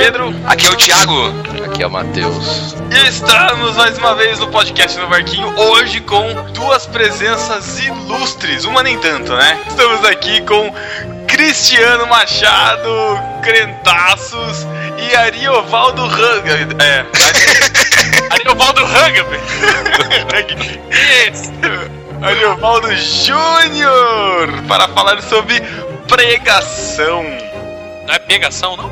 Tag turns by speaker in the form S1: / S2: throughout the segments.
S1: Pedro.
S2: Aqui é o Thiago.
S3: Aqui é o Matheus.
S1: E estamos mais uma vez no podcast no Barquinho, hoje com duas presenças ilustres, uma nem tanto, né? Estamos aqui com Cristiano Machado, Crentaços e Ariovaldo Ariovaldo Rugby. Isso. Ariovaldo Júnior, para falar sobre pregação.
S4: Não é pegação, não?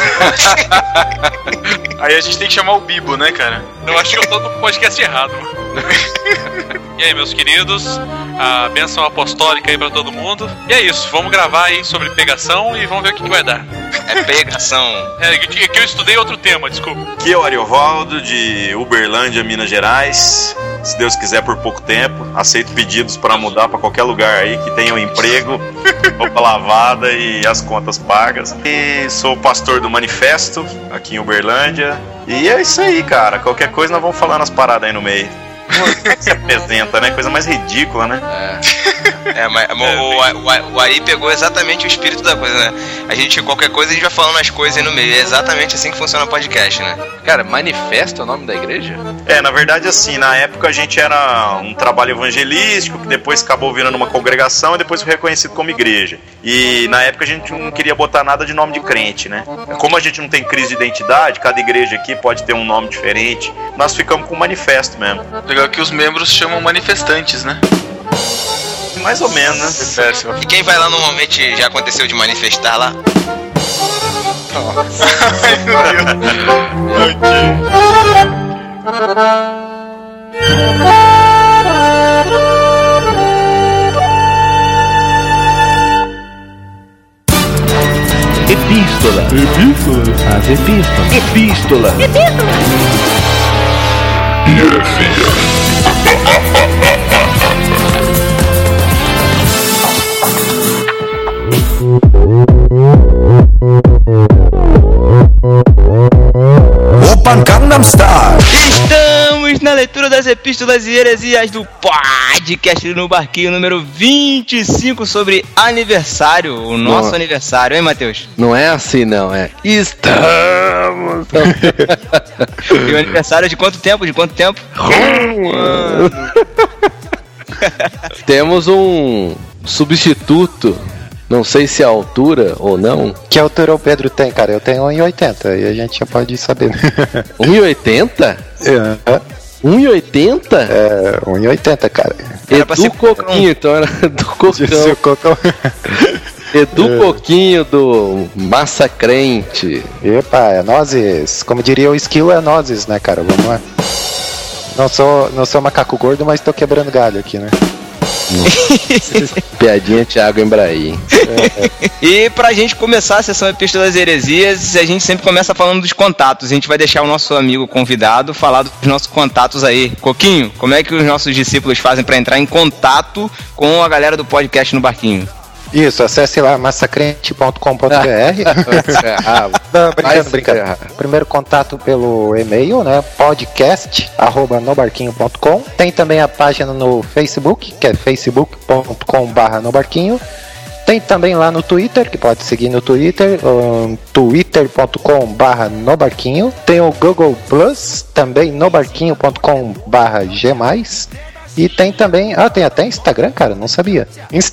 S1: Aí a gente tem que chamar o Bibo, né, cara?
S4: Eu acho que eu tô no podcast errado. E aí, meus queridos, a bênção apostólica aí pra todo mundo. E é isso, vamos gravar aí sobre pegação e vamos ver o que vai dar.
S2: É pegação.
S4: É que eu estudei outro tema, desculpa.
S5: Aqui é o Ariovaldo, de Uberlândia, Minas Gerais. Se Deus quiser, por pouco tempo. Aceito pedidos para mudar para qualquer lugar aí que tenha um emprego, roupa lavada e as contas pagas. E sou pastor do Manifesto, aqui em Uberlândia. E é isso aí, cara. Qualquer coisa nós vamos falando as paradas aí no meio. Como é que se apresenta, né? Coisa mais ridícula, né?
S2: Mas o Ari pegou exatamente o espírito da coisa, né? Qualquer coisa a gente vai falando as coisas aí no meio. É exatamente assim que funciona o podcast, né?
S3: Cara, Manifesto é o nome da igreja?
S5: Na verdade, assim, na época a gente era um trabalho evangelístico, que depois acabou virando uma congregação e depois foi reconhecido como igreja. E na época a gente não queria botar nada de nome de crente, né? Como a gente não tem crise de identidade, cada igreja aqui pode ter um nome diferente, nós ficamos com o Manifesto mesmo.
S1: Legal que os membros chamam manifestantes, né?
S5: Mais ou menos, né?
S2: E quem vai lá normalmente já aconteceu de manifestar lá?
S1: Ai, meu
S6: Epístola. As epístolas. Epístola.
S7: Open Gangnam Style.
S8: Estamos na leitura das epístolas e heresias do podcast no Barquinho número 25 sobre aniversário, o nosso aniversário, hein, Matheus?
S3: Não é assim, não, é estamos.
S8: E o aniversário de quanto tempo?
S3: Temos um substituto. Não sei se é a altura ou não.
S9: Que altura o Pedro tem, cara? Eu tenho 1,80 e a gente já pode saber.
S3: 1,80? 1,80?
S9: 1,80, cara.
S3: Edu Coquinho, então era do Cocão. Edu Coquinho do Massacrente.
S9: Epa, é nozes. Como diria o Esquilo, é nozes, né, cara? Vamos lá. Não sou macaco gordo, mas tô quebrando galho aqui, né?
S3: Piadinha Thiago Embraí.
S8: E pra gente começar a sessão Epístolas e Heresias, a gente sempre começa falando dos contatos. A gente vai deixar o nosso amigo convidado falar dos nossos contatos aí. Coquinho, como é que os nossos discípulos fazem pra entrar em contato com a galera do podcast no Barquinho?
S9: Isso, acesse lá massacrente.com.br. Brincando. Primeiro contato pelo e-mail, né? podcast@nobarquinho.com. Tem também a página no Facebook, que é facebook.com/nobarquinho. Tem também lá no Twitter, que pode seguir no Twitter, twitter.com/nobarquinho. Tem o Google Plus, também nobarquinho.com/g+. E tem também, tem até Instagram, cara, não sabia.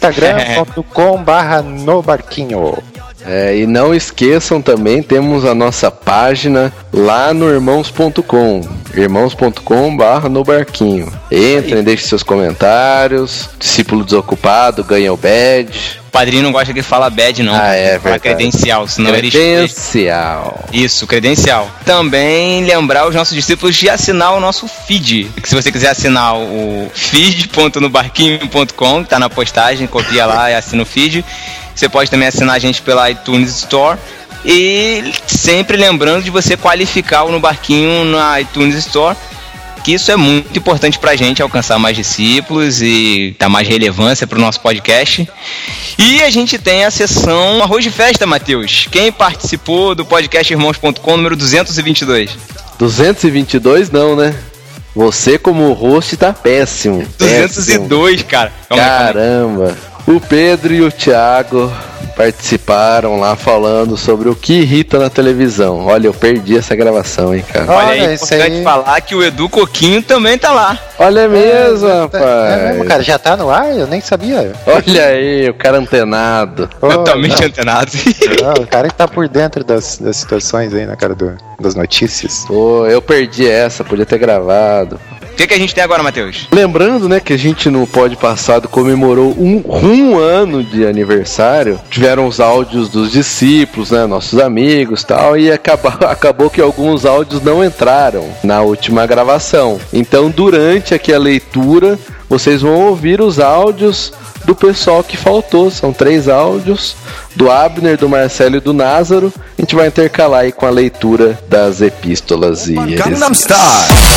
S9: Instagram.com/nobarquinho.
S3: E não esqueçam também, temos a nossa página lá no irmãos.com, irmãos.com/nobarquinho. Entrem, deixem seus comentários. Discípulo desocupado ganha o badge.
S8: O padrinho não gosta que fala badge, não.
S3: É
S8: verdade. Credencial, senão
S3: credencial.
S8: Isso, credencial. Também lembrar os nossos discípulos de assinar o nosso feed. Que se você quiser assinar o feed.nobarquinho.com, que tá na postagem, copia lá e assina o feed. Você pode também assinar a gente pela iTunes Store. E sempre lembrando de você qualificar o No Barquinho na iTunes Store, que isso é muito importante pra gente alcançar mais discípulos e dar mais relevância pro nosso podcast. E a gente tem a sessão Arroz de Festa, Matheus. Quem participou do podcast Irmãos.com número 222?
S3: 222 não, né? Você como host tá péssimo.
S8: 202, cara.
S3: Caramba. O Pedro e o Thiago participaram lá falando sobre o que irrita na televisão. Olha, eu perdi essa gravação, hein, cara.
S8: Olha, é importante falar que o Edu Coquinho também tá lá.
S3: Olha mesmo, rapaz.
S9: É mesmo, cara, já tá no ar? Eu nem sabia.
S3: Olha aí, o cara antenado.
S8: Totalmente antenado.
S9: Não, o cara que tá por dentro das situações aí, né, cara, das notícias.
S3: Pô, eu perdi essa, podia ter gravado.
S8: O que a gente tem agora, Matheus?
S3: Lembrando, né, que a gente no pod passado comemorou um ano de aniversário. Tiveram os áudios dos discípulos, né, nossos amigos e tal, e acabou que alguns áudios não entraram na última gravação. Então, durante aqui a leitura, vocês vão ouvir os áudios do pessoal que faltou. São 3 áudios, do Abner, do Marcelo e do Názaro. A gente vai intercalar aí com a leitura das epístolas e
S7: Gangnam Style.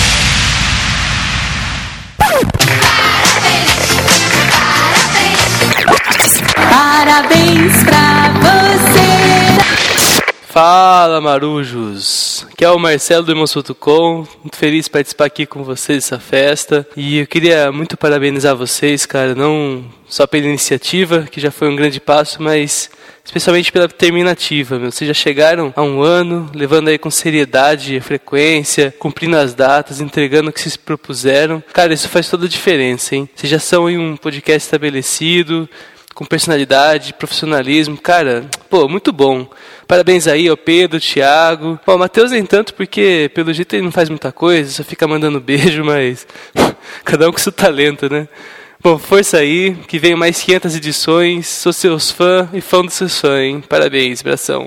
S10: Parabéns pra você.
S11: Fala, marujos! Aqui é o Marcelo do Irmãos.com, muito feliz de participar aqui com vocês dessa festa. E eu queria muito parabenizar vocês, cara, não só pela iniciativa, que já foi um grande passo, mas especialmente pela terminativa, meu. Vocês já chegaram a 1 ano, levando aí com seriedade a frequência, cumprindo as datas, entregando o que vocês propuseram. Cara, isso faz toda a diferença, hein? Vocês já são em um podcast estabelecido, com personalidade, profissionalismo, cara, pô, muito bom. Parabéns aí ao Pedro, Thiago. Pô, o Matheus nem tanto, porque pelo jeito ele não faz muita coisa, só fica mandando beijo, mas cada um com seu talento, né? Bom, força aí, que venham mais 500 edições, sou seus fãs e fã dos seus fãs, hein? Parabéns, abração.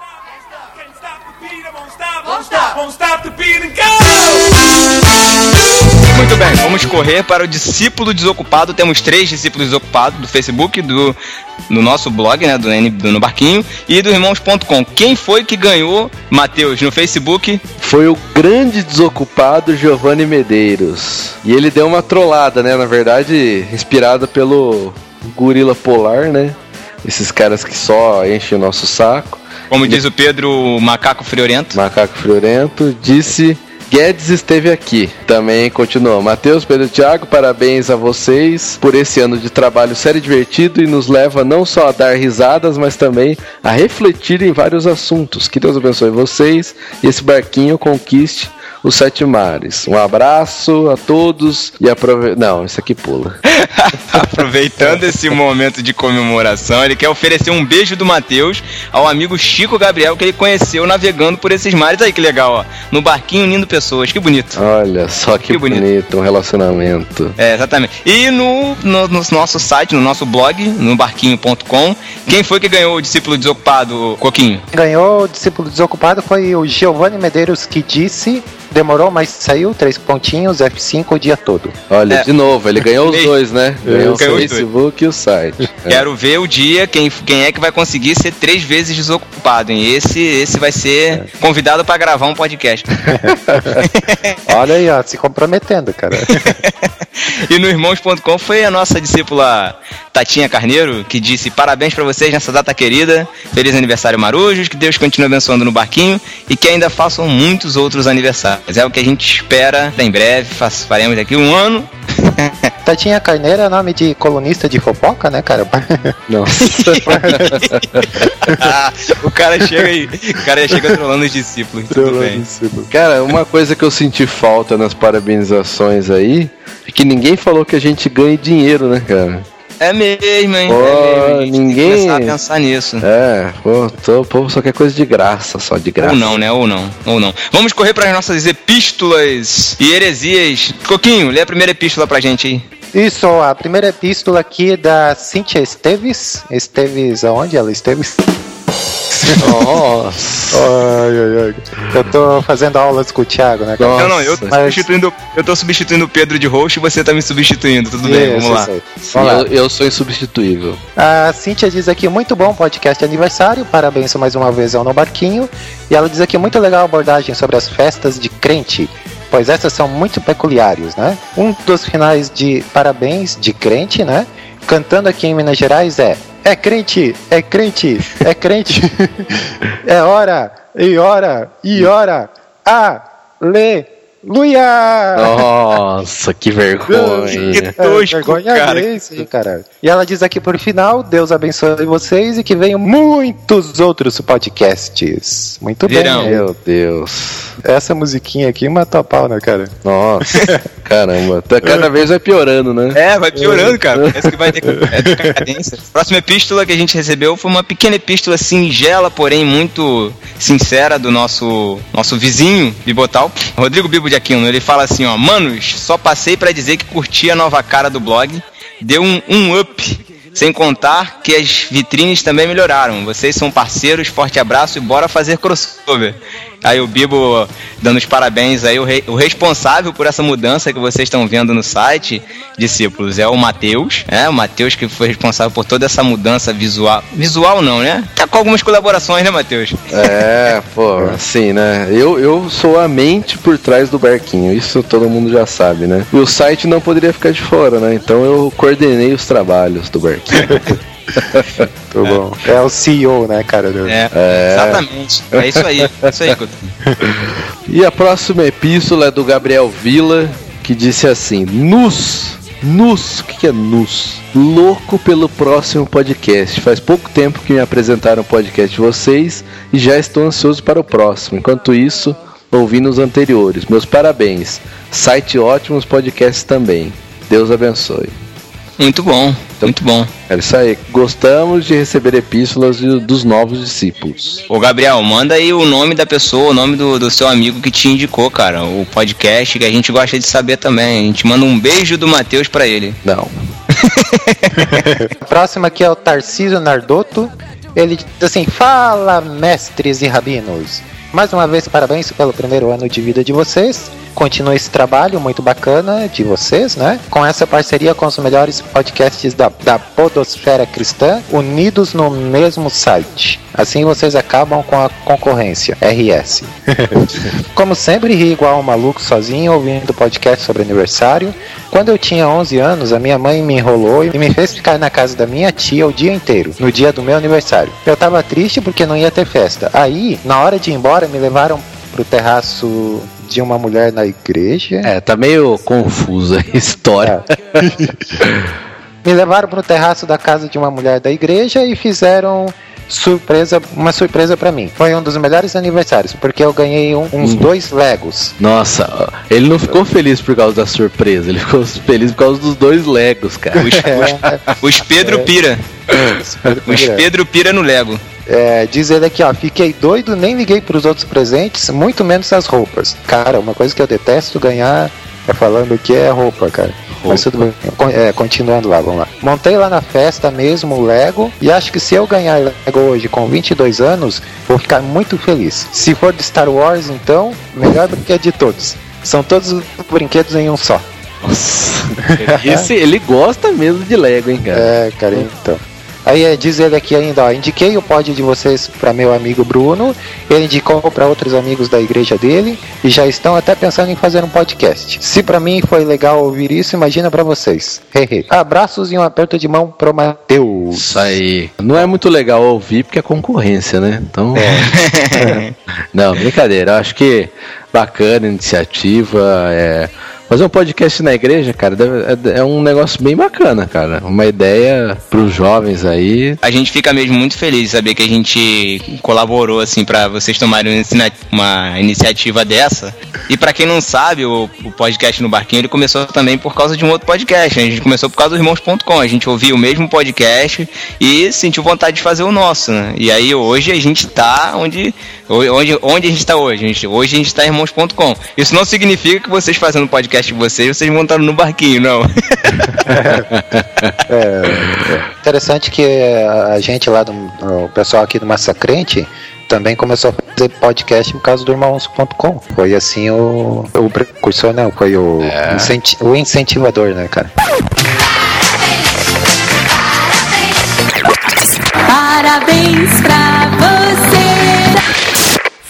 S8: Muito bem, vamos correr para o discípulo desocupado. Temos 3 discípulos desocupados do Facebook, no nosso blog, né, do No Barquinho, e do Irmãos.com. Quem foi que ganhou, Matheus, no Facebook?
S3: Foi o grande desocupado Giovanni Medeiros. E ele deu uma trollada, né? Na verdade, inspirada pelo Gorila Polar, né? Esses caras que só enchem o nosso saco.
S8: Como diz o Pedro, Macaco Friorento.
S3: Macaco Friorento disse: Guedes esteve aqui. Também continuou: Matheus, Pedro e Thiago, parabéns a vocês por esse ano de trabalho sério e divertido, e nos leva não só a dar risadas, mas também a refletir em vários assuntos. Que Deus abençoe vocês e esse barquinho conquiste os 7 mares. Um abraço a todos e Não, isso aqui pula.
S8: Aproveitando esse momento de comemoração, ele quer oferecer um beijo do Matheus ao amigo Chico Gabriel, que ele conheceu navegando por esses mares. Aí que legal, ó. No barquinho unindo pessoas, que bonito.
S3: Olha só que bonito, um relacionamento.
S8: É, exatamente. E no nosso site, no nosso blog, no barquinho.com, quem foi que ganhou o discípulo desocupado, Coquinho?
S9: Ganhou o discípulo desocupado foi o Giovanni Medeiros, que disse: demorou, mas saiu, 3 pontinhos, F5 o dia todo.
S3: Olha, de novo, ele ganhou os dois, né? Ganhou o Facebook e o site.
S8: Quero ver o dia, quem é que vai conseguir ser 3 vezes desocupado, hein? Esse vai ser convidado para gravar um podcast.
S9: Olha aí, ó, se comprometendo, cara.
S8: E no Irmãos.com foi a nossa discípula Tatinha Carneiro, que disse: parabéns pra vocês nessa data querida, feliz aniversário Marujos, que Deus continue abençoando no barquinho e que ainda façam muitos outros aniversários. É o que a gente espera em breve, faremos aqui 1 ano.
S9: Tatinha Carneiro é nome de colunista de fofoca, né, cara?
S3: Nossa.
S8: O cara chega trolando os discípulos. Tudo bem.
S3: Cara, uma coisa que eu senti falta nas parabenizações aí é que ninguém falou que a gente ganhe dinheiro, né, cara?
S8: É mesmo, hein?
S3: Ninguém
S8: começar a pensar nisso.
S3: O povo só quer coisa de graça, só de graça.
S8: Ou não, né? Ou não. Vamos correr para as nossas epístolas e heresias. Coquinho, lê a primeira epístola pra gente aí.
S9: Isso, a primeira epístola aqui é da Cíntia Esteves. Esteves, aonde ela? Esteves?
S3: Nossa.
S9: Ai. Eu tô fazendo aulas com o Thiago, né?
S8: Não, eu tô substituindo o Pedro de host e você tá me substituindo, tudo bem, vamos lá.
S3: Sim, eu sou insubstituível.
S9: A Cíntia diz aqui: muito bom podcast de aniversário, parabéns mais uma vez ao No Barquinho. E ela diz aqui: muito legal a abordagem sobre as festas de crente, pois essas são muito peculiares, né? Um dos finais de parabéns de crente, né? Cantando aqui em Minas Gerais é crente, é crente, é crente. É hora, e hora, e hora. Luia!
S3: Nossa, que vergonha.
S8: Que tosco,
S9: vergonha
S8: cara.
S9: isso, hein, cara. E ela diz aqui por final, Deus abençoe vocês e que venham muitos outros podcasts. Muito
S8: Virão.
S9: bem.
S3: Meu Deus.
S9: Essa musiquinha aqui matou a pau, né, cara?
S3: Nossa, caramba. Cada vez vai piorando, né?
S8: É, vai piorando, cara. Parece que vai ter decadência. A próxima epístola que a gente recebeu foi uma pequena epístola singela, porém muito sincera do nosso vizinho, Bibotal, Rodrigo Bibo de Aquino. Ele fala assim, ó: manos, só passei pra dizer que curti a nova cara do blog, deu um up, sem contar que as vitrines também melhoraram. Vocês são parceiros, forte abraço e bora fazer crossover. Aí o Bibo dando os parabéns aí, o responsável por essa mudança que vocês estão vendo no site, discípulos, é o Matheus, o Matheus que foi responsável por toda essa mudança visual não, né? Tá com algumas colaborações, né, Matheus?
S3: Assim, né? Eu sou a mente por trás do barquinho, isso todo mundo já sabe, né? E o site não poderia ficar de fora, né? Então eu coordenei os trabalhos do barquinho.
S9: Muito bom. É o CEO, né, cara?
S8: Exatamente. É isso aí, Couto.
S3: E a próxima epístola é do Gabriel Villa, que disse assim: o que é nus? Louco pelo próximo podcast. Faz pouco tempo que me apresentaram o podcast de vocês e já estou ansioso para o próximo. Enquanto isso, ouvindo os anteriores. Meus parabéns. Site ótimos, podcasts também. Deus abençoe.
S8: Muito bom, muito bom.
S3: É isso aí. Gostamos de receber epístolas dos novos discípulos.
S8: Ô Gabriel, manda aí o nome da pessoa, o nome do seu amigo que te indicou, cara, o podcast, que a gente gosta de saber também. A gente manda um beijo do Matheus pra ele.
S3: Não.
S9: A próxima aqui é o Tarcísio Nardotto. Ele diz assim: fala, mestres e rabinos. Mais uma vez, parabéns pelo primeiro ano de vida de vocês. Continue esse trabalho muito bacana de vocês, né? Com essa parceria com os melhores podcasts da podosfera cristã, unidos no mesmo site. Assim vocês acabam com a concorrência. RS. Como sempre, ri igual um maluco sozinho ouvindo podcast sobre aniversário. Quando eu tinha 11 anos, a minha mãe me enrolou e me fez ficar na casa da minha tia o dia inteiro, no dia do meu aniversário. Eu tava triste porque não ia ter festa. Aí, na hora de ir embora, me levaram pro terraço de uma mulher na igreja.
S3: Tá meio confusa a história.
S9: Me levaram pro terraço da casa de uma mulher da igreja e fizeram uma surpresa pra mim. Foi um dos melhores aniversários, porque eu ganhei uns 2 Legos.
S3: Nossa, ele não ficou feliz por causa da surpresa, ele ficou feliz por causa dos 2 Legos, cara.
S8: Os Pedro Pira. Os Pedro Pira no Lego.
S9: Diz ele aqui, ó: fiquei doido, nem liguei pros outros presentes, muito menos as roupas. Cara, uma coisa que eu detesto ganhar, falando que é roupa, cara. Mas tudo bem. Continuando lá, vamos lá. Montei lá na festa mesmo o Lego e acho que se eu ganhar Lego hoje com 22 anos, vou ficar muito feliz. Se for de Star Wars, então, melhor brinquedo de todos. São todos os brinquedos em um só.
S3: Nossa. Ele gosta mesmo de Lego, hein, cara?
S9: Cara, então. Aí diz ele aqui ainda, ó: indiquei o pod de vocês para meu amigo Bruno, ele indicou para outros amigos da igreja dele e já estão até pensando em fazer um podcast. Se para mim foi legal ouvir isso, imagina para vocês. Abraços e um aperto de mão pro Matheus.
S3: Isso aí. Não é muito legal ouvir porque é concorrência, né? Então. Não, brincadeira. Eu acho que bacana a iniciativa. Fazer um podcast na igreja, cara, é um negócio bem bacana, cara. Uma ideia pros jovens aí.
S8: A gente fica mesmo muito feliz de saber que a gente colaborou, assim, pra vocês tomarem uma iniciativa dessa. E pra quem não sabe, o podcast no Barquinho, ele começou também por causa de um outro podcast. A gente começou por causa do Irmãos.com. A gente ouvia o mesmo podcast e sentiu vontade de fazer o nosso, né? E aí hoje a gente tá onde a gente tá hoje? Hoje a gente tá em Irmãos.com. Isso não significa que vocês fazendo o podcast de vocês vão estar no barquinho, não.
S9: Interessante que a gente lá, o pessoal aqui do Massacrente, também começou a fazer podcast por causa do Irmãos.com. Foi assim o precursor, não, foi o incentivador, né, cara?
S10: Parabéns pra você.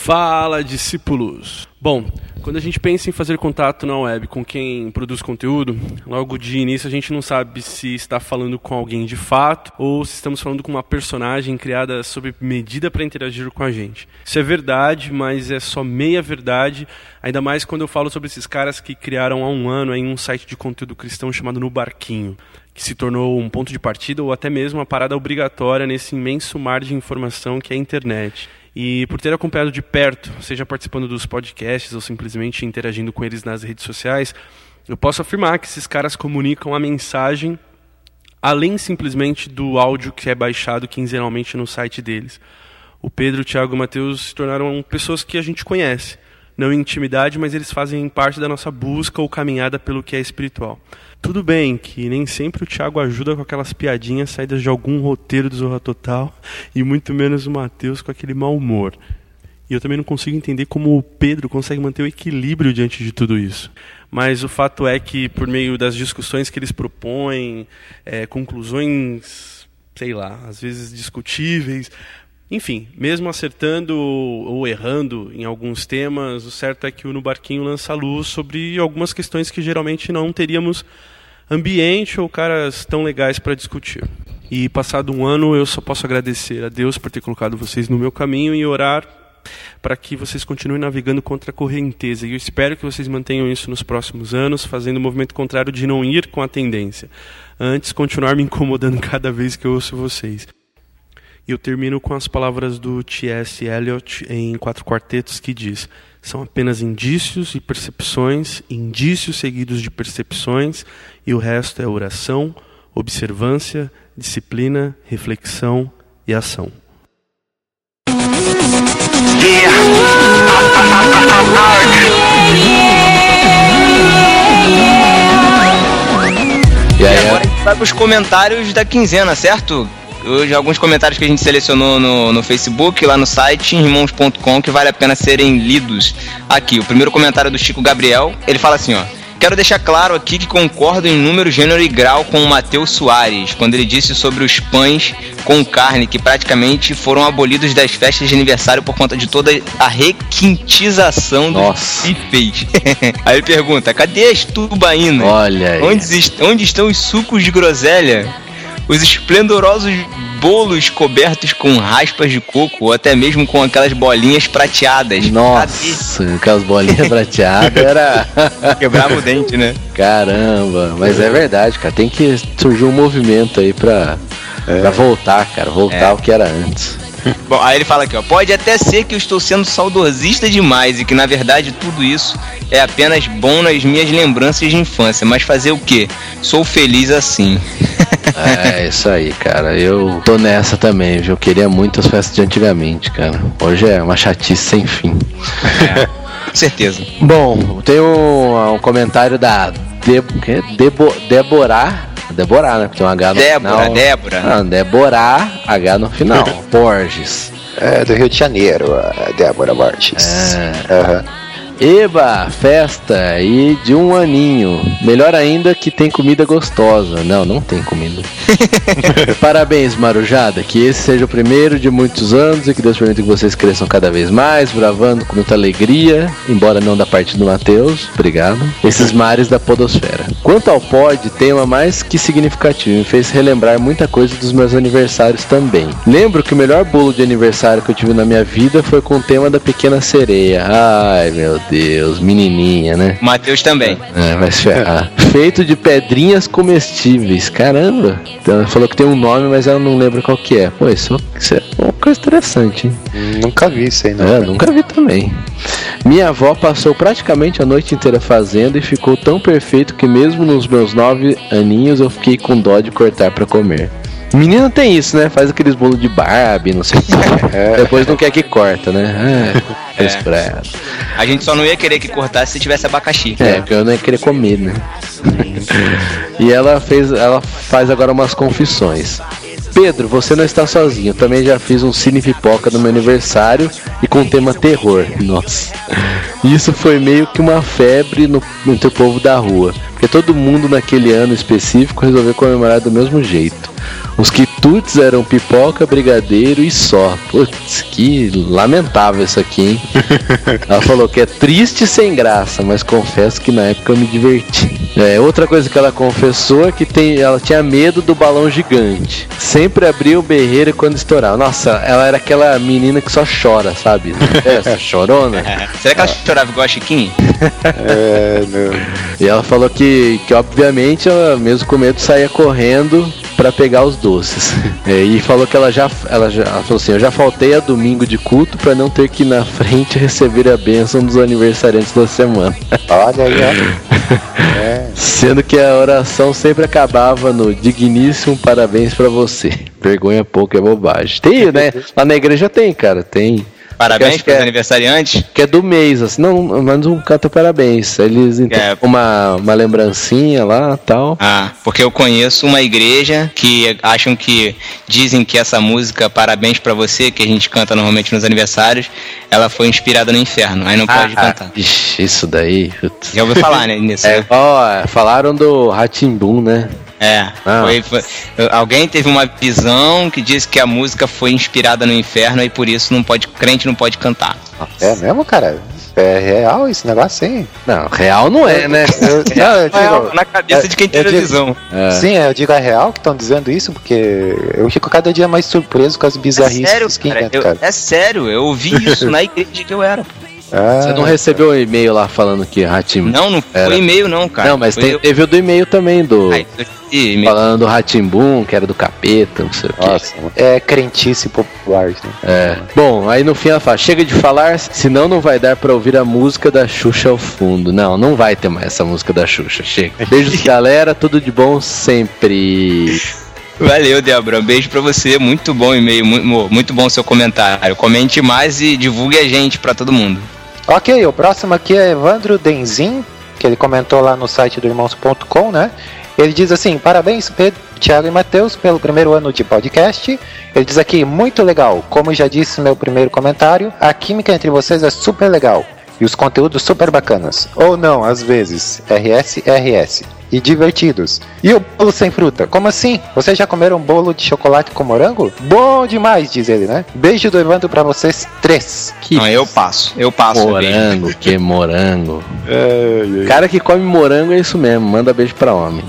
S12: Fala, discípulos! Bom, quando a gente pensa em fazer contato na web com quem produz conteúdo, logo de início a gente não sabe se está falando com alguém de fato ou se estamos falando com uma personagem criada sob medida para interagir com a gente. Isso é verdade, mas é só meia verdade, ainda mais quando eu falo sobre esses caras que criaram há um ano aí um site de conteúdo cristão chamado No Barquinho, que se tornou um ponto de partida ou até mesmo uma parada obrigatória nesse imenso mar de informação que é a internet. E por ter acompanhado de perto, seja participando dos podcasts ou simplesmente interagindo com eles nas redes sociais, eu posso afirmar que esses caras comunicam a mensagem além simplesmente do áudio que é baixado quinzenalmente no site deles. O Pedro, o Thiago e o Matheus se tornaram pessoas que a gente conhece, não em intimidade, mas eles fazem parte da nossa busca ou caminhada pelo que é espiritual. Tudo bem que nem sempre o Thiago ajuda com aquelas piadinhas saídas de algum roteiro do Zorra Total, e muito menos o Matheus com aquele mau humor. E eu também não consigo entender como o Pedro consegue manter o equilíbrio diante de tudo isso. Mas o fato é que, por meio das discussões que eles propõem, conclusões, sei lá, às vezes discutíveis, enfim, mesmo acertando ou errando em alguns temas, o certo é que o No Barquinho lança luz sobre algumas questões que geralmente não teríamos ambiente ou caras tão legais para discutir. E passado um ano eu só posso agradecer a Deus por ter colocado vocês no meu caminho e orar para que vocês continuem navegando contra a correnteza. E eu espero que vocês mantenham isso nos próximos anos, fazendo o movimento contrário de não ir com a tendência. Antes, continuar me incomodando cada vez que eu ouço vocês. E eu termino com as palavras do T.S. Eliot em 4 quartetos que diz: são apenas indícios e percepções, indícios seguidos de percepções, e o resto é oração, observância, disciplina, reflexão e ação.
S8: E aí, agora a gente vai para os comentários da quinzena, certo? Hoje, alguns comentários que a gente selecionou no Facebook, lá no site, irmãos.com, que vale a pena serem lidos aqui. O primeiro comentário do Chico Gabriel, ele fala assim, ó: quero deixar claro aqui que concordo em número, gênero e grau com o Matheus Soares, quando ele disse sobre os pães com carne, que praticamente foram abolidos das festas de aniversário por conta de toda a requintização dos bifes. Aí ele pergunta: cadê as tubaínas?
S3: Olha aí.
S8: Onde estão os sucos de groselha? Os esplendorosos bolos cobertos com raspas de coco, ou até mesmo com aquelas bolinhas prateadas.
S3: Nossa, aquelas bolinhas prateadas era...
S8: quebrava o dente, né?
S3: Caramba, mas é verdade, cara. Tem que surgir um movimento aí pra voltar, cara. Voltar ao que era antes.
S8: Bom, aí ele fala aqui, ó: pode até ser que eu estou sendo saudosista demais e que na verdade tudo isso é apenas bom nas minhas lembranças de infância, mas fazer o quê? Sou feliz assim.
S3: É isso aí, cara. Eu tô nessa também, viu? Eu queria muito as festas de antigamente, cara. Hoje é uma chatice sem fim.
S8: Com certeza.
S3: Bom, tem um comentário da Deborah, né? Porque tem um H no final. Débora. Deborah, H no final. Borges.
S9: É, do Rio de Janeiro, a Débora Borges.
S3: Eba, festa e de um aninho. Melhor ainda que tem comida gostosa. Não tem comida. Parabéns, Marujada. Que esse seja o primeiro de muitos anos e que Deus permita que vocês cresçam cada vez mais, bravando com muita alegria, embora não da parte do Matheus. Obrigado. Esses mares da podosfera. Quanto ao pod, tema mais que significativo. Me fez relembrar muita coisa dos meus aniversários também. Lembro que o melhor bolo de aniversário que eu tive na minha vida foi com o tema da Pequena Sereia. Ai, meu Deus, menininha, né?
S8: Matheus também.
S3: Vai se ferrar. Feito de pedrinhas comestíveis. Caramba. Então, ela falou que tem um nome, mas ela não lembra qual que é. Pô, isso é uma coisa interessante, hein?
S9: Nunca vi isso aí, não.
S3: Nunca vi também. Minha avó passou praticamente a noite inteira fazendo e ficou tão perfeito que mesmo nos meus 9 aninhos eu fiquei com dó de cortar pra comer. Menina tem isso, né? Faz aqueles bolos de Barbie, não sei o que. Depois não quer que corta, né?
S8: A gente só não ia querer que cortasse se tivesse abacaxi.
S3: Porque eu não ia querer comer, né? E ela faz agora umas confissões. Pedro, você não está sozinho. Eu também já fiz um cine pipoca no meu aniversário e com o tema terror. Nossa. Isso foi meio que uma febre entre o povo da rua. porque todo mundo naquele ano específico resolveu comemorar do mesmo jeito. Os quitutes eram pipoca, brigadeiro e só. Putz, que lamentável isso aqui, hein? Ela falou que é triste e sem graça, mas confesso que na época eu me diverti. Outra coisa que ela confessou é que ela tinha medo do balão gigante. Sempre abria o berreiro quando estourava. Nossa, ela era aquela menina que só chora, sabe? Essa chorona.
S8: Será que ela chorava igual a Chiquinho?
S3: Não. E ela falou que obviamente ela mesmo com medo saía correndo pra pegar os doces. E falou que ela falou assim: eu já faltei a domingo de culto pra não ter que ir na frente receber a bênção dos aniversariantes da semana.
S9: Olha aí, ó.
S3: Sendo que a oração sempre acabava no digníssimo parabéns pra você. Vergonha pouco é bobagem. Tem, né? Lá na igreja tem, cara, tem.
S8: Parabéns para os aniversariantes?
S3: Que é do mês, assim. Não, mas um canta parabéns. Eles uma lembrancinha lá e tal.
S8: Ah, porque eu conheço uma igreja que dizem que essa música Parabéns pra Você, que a gente canta normalmente nos aniversários, ela foi inspirada no inferno. Aí não pode cantar.
S3: Ixi, isso daí. Putz.
S8: Já ouviu falar, né, nisso?
S3: Falaram do Ratimbum, né?
S8: Foi, alguém teve uma visão que diz que a música foi inspirada no inferno e por isso crente não pode cantar.
S9: É mesmo, cara? É real esse negócio, sim?
S3: Não, real não é, né?
S9: Eu digo,
S8: na cabeça de quem teve a visão.
S9: Sim, eu digo é real que estão dizendo isso, porque eu fico cada dia mais surpreso com as bizarrices que inventam, cara.
S8: É sério, eu ouvi isso na igreja que eu era.
S3: Você não recebeu um e-mail lá falando que Ratimbum?
S8: Não foi e-mail não, cara.
S3: Não, mas teve o do e-mail também falando do Ratimbum, que era do capeta, não sei o que.
S9: É crentice popular, né?
S3: Bom, aí no fim ela fala: chega de falar, senão não vai dar pra ouvir a música da Xuxa ao fundo. Não vai ter mais essa música da Xuxa, chega. Beijos galera, tudo de bom sempre.
S8: Valeu, Débora. Um beijo pra você. Muito bom e-mail, muito bom seu comentário. Comente mais e divulgue a gente pra todo mundo.
S9: Ok, o próximo aqui é Evandro Denzin, que ele comentou lá no site do irmãos.com, né? Ele diz assim: parabéns Pedro, Thiago e Matheus pelo primeiro ano de podcast. Ele diz aqui: muito legal, como já disse no meu primeiro comentário, a química entre vocês é super legal e os conteúdos super bacanas, ou não, às vezes, RS, e divertidos. E o bolo sem fruta? Como assim? Vocês já comeram bolo de chocolate com morango? Bom demais, diz ele, né? Beijo do Evandro pra vocês 3.
S8: Não, eu passo.
S3: Morango, que morango. Cara que come morango é isso mesmo, manda beijo pra homem.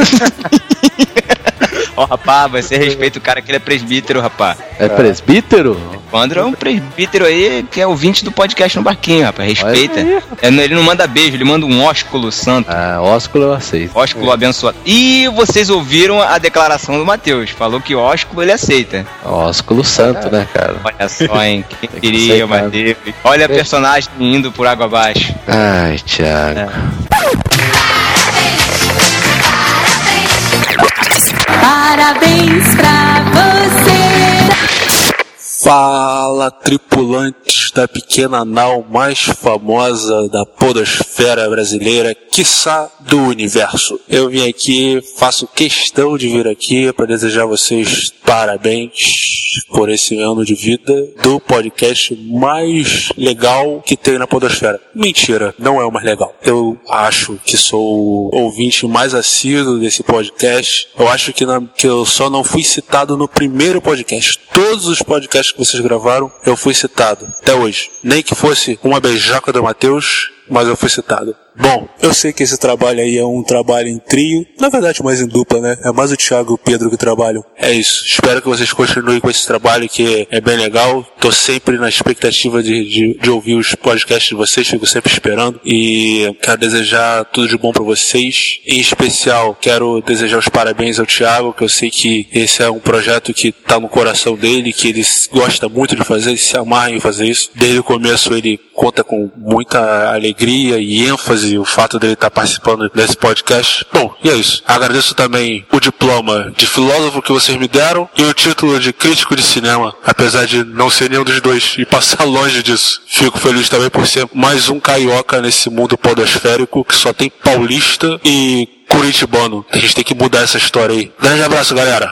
S8: Rapaz, você respeita o cara que ele é presbítero, rapaz.
S3: É presbítero?
S8: Evandro é um presbítero aí que é ouvinte do podcast no Barquinho, rapaz. Respeita. Ele não manda beijo, ele manda um ósculo santo.
S3: Ósculo eu aceito.
S8: Ósculo abençoado. E vocês ouviram a declaração do Matheus. Falou que ósculo ele aceita.
S3: Ósculo santo, né, cara?
S8: Olha só, hein? Quem queria, Matheus. Olha a personagem indo por água abaixo.
S3: Ai, Thiago.
S10: Parabéns pra você.
S13: Fala, tripulantes da pequena nau mais famosa da podosfera brasileira, quiçá do universo. Eu vim aqui, faço questão de vir aqui para desejar a vocês parabéns por esse ano de vida do podcast mais legal que tem na podosfera. Mentira, não é o mais legal. Eu acho que sou o ouvinte mais assíduo desse podcast. Eu acho que eu só não fui citado no primeiro podcast. Todos os podcasts que vocês gravaram, eu fui citado. Até hoje. Nem que fosse uma beijoca do Matheus, mas eu fui citado. Bom, eu sei que esse trabalho aí é um trabalho em trio, na verdade mais em dupla, né? É mais o Thiago e o Pedro que trabalham. É isso, espero que vocês continuem com esse trabalho que é bem legal. Tô sempre na expectativa de ouvir os podcasts de vocês, fico sempre esperando. E quero desejar tudo de bom pra vocês. Em especial, quero desejar os parabéns ao Thiago, que eu sei que esse é um projeto que tá no coração dele, que ele gosta muito de fazer, ele se amarra em fazer isso. Desde o começo ele conta com muita alegria e ênfase o fato dele estar participando desse podcast. Bom, e é isso. Agradeço também o diploma de filósofo que vocês me deram e o título de crítico de cinema, apesar de não ser nenhum dos dois e passar longe disso. Fico feliz também por ser mais um carioca nesse mundo podosférico que só tem paulista e curitibano. A gente tem que mudar essa história aí. Grande abraço, galera!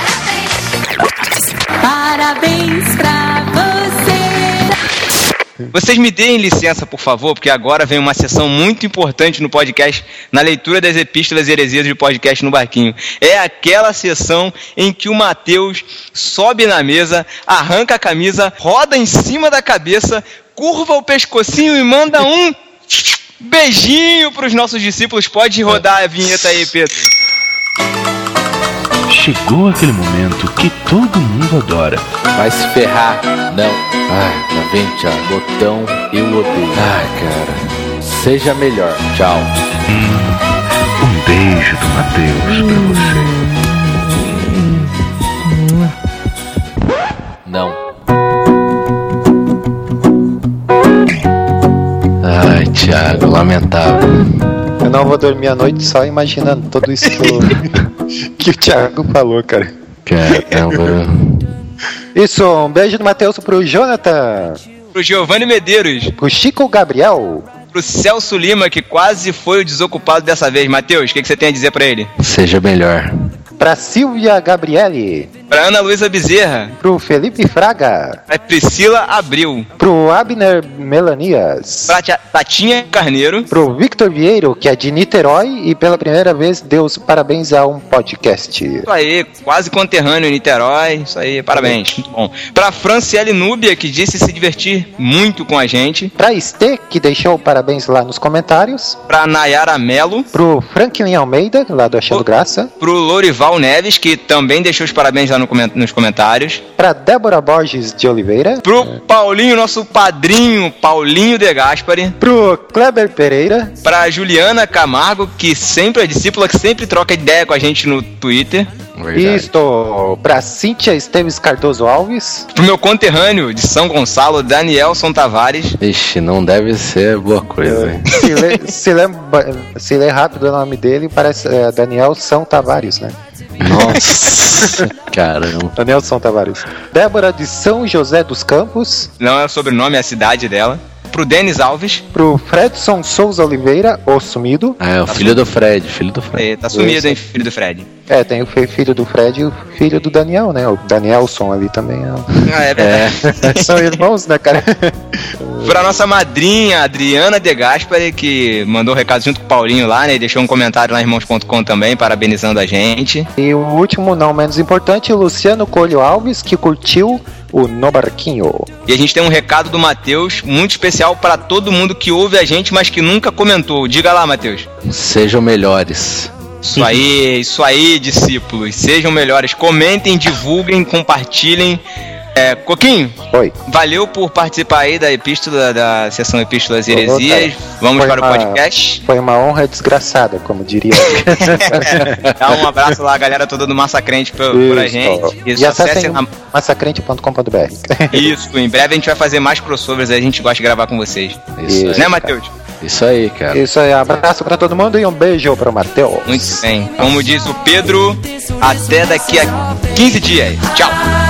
S10: Parabéns pra você.
S8: Vocês me deem licença, por favor, porque agora vem uma sessão muito importante no podcast, na leitura das epístolas e heresias do podcast no Barquinho. É aquela sessão em que o Matheus sobe na mesa, arranca a camisa, roda em cima da cabeça, curva o pescocinho e manda um beijinho pros nossos discípulos. Pode rodar a vinheta aí, Pedro.
S6: Chegou aquele momento que todo mundo adora.
S3: Vai se ferrar. Não. Ai, tá vendo, Thiago? Botão, eu odeio. Ai, cara. Seja melhor. Tchau.
S6: Um beijo do Matheus pra você.
S3: Não. Ai, Thiago, lamentável.
S9: Eu não vou dormir à noite só imaginando tudo isso que o Thiago falou, cara.
S3: Caramba.
S9: Isso, um beijo do Matheus pro Jonathan.
S8: Pro Giovanni Medeiros.
S9: Pro Chico Gabriel.
S8: Pro Celso Lima, que quase foi o desocupado dessa vez. Matheus, o que você tem a dizer pra ele?
S3: Seja melhor.
S9: Pra Silvia Gabriele.
S8: Pra Ana Luísa Bezerra.
S9: Pro Felipe Fraga.
S8: Pra Priscila Abril.
S9: Pro Abner Melanias.
S8: Pra Tatinha Carneiro.
S9: Pro Victor Vieiro, que é de Niterói e pela primeira vez deu os parabéns a um podcast.
S8: Isso aí, quase conterrâneo em Niterói. Isso aí, parabéns. Muito bom. Pra Franciele Núbia, que disse se divertir muito com a gente.
S9: Pra Estê, que deixou parabéns lá nos comentários.
S8: Pra Nayara Melo.
S9: Pro Franklin Almeida, lá do Achando Graça.
S8: Pro Lorival Neves, que também deixou os parabéns lá nos comentários.
S9: Pra Débora Borges de Oliveira.
S8: Pro Paulinho, nosso padrinho, Paulinho de Gaspari.
S9: Pro Kleber Pereira.
S8: Pra Juliana Camargo, que sempre é discípula, que sempre troca ideia com a gente no Twitter.
S9: Isto, pra Cíntia Esteves Cardoso Alves.
S8: Pro meu conterrâneo de São Gonçalo, Danielson Tavares.
S3: Ixi, não deve ser boa coisa, hein?
S9: Se ler rápido o nome dele, parece Daniel São Tavares, né?
S3: Nossa, caramba.
S9: Daniel São Tavares. Débora de São José dos Campos.
S8: Não é o sobrenome, é a cidade dela. Pro Denis Alves.
S9: Pro Fredson Souza Oliveira, o sumido.
S3: É, o filho do Fred,
S8: tá sumido, hein, filho do Fred.
S9: É, tem o filho do Fred e o filho do Daniel, né? O Danielson ali também.
S8: É verdade.
S9: São irmãos, né, cara?
S8: Pra nossa madrinha, Adriana De Gaspari, que mandou um recado junto com o Paulinho lá, né? E deixou um comentário lá em irmãos.com também, parabenizando a gente.
S9: E o último, não menos importante, o Luciano Coelho Alves, que curtiu o No Barquinho.
S8: E a gente tem um recado do Matheus, muito especial para todo mundo que ouve a gente, mas que nunca comentou. Diga lá, Matheus.
S3: Sejam melhores.
S8: Isso aí, discípulos. Sejam melhores. Comentem, divulguem, compartilhem. Coquinho,
S9: oi.
S8: Valeu por participar aí da epístola, da sessão Epístolas e Heresias. Vamos para o podcast.
S9: Foi uma honra desgraçada, como diria.
S8: Dá um abraço lá, a galera toda do Massacrente por a gente.
S9: Isso, e acessem massacrente.com.br.
S8: Isso, em breve a gente vai fazer mais crossovers, aí a gente gosta de gravar com vocês.
S3: Isso,
S8: né, Matheus?
S3: Isso aí, cara.
S9: Isso aí, abraço pra todo mundo e um beijo pro Matheus.
S8: Muito bem. Como diz o Pedro, até daqui a 15 dias. Tchau.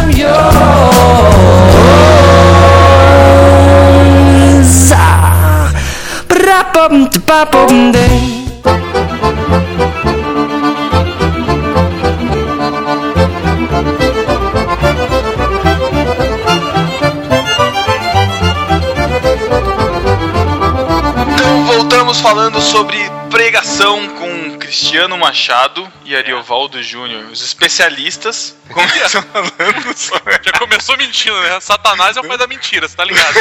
S1: Voltamos falando sobre pregação com Cristiano Machado e Ariovaldo Júnior, os especialistas. Começam falando sobre...
S4: Já começou mentindo, né? Satanás é o pai da mentira, você tá ligado?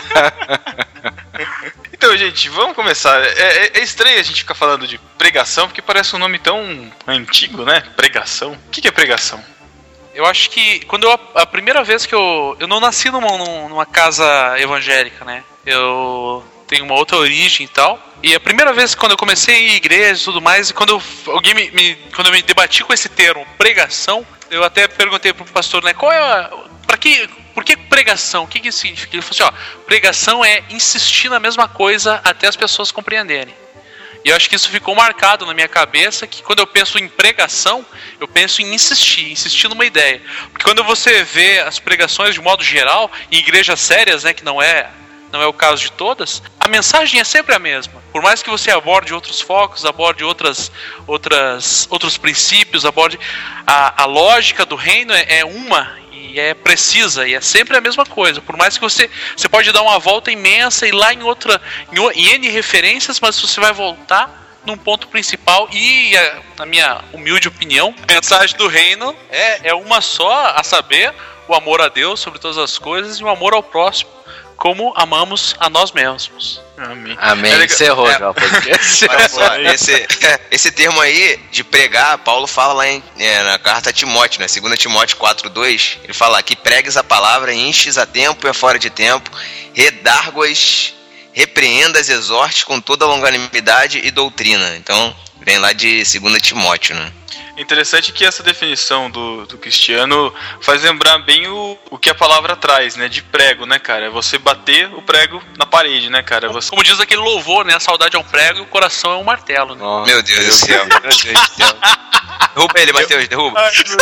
S1: Então, gente, vamos começar. É estranho a gente ficar falando de pregação, porque parece um nome tão antigo, né? Pregação. O que é pregação?
S4: Eu acho que quando a primeira vez que eu não nasci numa casa evangélica, né? Eu tenho uma outra origem e tal. E a primeira vez quando eu comecei a ir à igreja e tudo mais, e quando alguém quando eu me debati com esse termo, pregação, eu até perguntei pro pastor, né, por que pregação? O que isso significa? Ele falou assim, pregação é insistir na mesma coisa até as pessoas compreenderem. E eu acho que isso ficou marcado na minha cabeça, que quando eu penso em pregação, eu penso em insistir numa ideia. Porque quando você vê as pregações de modo geral, em igrejas sérias, né, que não é o caso de todas, a mensagem é sempre a mesma. Por mais que você aborde outros focos, aborde outros princípios, aborde a lógica do reino é uma, e e é precisa, e é sempre a mesma coisa. Por mais que você pode dar uma volta imensa e ir lá em N referências, mas você vai voltar num ponto principal. E, na minha humilde opinião, a mensagem do reino é uma só, a saber, o amor a Deus sobre todas as coisas e o amor ao próximo, como amamos a nós mesmos.
S3: Amém. Encerrou já o podcast.
S2: Olha só, esse termo aí de pregar, Paulo fala lá na carta a Timóteo, né? 2 Timóteo 4:2, ele fala que pregues a palavra, enches a tempo e a fora de tempo, redarguas, repreendas, exortes com toda longanimidade e doutrina. Então, vem lá de 2 Timóteo, né?
S1: Interessante que essa definição do Cristiano faz lembrar bem o que a palavra traz, né? De prego, né, cara? É você bater o prego na parede, né, cara?
S4: Como diz aquele louvor, né? A saudade é um prego e o coração é um martelo, né?
S2: Nossa, meu Deus do céu. Derruba ele, Matheus, derruba.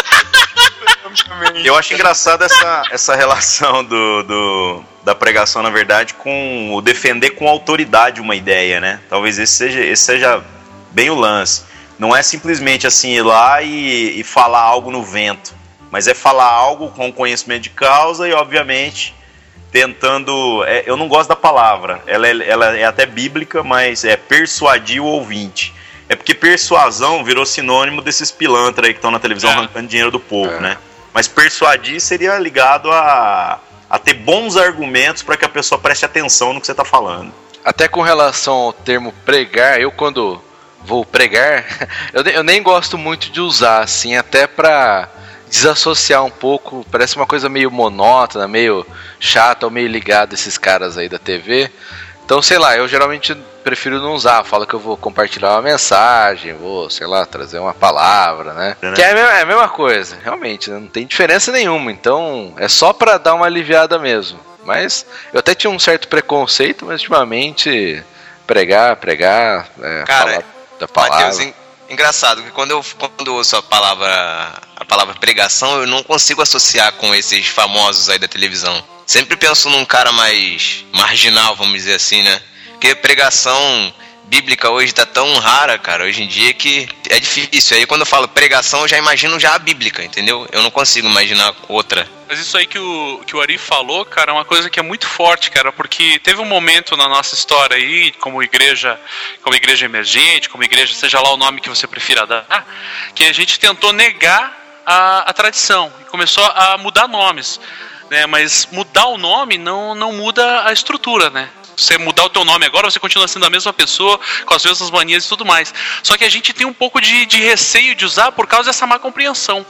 S5: Eu acho engraçada essa relação da pregação, na verdade, com o defender com autoridade uma ideia, né? Talvez esse seja bem o lance. Não é simplesmente assim ir lá e falar algo no vento, mas é falar algo com conhecimento de causa e, obviamente, tentando... eu não gosto da palavra, ela é até bíblica, mas é persuadir o ouvinte. É porque persuasão virou sinônimo desses pilantras aí que estão na televisão arrancando dinheiro do povo, né? Mas persuadir seria ligado a ter bons argumentos para que a pessoa preste atenção no que você está falando.
S3: Até com relação ao termo pregar, eu quando vou pregar, eu nem gosto muito de usar, assim, até pra desassociar um pouco, parece uma coisa meio monótona, meio chata ou meio ligada a esses caras aí da TV. Então, sei lá, eu geralmente prefiro não usar, falo que eu vou compartilhar uma mensagem, vou, sei lá, trazer uma palavra, né? Que é a mesma coisa, realmente, né? Não tem diferença nenhuma, então é só pra dar uma aliviada mesmo. Mas eu até tinha um certo preconceito, mas ultimamente pregar,
S2: cara,
S3: falar da palavra.
S2: Mateus, engraçado que quando eu ouço a palavra pregação, eu não consigo associar com esses famosos aí da televisão. Sempre penso num cara mais marginal, vamos dizer assim, né? Porque pregação bíblica hoje tá tão rara, cara, hoje em dia, que é difícil. Aí quando eu falo pregação, eu já imagino já a bíblica, entendeu? Eu não consigo imaginar outra.
S4: Mas isso aí que o Ari falou, cara, é uma coisa que é muito forte, cara, porque teve um momento na nossa história aí, como igreja emergente, como igreja, seja lá o nome que você prefira dar, que a gente tentou negar a tradição e começou a mudar nomes, né? Mas mudar o nome não muda a estrutura, né? Você mudar o teu nome agora, você continua sendo a mesma pessoa, com as mesmas manias e tudo mais. Só que a gente tem um pouco de receio de usar por causa dessa má compreensão.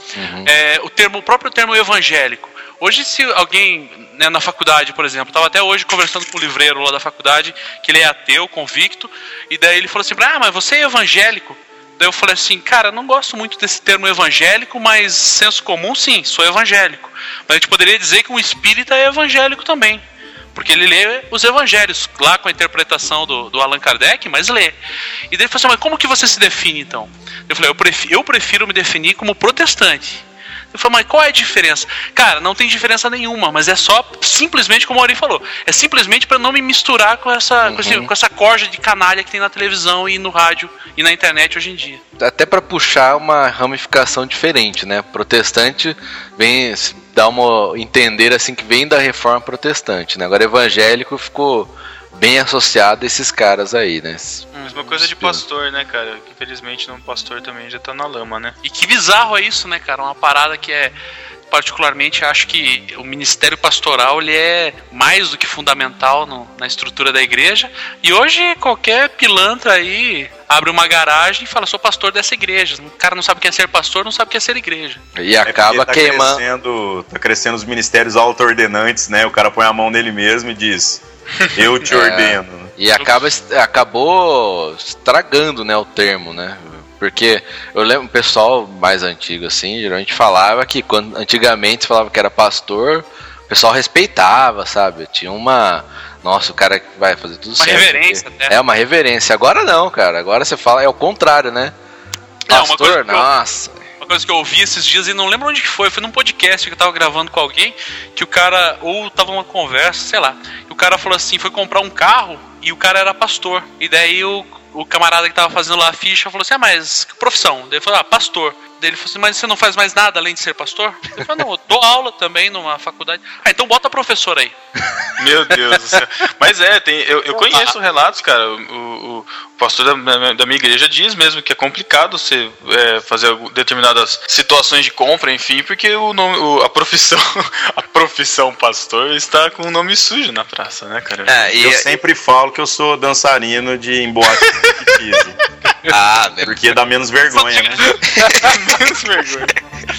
S4: O próprio termo evangélico. Hoje, se alguém, né, na faculdade, por exemplo, estava até hoje conversando com o livreiro lá da faculdade, que ele é ateu, convicto, e daí ele falou assim, mas você é evangélico? Daí eu falei assim, cara, não gosto muito desse termo evangélico, mas senso comum, sim, sou evangélico. Mas a gente poderia dizer que um espírita é evangélico também. Porque ele lê os evangelhos, lá com a interpretação do Allan Kardec, mas lê. E daí ele falou assim, mas como que você se define então? Eu falei, eu prefiro me definir como protestante. Eu falei, mas qual é a diferença? Cara, não tem diferença nenhuma, mas é só simplesmente, como o Ari falou, é simplesmente para não me misturar com essa corja de canalha que tem na televisão e no rádio e na internet hoje em dia.
S3: Até para puxar uma ramificação diferente, né? Protestante vem dar uma entender assim que vem da reforma protestante, né? Agora evangélico ficou bem associado a esses caras aí, né?
S1: Mesma coisa de pastor, né, cara? Que infelizmente um pastor também já tá na lama, né?
S4: E que bizarro é isso, né, cara? Uma parada que é... Particularmente, acho que o ministério pastoral ele é mais do que fundamental na estrutura da igreja. E hoje, qualquer pilantra aí abre uma garagem e fala, sou pastor dessa igreja. O cara não sabe o que é ser pastor, não sabe o que é ser igreja.
S3: E acaba queimando.
S5: Tá crescendo os ministérios auto-ordenantes, né? O cara põe a mão nele mesmo e diz, eu te ordeno.
S3: E acabou estragando, né, o termo, né? Porque eu lembro, o pessoal mais antigo assim, geralmente falava que quando antigamente falava que era pastor, o pessoal respeitava, sabe? Tinha uma... Nossa, o cara vai fazer tudo certo.
S4: Uma reverência até.
S3: É, uma reverência. Agora não, cara. Agora você fala, é o contrário, né? Pastor, nossa...
S4: Uma coisa que eu ouvi esses dias e não lembro onde que foi num podcast que eu tava gravando com alguém, que o cara, ou tava numa conversa, sei lá, e o cara falou assim, foi comprar um carro e o cara era pastor. E daí o camarada que tava fazendo lá a ficha falou assim, mas que profissão? Daí ele falou, pastor. Daí ele falou assim, mas você não faz mais nada além de ser pastor? Eu falei, não, eu dou aula também numa faculdade. Ah, então bota professor aí.
S1: Meu Deus do céu. Mas eu conheço relatos, cara. O pastor da minha igreja diz mesmo que é complicado você fazer determinadas situações de compra, enfim, porque a profissão pastor está com o nome sujo na praça, né, cara?
S5: Eu sempre falo que eu sou dançarino em boate de striptease. Porque dá menos vergonha, né?
S1: Menos vergonha.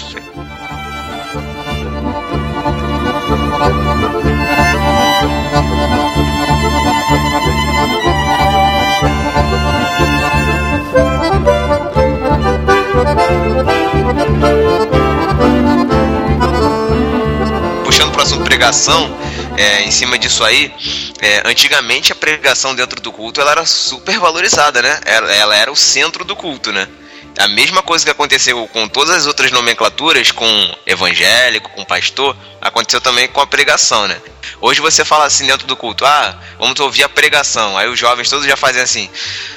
S2: Puxando pro assunto pregação, em cima disso aí, antigamente a pregação dentro do culto ela era super valorizada, né? Ela era o centro do culto, né? A mesma coisa que aconteceu com todas as outras nomenclaturas, com evangélico, com pastor, aconteceu também com a pregação, né? Hoje você fala assim dentro do culto, vamos ouvir a pregação. Aí os jovens todos já fazem assim,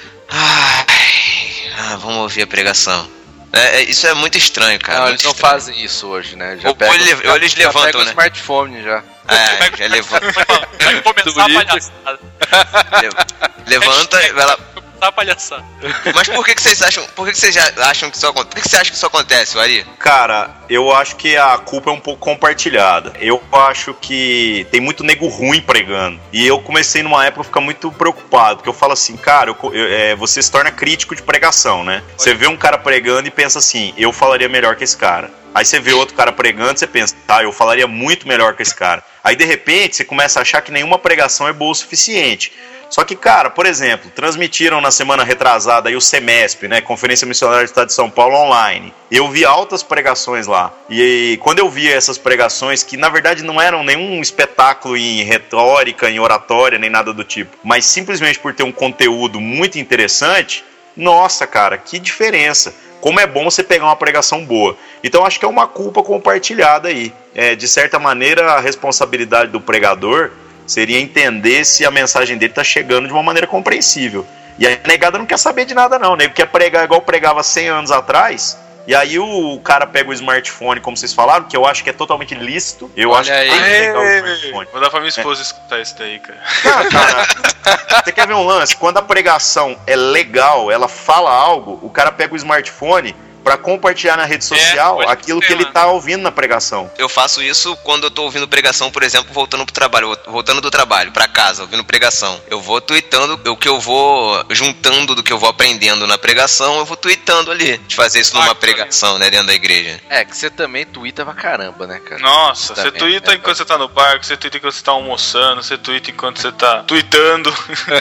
S2: vamos ouvir a pregação. Isso é muito estranho, cara.
S3: Não, eles não fazem isso hoje, né?
S2: Eles levantam, né?
S3: O smartphone já.
S2: Já levanta.
S4: Vai começar a palhaçada.
S2: Levanta, ela...
S4: Tá palhaçada.
S2: Mas por que vocês acham? Por que vocês acham que isso acontece? Por que você acha que isso acontece, Ari?
S5: Cara, eu acho que a culpa é um pouco compartilhada. Eu acho que tem muito nego ruim pregando. E eu comecei numa época a ficar muito preocupado, porque eu falo assim, cara, você se torna crítico de pregação, né? Você vê um cara pregando e pensa assim, eu falaria melhor que esse cara. Aí você vê outro cara pregando e você pensa, eu falaria muito melhor que esse cara. Aí de repente você começa a achar que nenhuma pregação é boa o suficiente. Só que, cara, por exemplo, transmitiram na semana retrasada aí o CEMESP, né, Conferência Missionária do Estado de São Paulo online. Eu vi altas pregações lá. E quando eu vi essas pregações, que na verdade não eram nenhum espetáculo em retórica, em oratória, nem nada do tipo, mas simplesmente por ter um conteúdo muito interessante, nossa, cara, que diferença. Como é bom você pegar uma pregação boa. Então acho que é uma culpa compartilhada aí. De certa maneira, a responsabilidade do pregador seria entender se a mensagem dele está chegando de uma maneira compreensível. E a negada não quer saber de nada não, né? Quer pregar igual pregava 100 anos atrás. E aí o cara pega o smartphone, como vocês falaram, que eu acho que é totalmente lícito. Eu acho que tem que pegar o smartphone.
S1: Vou dar pra minha esposa escutar isso daí, cara.
S5: Cara, você quer ver um lance? Quando a pregação é legal, ela fala algo, o cara pega o smartphone pra compartilhar na rede social aquilo que ele tá ouvindo na pregação.
S2: Eu faço isso quando eu tô ouvindo pregação, por exemplo, voltando do trabalho pra casa, ouvindo pregação. Eu vou tweetando o que eu vou juntando do que eu vou aprendendo na pregação, eu vou tweetando ali. De fazer isso numa pregação, né, dentro da igreja.
S3: Que você também tuita pra caramba, né, cara?
S1: Nossa, você tuita enquanto você tá no parque, você tuita enquanto você tá almoçando, você tuita enquanto você tá tweetando.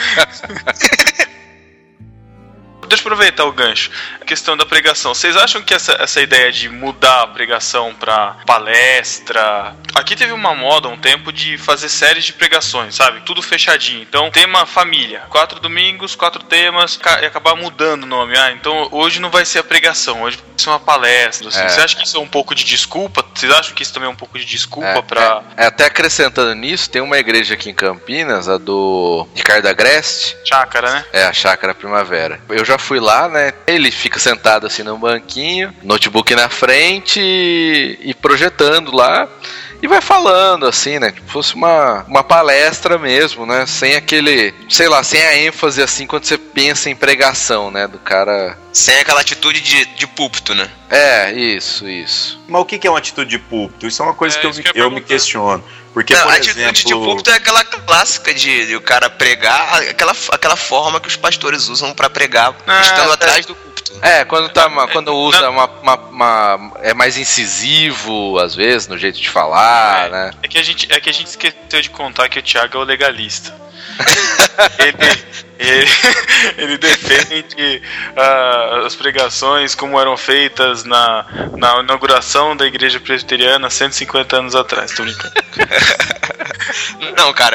S1: Deixa eu aproveitar o gancho. A questão da pregação. Vocês acham que essa ideia de mudar a pregação pra palestra... Aqui teve uma moda, um tempo, de fazer séries de pregações, sabe? Tudo fechadinho. Então, tema família. 4 domingos, 4 temas, e acabar mudando o nome. Então hoje não vai ser a pregação, hoje vai ser uma palestra. Assim. Você acha que isso é um pouco de desculpa? Vocês acham que isso também é um pouco de desculpa pra...
S3: Até acrescentando nisso, tem uma igreja aqui em Campinas, a do Ricardo Agreste.
S1: Chácara, né?
S3: A Chácara Primavera. Eu já fui lá, né? Ele fica sentado assim num banquinho, notebook na frente e projetando lá. E vai falando assim, né? Como se fosse uma palestra mesmo, né? Sem aquele, sei lá, sem a ênfase assim quando você pensa em pregação, né? Do cara...
S2: Sem aquela atitude de púlpito, né?
S3: Isso.
S5: Mas o que é uma atitude de púlpito? Isso é uma coisa que eu me questiono. Porque,
S2: não,
S5: por
S2: a atitude de púlpito é aquela clássica de o cara pregar, aquela forma que os pastores usam pra pregar, estando atrás do púlpito.
S3: Quando usa é mais incisivo, às vezes, no jeito de falar, né?
S1: É que a gente esqueceu de contar que o Thiago é o legalista. Ele defende as pregações como eram feitas na inauguração da igreja presbiteriana 150 anos atrás. Tô brincando.
S2: Não, cara,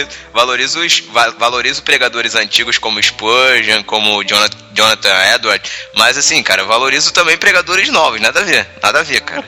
S2: valorizo pregadores antigos como Spurgeon, como Jonathan Edwards, mas assim, cara, valorizo também pregadores novos, nada a ver, cara.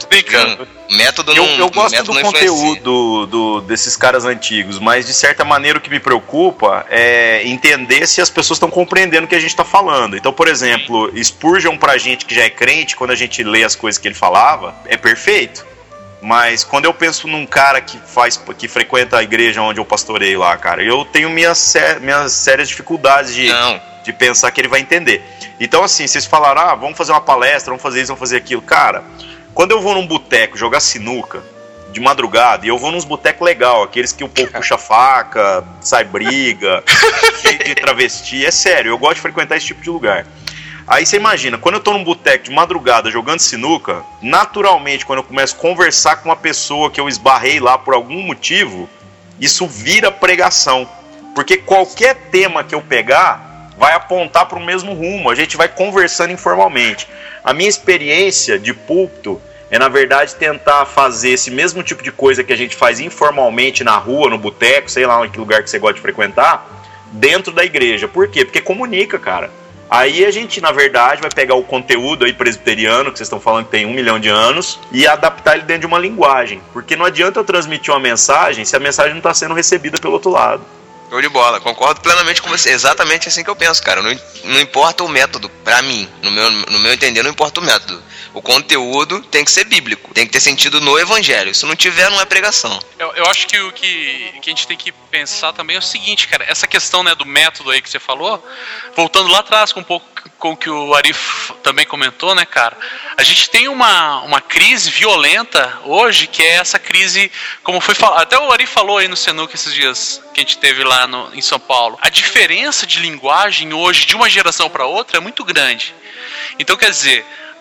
S2: Método não.
S5: Eu gosto
S2: método
S5: do
S2: não
S5: conteúdo desses caras antigos, mas de certa maneira o que me preocupa é entender se as pessoas estão compreendendo o que a gente está falando. Então, por exemplo, Spurgeon pra gente que já é crente, quando a gente lê as coisas que ele falava, é perfeito. Mas quando eu penso num cara que frequenta a igreja onde eu pastorei lá, cara, eu tenho minhas sérias dificuldades de pensar que ele vai entender. Então, assim, vocês falaram, vamos fazer uma palestra, vamos fazer isso, vamos fazer aquilo. Cara, quando eu vou num boteco jogar sinuca de madrugada, e eu vou nos botecos legal, aqueles que o povo puxa faca, sai briga, cheio de travesti, é sério, eu gosto de frequentar esse tipo de lugar. Aí você imagina, quando eu tô num boteco de madrugada jogando sinuca, naturalmente, quando eu começo a conversar com uma pessoa que eu esbarrei lá por algum motivo, isso vira pregação. Porque qualquer tema que eu pegar vai apontar para o mesmo rumo, a gente vai conversando informalmente. A minha experiência de púlpito é, na verdade, tentar fazer esse mesmo tipo de coisa que a gente faz informalmente na rua, no boteco, sei lá, em que lugar que você gosta de frequentar, dentro da igreja. Por quê? Porque comunica, cara. Aí a gente, na verdade, vai pegar o conteúdo aí presbiteriano, que vocês estão falando que tem 1 milhão de anos, e adaptar ele dentro de uma linguagem. Porque não adianta eu transmitir uma mensagem se a mensagem não está sendo recebida pelo outro lado.
S2: Show de bola, concordo plenamente com você. Exatamente assim que eu penso, cara. Não importa o método, pra mim, no meu entender, não importa o método. O conteúdo tem que ser bíblico, tem que ter sentido no evangelho. Se não tiver, não é pregação.
S4: Eu acho que o que a gente tem que pensar também é o seguinte, cara. Essa questão, né, do método aí que você falou, voltando lá atrás com um pouco com o que o Arif também comentou, né, cara? A gente tem uma crise violenta hoje, que é essa crise, como foi falado, até o Arif falou aí no Senuca esses dias que a gente teve lá em São Paulo. A diferença de linguagem hoje, de uma geração para outra, é muito grande. Então, quer dizer,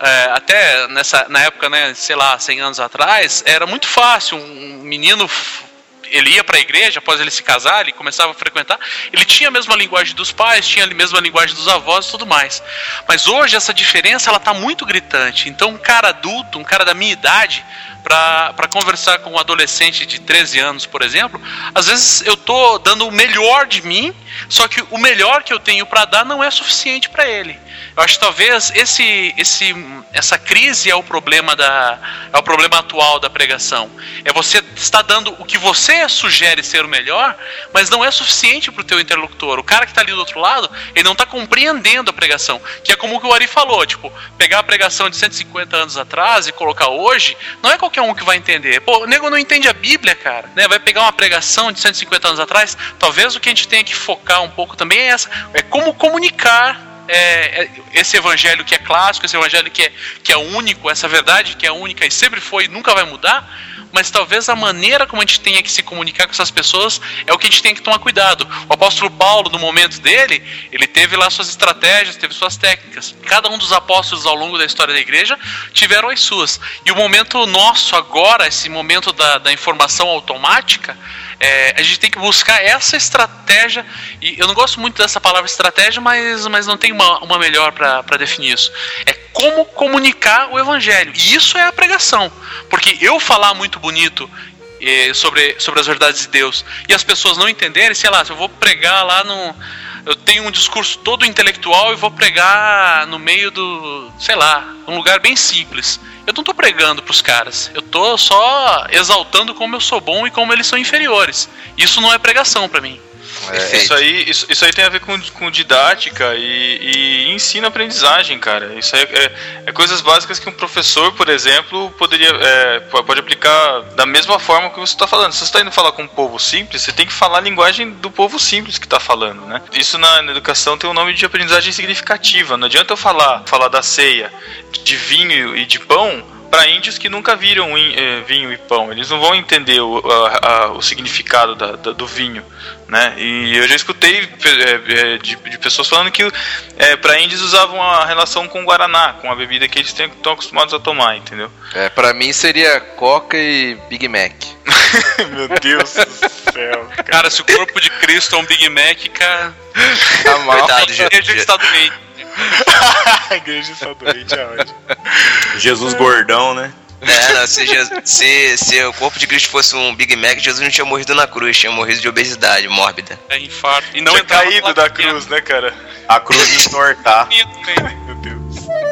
S4: até na época, né, sei lá, 100 anos atrás, era muito fácil um menino... Ele ia para a igreja, após ele se casar, ele começava a frequentar, ele tinha a mesma linguagem dos pais, tinha a mesma linguagem dos avós e tudo mais. Mas hoje essa diferença ela está muito gritante. Então um cara adulto, um cara da minha idade, para conversar com um adolescente de 13 anos, por exemplo, às vezes eu tô dando o melhor de mim, só que o melhor que eu tenho para dar não é suficiente para ele. Eu acho que talvez essa crise é o problema atual da pregação. É você estar dando o que você sugere ser o melhor, mas não é suficiente para o teu interlocutor. O cara que está ali do outro lado, ele não está compreendendo a pregação. Que é como o que o Ari falou, tipo, pegar a pregação de 150 anos atrás e colocar hoje, não é qualquer um que vai entender. Pô, o nego não entende a Bíblia, cara, né? Vai pegar uma pregação de 150 anos atrás, talvez o que a gente tenha que focar um pouco também é como comunicar esse evangelho que é clássico, esse evangelho que é único, essa verdade que é única e sempre foi e nunca vai mudar, mas talvez a maneira como a gente tenha que se comunicar com essas pessoas é o que a gente tem que tomar cuidado. O apóstolo Paulo, no momento dele, ele teve lá suas estratégias, teve suas técnicas. Cada um dos apóstolos ao longo da história da igreja tiveram as suas. E o momento nosso agora, esse momento da informação automática, a gente tem que buscar essa estratégia, e eu não gosto muito dessa palavra estratégia, mas não tem uma melhor para definir isso. É como comunicar o evangelho, e isso é a pregação, porque eu falar muito bonito sobre as verdades de Deus, e as pessoas não entenderem, sei lá, se eu vou pregar lá eu tenho um discurso todo intelectual e vou pregar no meio sei lá, um lugar bem simples. Eu não estou pregando para os caras, eu estou só exaltando como eu sou bom e como eles são inferiores. Isso não é pregação para mim.
S1: Isso aí tem a ver com didática e ensino-aprendizagem, cara. Isso aí é coisas básicas que um professor, por exemplo, pode aplicar da mesma forma que você está falando. Se você está indo falar com um povo simples, você tem que falar a linguagem do povo simples que está falando, né? Isso na educação tem o nome de aprendizagem significativa. Não adianta eu falar da ceia, de vinho e de pão para índios que nunca viram vinho e pão. Eles não vão entender o significado do vinho, né? E eu já escutei de pessoas falando que para índios usavam a relação com o Guaraná, com a bebida que eles estão acostumados a tomar, entendeu?
S3: Pra mim seria Coca e Big Mac.
S1: Meu Deus do céu.
S4: Cara, se o corpo de Cristo é um Big Mac, cara,
S3: tá mal.
S4: Coitado, a igreja está doente.
S1: A igreja está doente aonde?
S5: Jesus gordão, né?
S2: Não, se o corpo de Cristo fosse um Big Mac, Jesus não tinha morrido na cruz, tinha morrido de obesidade mórbida.
S4: É infarto. E não
S1: tinha caído da cruz, né, cara?
S5: A cruz de entortar.
S1: Meu Deus.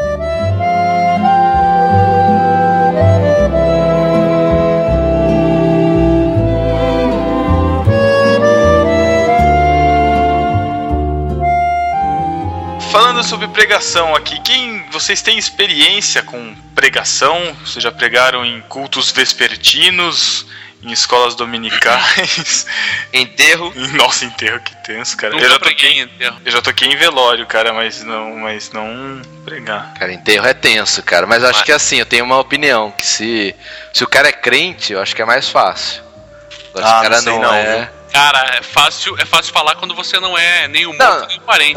S1: Falando sobre pregação aqui, vocês têm experiência com pregação? Vocês já pregaram em cultos vespertinos, em escolas dominicais?
S2: Enterro?
S1: Nossa, enterro, que tenso, cara.
S4: Nunca preguei em enterro.
S1: Eu já toquei em velório, cara, mas não pregar.
S3: Cara, enterro é tenso, cara. Mas acho que assim, eu tenho uma opinião, que se o cara é crente, eu acho que é mais fácil. Agora, se o cara não é...
S4: Cara, é fácil falar quando você não é nem o morto, nem o parente.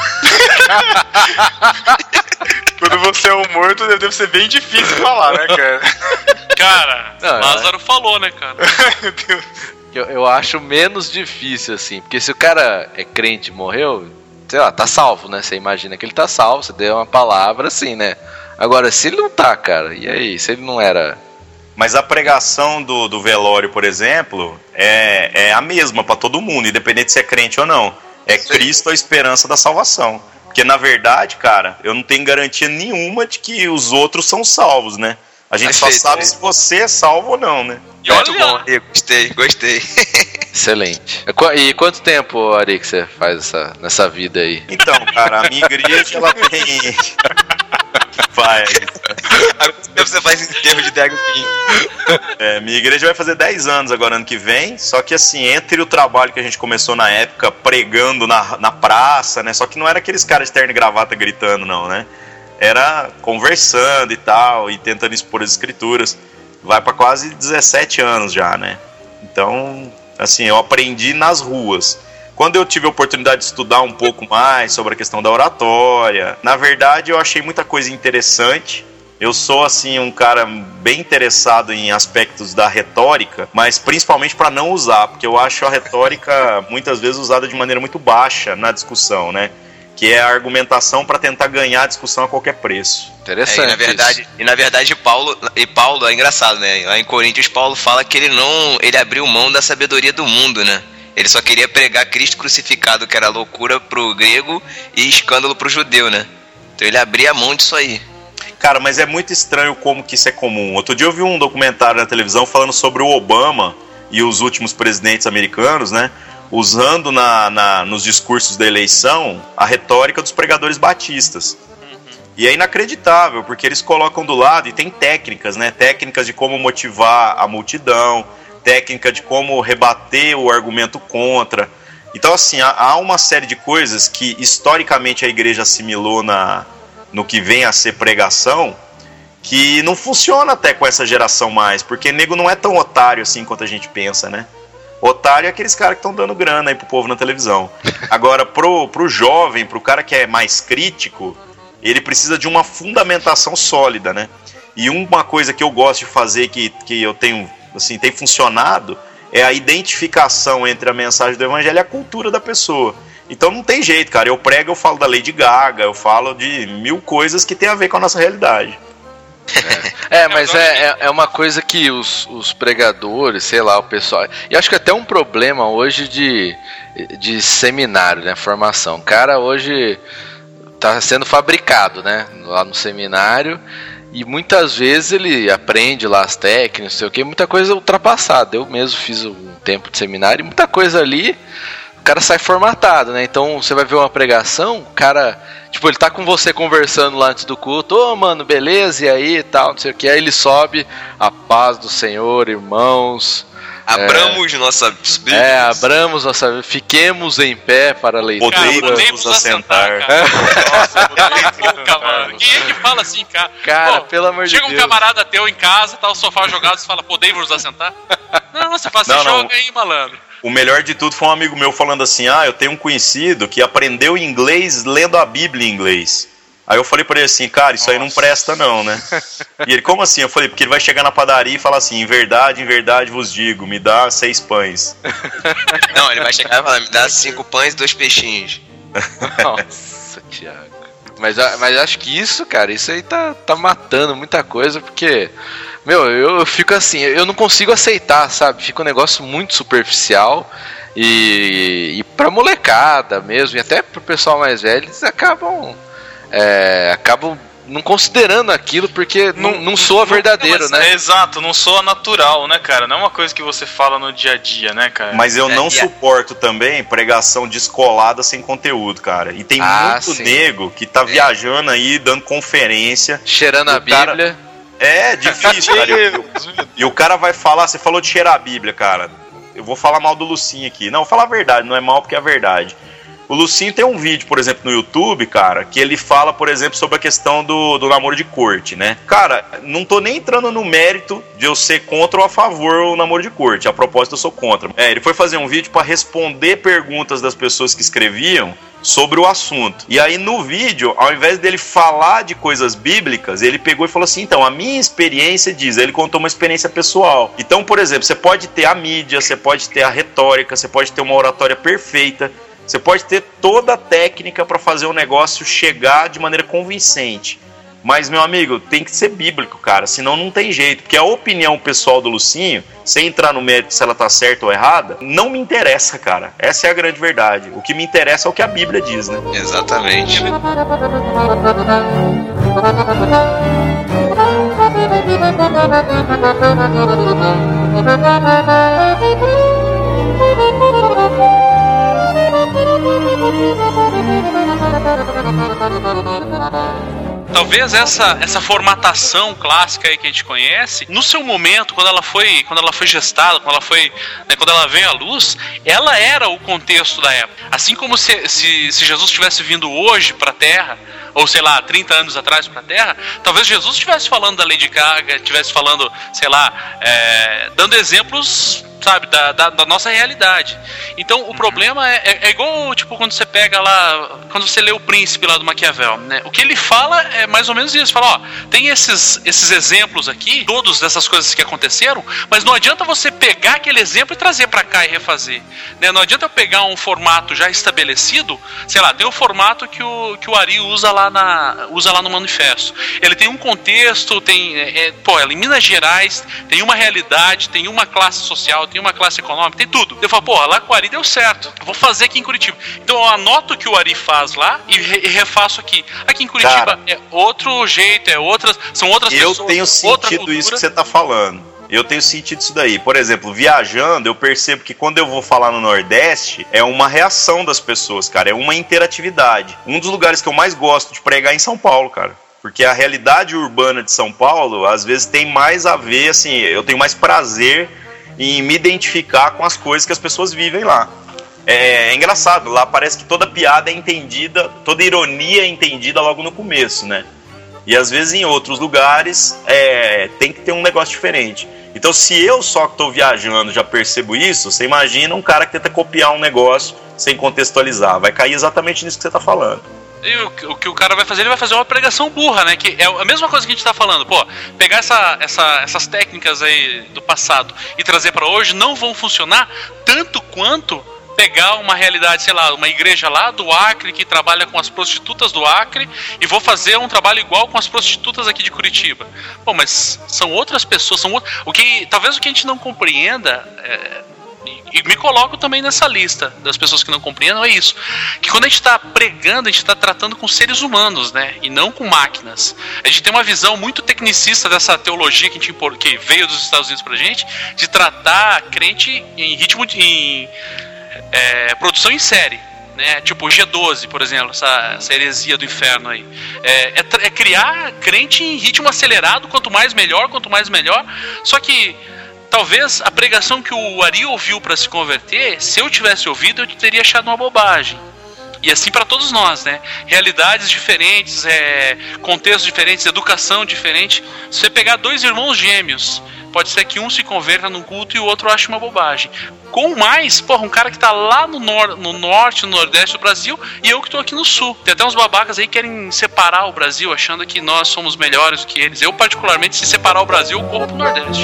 S1: Quando você é o morto, deve ser bem difícil falar, né, cara?
S4: Cara, Lázaro falou, né, cara?
S1: Meu Deus.
S3: Eu acho menos difícil, assim, porque se o cara é crente e morreu, sei lá, tá salvo, né? Você imagina que ele tá salvo, você deu uma palavra assim, né? Agora, se ele não tá, cara, e aí? Se ele não era...
S5: Mas a pregação do velório, por exemplo, é a mesma para todo mundo, independente se é crente ou não. É Cristo a esperança da salvação. Porque, na verdade, cara, eu não tenho garantia nenhuma de que os outros são salvos, né? A gente só sabe se você é salvo ou não, né?
S2: E olha, bom, gostei.
S3: Excelente. E quanto tempo, Ari, que você faz nessa vida aí?
S5: Então, cara, a minha igreja, ela tem... Vai.
S2: Você faz enterro de drag queen.
S5: Minha igreja vai fazer 10 anos agora, ano que vem. Só que assim, entre o trabalho que a gente começou na época, pregando na praça, né? Só que não era aqueles caras de terno e gravata gritando, não, né? Era conversando e tal, e tentando expor as escrituras. Vai pra quase 17 anos já, né? Então, assim, eu aprendi nas ruas. Quando eu tive a oportunidade de estudar um pouco mais sobre a questão da oratória, na verdade eu achei muita coisa interessante. Eu sou, assim, um cara bem interessado em aspectos da retórica, mas principalmente para não usar, porque eu acho a retórica muitas vezes usada de maneira muito baixa na discussão, né? Que é a argumentação para tentar ganhar a discussão a qualquer preço.
S3: Interessante.
S2: E na verdade Paulo é engraçado, né? Lá em Coríntios, Paulo fala que ele abriu mão da sabedoria do mundo, né? Ele só queria pregar Cristo crucificado, que era loucura pro grego e escândalo pro judeu, né? Então ele abria a mão disso aí.
S5: Cara, mas é muito estranho como que isso é comum. Outro dia eu vi um documentário na televisão falando sobre o Obama e os últimos presidentes americanos, né? Usando nos discursos da eleição a retórica dos pregadores batistas. E é inacreditável, porque eles colocam do lado, e tem técnicas, né? Técnicas de como motivar a multidão, técnica de como rebater o argumento contra. Então, assim, há uma série de coisas que historicamente a igreja assimilou no que vem a ser pregação, que não funciona até com essa geração mais, porque nego não é tão otário assim quanto a gente pensa, né? Otário é aqueles caras que estão dando grana aí pro povo na televisão. Agora, pro jovem, pro cara que é mais crítico, ele precisa de uma fundamentação sólida, né? E uma coisa que eu gosto de fazer, que eu tenho, assim, tem funcionado, é a identificação entre a mensagem do evangelho e a cultura da pessoa. Então não tem jeito, cara. Eu prego, eu falo da Lady Gaga, eu falo de 1000 coisas que tem a ver com a nossa realidade.
S3: Mas é uma coisa que os pregadores, sei lá, o pessoal... E acho que até um problema hoje de seminário, né, formação. O cara hoje tá sendo fabricado, né, lá no seminário, e muitas vezes ele aprende lá as técnicas, não sei o que, muita coisa ultrapassada. Eu mesmo fiz um tempo de seminário e muita coisa ali... O cara sai formatado, né? Então você vai ver uma pregação, o cara, tipo, ele tá com você conversando lá antes do culto, ô mano, beleza, e aí e tal, não sei o que, aí ele sobe, a paz do Senhor, irmãos.
S2: Abramos nossa
S3: Bíblia. Abramos nossa Bíblia, fiquemos em pé para a leitura.
S5: Podemos assentar.
S4: Nossa, nunca, mano. Quem é que fala assim, cara?
S3: Cara, pelo amor de Deus.
S4: Chega um camarada teu em casa, tá o sofá jogado, você fala, podemos assentar? Não, você fala, você joga aí, malandro.
S5: O melhor de tudo foi um amigo meu falando assim, eu tenho um conhecido que aprendeu inglês lendo a Bíblia em inglês. Aí eu falei pra ele assim, cara, isso aí não presta não, né? E ele, como assim? Eu falei, porque ele vai chegar na padaria e falar assim, em verdade vos digo, me dá 6 pães.
S2: Não, ele vai chegar e falar, me dá 5 pães e 2 peixinhos.
S3: Nossa, Thiago. Mas acho que isso, cara, isso aí tá matando muita coisa, porque, meu, eu fico assim, eu não consigo aceitar, sabe? Fica um negócio muito superficial e pra molecada mesmo, e até pro pessoal mais velho, eles acabam não considerando aquilo porque não soa verdadeiro, né?
S1: Exato, não soa natural, né, cara? Não é uma coisa que você fala no dia a dia, né, cara?
S5: Mas eu não suporto também pregação descolada sem conteúdo, cara. E tem muito nego que tá viajando aí, dando conferência.
S3: Cheirando a Bíblia.
S5: É difícil, cara. E o cara vai falar, você falou de cheirar a Bíblia, cara. Eu vou falar mal do Lucinho aqui. Não, vou falar a verdade, não é mal porque é a verdade. O Lucinho tem um vídeo, por exemplo, no YouTube, cara, que ele fala, por exemplo, sobre a questão do namoro de corte, né? Cara, não tô nem entrando no mérito de eu ser contra ou a favor o namoro de corte. A propósito, eu sou contra. Ele foi fazer um vídeo para responder perguntas das pessoas que escreviam sobre o assunto. E aí no vídeo, ao invés dele falar de coisas bíblicas, ele pegou e falou assim, então, a minha experiência diz, aí ele contou uma experiência pessoal. Então, por exemplo, você pode ter a mídia, você pode ter a retórica, você pode ter uma oratória perfeita, você pode ter toda a técnica para fazer o negócio chegar de maneira convincente. Mas, meu amigo, tem que ser bíblico, cara, senão não tem jeito. Porque a opinião pessoal do Lucinho, sem entrar no mérito se ela tá certa ou errada, não me interessa, cara. Essa é a grande verdade. O que me interessa é o que a Bíblia diz, né?
S2: Exatamente.
S4: Talvez essa formatação clássica aí que a gente conhece, no seu momento, quando ela foi gestada, quando ela veio à luz, ela era o contexto da época. Assim como se Jesus tivesse vindo hoje para a Terra, ou sei lá, 30 anos atrás para a Terra, talvez Jesus estivesse falando da Lady Gaga, estivesse falando, sei lá, dando exemplos, sabe, da nossa realidade. Então o problema é igual, tipo, quando você pega lá, quando você lê O Príncipe lá do Maquiavel, né? O que ele fala é mais ou menos isso, fala, ó, tem esses exemplos aqui, todos dessas coisas que aconteceram, mas não adianta você pegar aquele exemplo e trazer pra cá e refazer, né? Não adianta eu pegar um formato já estabelecido, sei lá, tem o formato que o Ari usa lá no manifesto. Ele tem um contexto, tem, em Minas Gerais tem uma realidade, tem uma classe social, tem uma classe econômica, tem tudo. Eu falo, porra, lá com o Ari deu certo, vou fazer aqui em Curitiba. Então eu anoto o que o Ari faz lá e refaço aqui. Aqui em Curitiba, cara, é outro jeito, são outras pessoas.
S5: Eu tenho sentido isso que você tá falando. Eu tenho sentido isso daí. Por exemplo, viajando, eu percebo que quando eu vou falar no Nordeste, é uma reação das pessoas, cara. É uma interatividade. Um dos lugares que eu mais gosto de pregar é em São Paulo, cara. Porque a realidade urbana de São Paulo, às vezes, tem mais a ver, assim, eu tenho mais prazer em me identificar com as coisas que as pessoas vivem lá. É engraçado, lá parece que toda piada é entendida, toda ironia é entendida logo no começo, né? E às vezes em outros lugares tem que ter um negócio diferente. Então se eu só que estou viajando já percebo isso, você imagina um cara que tenta copiar um negócio sem contextualizar. Vai cair exatamente nisso que você está falando.
S4: E o que o cara vai fazer, ele vai fazer uma pregação burra, né? Que é a mesma coisa que a gente tá falando. Pô, pegar essas técnicas aí do passado e trazer para hoje não vão funcionar tanto quanto pegar uma realidade, sei lá, uma igreja lá do Acre que trabalha com as prostitutas do Acre e vou fazer um trabalho igual com as prostitutas aqui de Curitiba. Pô, mas são outras pessoas, talvez o que a gente não compreenda, e me coloco também nessa lista das pessoas que não compreendam, é isso, que quando a gente está pregando, a gente está tratando com seres humanos, né, e não com máquinas. A gente tem uma visão muito tecnicista dessa teologia que veio dos Estados Unidos pra gente, de tratar crente em ritmo de produção em série, né? Tipo G12, por exemplo, essa heresia do inferno aí. É criar crente em ritmo acelerado, quanto mais melhor. Só que talvez a pregação que o Ari ouviu para se converter, se eu tivesse ouvido, eu teria achado uma bobagem. E assim para todos nós, né? Realidades diferentes, contextos diferentes, educação diferente. Se você pegar dois irmãos gêmeos, pode ser que um se converta num culto e o outro ache uma bobagem. Com mais, porra, um cara que tá lá no norte, no nordeste do Brasil, e eu que tô aqui no sul. Tem até uns babacas aí que querem separar o Brasil, achando que nós somos melhores do que eles. Eu, particularmente, se separar o Brasil, eu corro pro nordeste.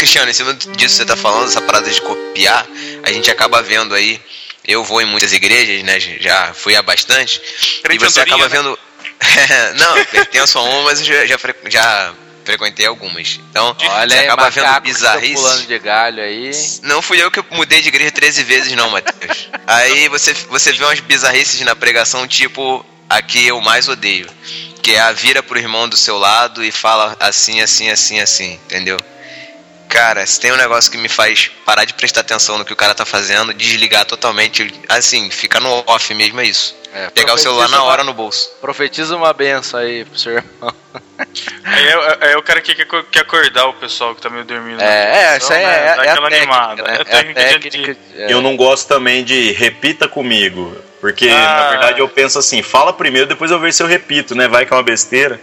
S2: Cristiano, em cima disso que você tá falando, essa parada de copiar, a gente acaba vendo aí, eu vou em muitas igrejas, né, já fui a bastante, e você acaba vendo... Não, pertenço a uma, mas eu já frequentei algumas. Então,
S3: olha
S2: você
S3: aí,
S2: acaba vendo bizarrice.
S3: Pulando de galho aí.
S2: Não fui eu que mudei de igreja 13 vezes não, Matheus. Aí você vê umas bizarrices na pregação, tipo a que eu mais odeio, que é a vira pro irmão do seu lado e fala assim, assim, assim, assim, entendeu? Cara, se tem um negócio que me faz parar de prestar atenção no que o cara tá fazendo, desligar totalmente, assim, ficar no off mesmo, é isso. Pegar o celular na hora no bolso.
S3: Profetiza uma benção aí pro seu irmão.
S1: Aí o cara que quer acordar o pessoal que tá meio dormindo.
S3: Isso aí é
S1: aquela
S3: técnica,
S1: animada.
S3: né?
S1: É a técnica.
S5: Eu não gosto também de repita comigo. Porque, na verdade, eu penso assim, fala primeiro, depois eu vejo se eu repito, né? Vai que é uma besteira.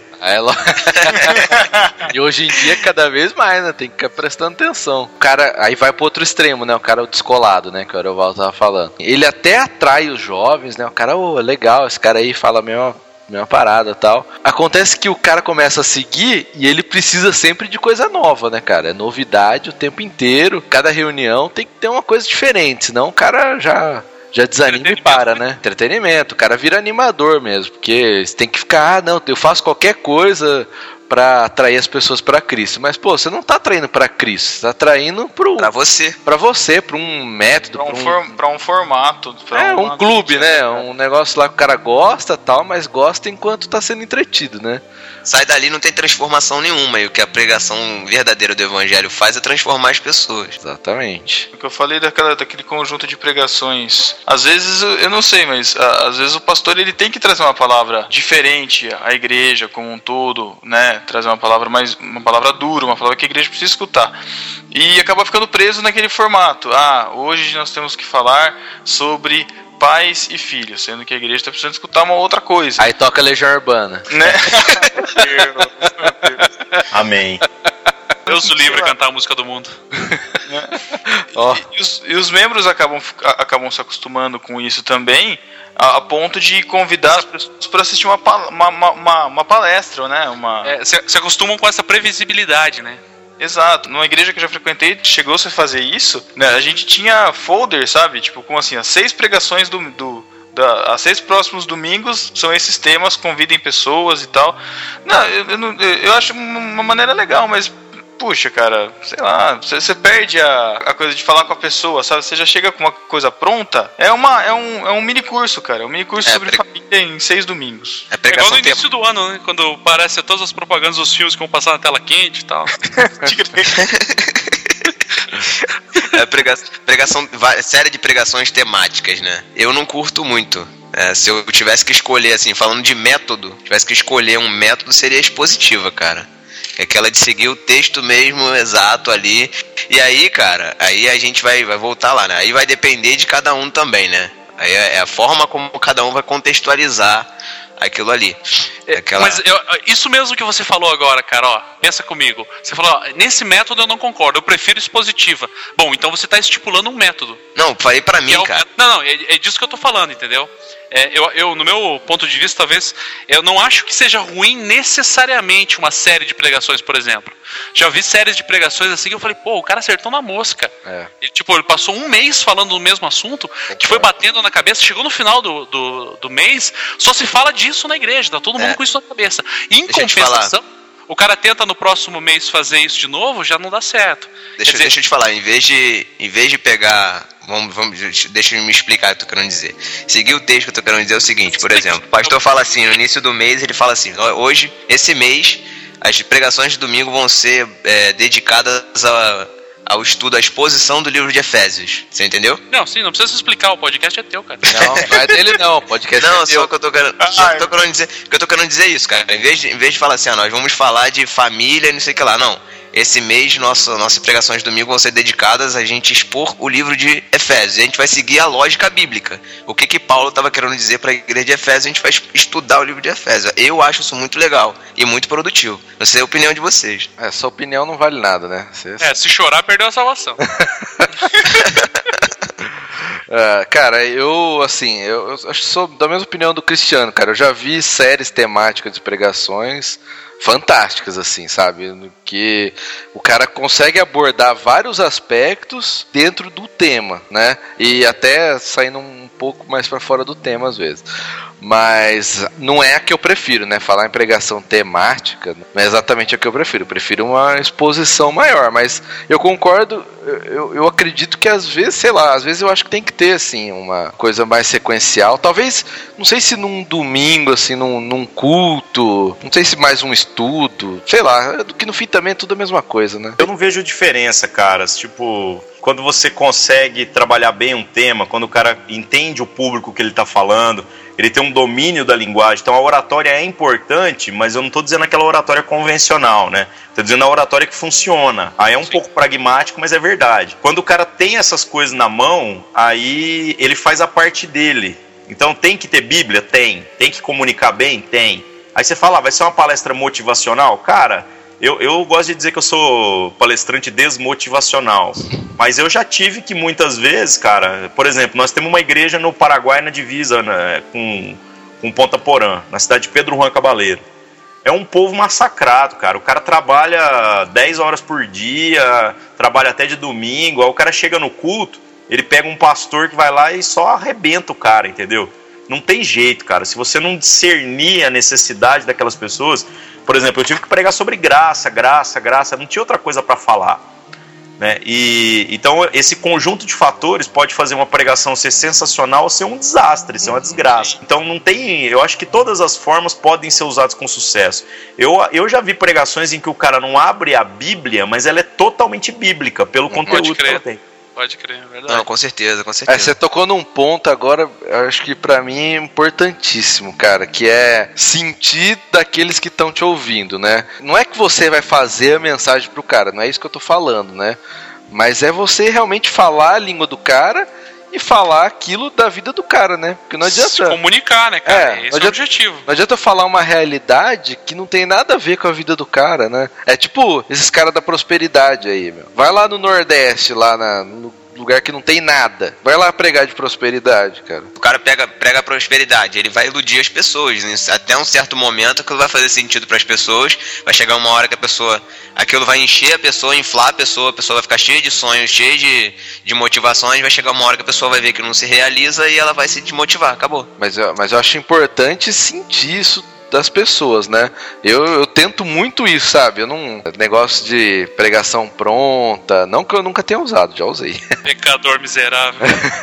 S3: E hoje em dia, cada vez mais, né? Tem que ficar prestando atenção. O cara, aí vai pro outro extremo, né? O cara descolado, né? Que o Aroval tava falando. Ele até atrai os jovens, né? O cara, legal, esse cara aí fala a mesma parada e tal. Acontece que o cara começa a seguir e ele precisa sempre de coisa nova, né, cara? É novidade o tempo inteiro. Cada reunião tem que ter uma coisa diferente, senão o cara já desanima e para, né? Entretenimento. O cara vira animador mesmo, porque você tem que ficar, não, eu faço qualquer coisa pra atrair as pessoas pra Cristo. Mas, pô, você não tá atraindo pra Cristo, você tá atraindo pra você, pra um método,
S1: pra um formato.
S3: Um clube, né? Um negócio lá que o cara gosta tal, mas gosta enquanto tá sendo entretido, né?
S2: Sai dali, não tem transformação nenhuma. E o que a pregação verdadeira do evangelho faz é transformar as pessoas.
S3: Exatamente.
S1: O que eu falei daquele conjunto de pregações, às vezes, eu não sei, mas às vezes o pastor ele tem que trazer uma palavra diferente à igreja como um todo, né? Trazer uma palavra dura, uma palavra que a igreja precisa escutar. E acaba ficando preso naquele formato. Hoje nós temos que falar sobre pais e filhos, sendo que a igreja está precisando escutar uma outra coisa.
S3: Aí toca Legião Urbana,
S1: né?
S5: Meu Deus. Amém.
S4: Deus o livre cantar a música do mundo.
S1: E os membros acabam se acostumando com isso também, a ponto de convidar as pessoas para assistir uma palestra, né?
S4: Se acostumam com essa previsibilidade, né?
S1: Exato. Numa igreja que eu já frequentei, chegou-se a fazer isso, né? A gente tinha folder, sabe? Tipo, como assim, as 6 pregações as 6 próximos domingos são esses temas, convidem pessoas e tal. Eu acho uma maneira legal, mas puxa, cara, sei lá, você perde a coisa de falar com a pessoa, sabe? Você já chega com uma coisa pronta. É um mini curso, cara. É um mini curso sobre família em 6 domingos.
S4: É igual no início do ano, né? Quando aparece todas as propagandas dos filmes que vão passar na tela quente e tal.
S2: Série de pregações temáticas, né? Eu não curto muito. Se eu tivesse que escolher, assim, falando de método, tivesse que escolher um método, seria a expositiva, cara. Aquela de seguir o texto mesmo exato ali. E aí, cara, aí a gente vai voltar lá, né? Aí vai depender de cada um também, né? Aí é a forma como cada um vai contextualizar aquilo ali.
S4: Mas isso mesmo que você falou agora, cara, ó, pensa comigo. Você falou, nesse método eu não concordo, eu prefiro expositiva. Bom, então você tá estipulando um método.
S2: Não, falei pra mim, cara.
S4: Não, é disso que eu tô falando, entendeu? Eu, no meu ponto de vista, talvez, eu não acho que seja ruim necessariamente uma série de pregações, por exemplo. Já vi séries de pregações assim que eu falei, pô, o cara acertou na mosca. Ele passou um mês falando do mesmo assunto, que foi batendo na cabeça, chegou no final do mês, só se fala disso na igreja, tá todo mundo com isso na cabeça. Em compensação, o cara tenta no próximo mês fazer isso de novo, já não dá certo.
S2: Deixa eu te falar, em vez de pegar... deixa eu me explicar o que eu tô querendo dizer. Seguir o texto que eu tô querendo dizer é o seguinte, por exemplo, o pastor fala assim, no início do mês, ele fala assim, hoje, esse mês, as pregações de domingo vão ser dedicadas ao estudo, à exposição do livro de Efésios. Você entendeu?
S4: Não, sim, não precisa explicar, o podcast é teu, cara.
S3: Não é dele não, o podcast
S2: não,
S3: é teu.
S2: Só que eu tô querendo dizer isso, cara. Em vez de falar assim, nós vamos falar de família e não sei o que lá, não. Esse mês, nossas pregações de domingo vão ser dedicadas a gente expor o livro de Efésios. E a gente vai seguir a lógica bíblica. O que Paulo estava querendo dizer para a igreja de Efésios, a gente vai estudar o livro de Efésios. Eu acho isso muito legal e muito produtivo. Não sei a opinião de vocês.
S3: Sua opinião não vale nada, né?
S4: Se chorar, perdeu a salvação.
S3: Cara, eu acho que sou da mesma opinião do Cristiano, cara. Eu já vi séries temáticas de pregações fantásticas, assim, sabe? Que o cara consegue abordar vários aspectos dentro do tema, né? E até saindo um pouco mais pra fora do tema, às vezes. Mas não é a que eu prefiro, né? Falar em pregação temática não é exatamente a que eu prefiro. Eu prefiro uma exposição maior, mas eu concordo, eu acredito que às vezes, sei lá, às vezes eu acho que tem que ter, assim, uma coisa mais sequencial. Talvez, não sei se num domingo, assim, num culto, não sei se mais um estudo, sei lá, que no fim também é tudo a mesma coisa, né?
S5: Eu não vejo diferença, cara. Tipo, quando você consegue trabalhar bem um tema, quando o cara entende o público que ele tá falando, ele tem um domínio da linguagem. Então a oratória é importante, mas eu não estou dizendo aquela oratória convencional, né? Estou dizendo a oratória que funciona. Aí é um pouco pragmático, mas é verdade. Quando o cara tem essas coisas na mão, aí ele faz a parte dele. Então tem que ter Bíblia? Tem. Tem que comunicar bem? Tem. Aí você fala, vai ser uma palestra motivacional? Cara, eu gosto de dizer que eu sou palestrante desmotivacional. Mas eu já tive que muitas vezes, cara, por exemplo, nós temos uma igreja no Paraguai na divisa, né, com Ponta Porã, na cidade de Pedro Juan Cabaleiro. É um povo massacrado, cara. O cara trabalha 10 horas por dia, trabalha até de domingo, aí o cara chega no culto, ele pega um pastor que vai lá e só arrebenta o cara, entendeu? Não tem jeito, cara. Se você não discernir a necessidade daquelas pessoas... Por exemplo, eu tive que pregar sobre graça, não tinha outra coisa para falar, né? Então esse conjunto de fatores pode fazer uma pregação ser sensacional ou ser um desastre, ser uma desgraça. Então não tem, eu acho que todas as formas podem ser usadas com sucesso. Eu já vi pregações em que o cara não abre a Bíblia, mas ela é totalmente bíblica pelo conteúdo que ela tem.
S4: Pode crer, é verdade.
S2: Não, com certeza, com certeza.
S3: Você tocou num ponto agora, eu acho que pra mim é importantíssimo, cara, que é sentir daqueles que estão te ouvindo, né? Não é que você vai fazer a mensagem pro cara, não é isso que eu tô falando, né? Mas é você realmente falar a língua do cara e falar aquilo da vida do cara, né? Porque não adianta...
S4: Se comunicar, né, cara? Esse é o objetivo.
S3: Não adianta eu falar uma realidade que não tem nada a ver com a vida do cara, né? É tipo esses caras da prosperidade aí, meu. Vai lá no Nordeste, lá no lugar que não tem nada. Vai lá pregar de prosperidade, cara.
S2: O cara prega prosperidade, ele vai iludir as pessoas, né? Até um certo momento aquilo vai fazer sentido para as pessoas, vai chegar uma hora que aquilo vai encher a pessoa, inflar a pessoa vai ficar cheia de sonhos, cheia de motivações, vai chegar uma hora que a pessoa vai ver que não se realiza e ela vai se desmotivar, acabou.
S3: Mas eu acho importante sentir isso das pessoas, né? Eu tento muito isso, sabe? Eu não... Negócio de pregação pronta, não que eu nunca tenha usado, já usei.
S4: Pecador miserável.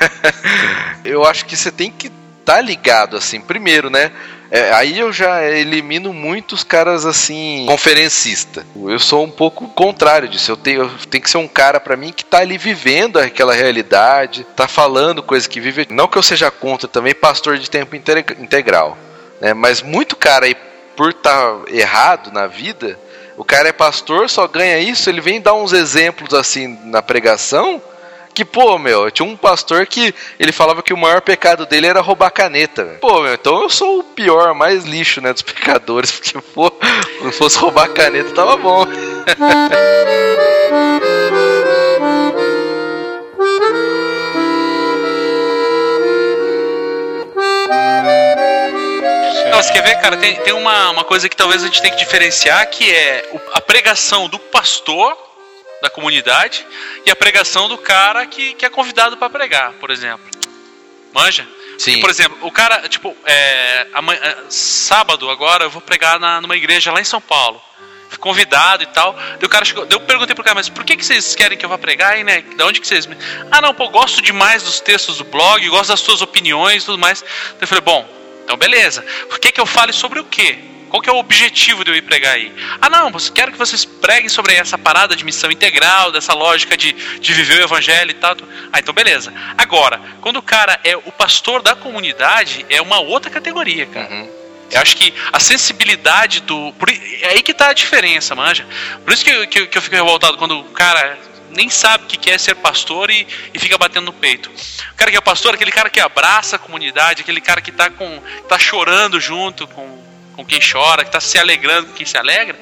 S3: Eu acho que você tem que estar ligado, assim, primeiro, né? Aí eu já elimino muitos caras, assim, conferencista. Eu sou um pouco contrário disso. Eu tenho que ser um cara, pra mim, que tá ali vivendo aquela realidade, tá falando coisa que vive. Não que eu seja contra também pastor de tempo integral, né? Mas muito cara aí, por estar errado na vida, o cara é pastor, só ganha isso, ele vem dar uns exemplos assim na pregação, que pô, meu, tinha um pastor que ele falava que o maior pecado dele era roubar caneta, meu. Pô, meu, então eu sou o pior, mais lixo, né, dos pecadores, porque pô, se não fosse roubar caneta tava bom.
S4: Você quer ver, cara? Tem uma coisa que talvez a gente tenha que diferenciar, que é a pregação do pastor da comunidade e a pregação do cara que é convidado para pregar, por exemplo. Manja?
S2: Sim.
S4: E, por exemplo, o cara, tipo, sábado agora eu vou pregar numa igreja lá em São Paulo. Fui convidado e tal. Daí o cara chegou, eu perguntei pro cara, mas por que vocês querem que eu vá pregar aí, né? Da onde que vocês... Ah, não, pô, gosto demais dos textos do blog, gosto das suas opiniões e tudo mais. Então eu falei, bom, então beleza. Por que eu fale sobre o quê? Qual que é o objetivo de eu ir pregar aí? Ah, não, quero que vocês preguem sobre essa parada de missão integral, dessa lógica de viver o evangelho e tal. Ah, então beleza. Agora, quando o cara é o pastor da comunidade, é uma outra categoria, cara. Uhum. Eu acho que a sensibilidade é aí que tá a diferença, manja. Por isso que eu fico revoltado quando o cara nem sabe o que é ser pastor e fica batendo no peito. O cara que é pastor, aquele cara que abraça a comunidade, aquele cara que tá chorando junto com com quem chora, que tá se alegrando com quem se alegra,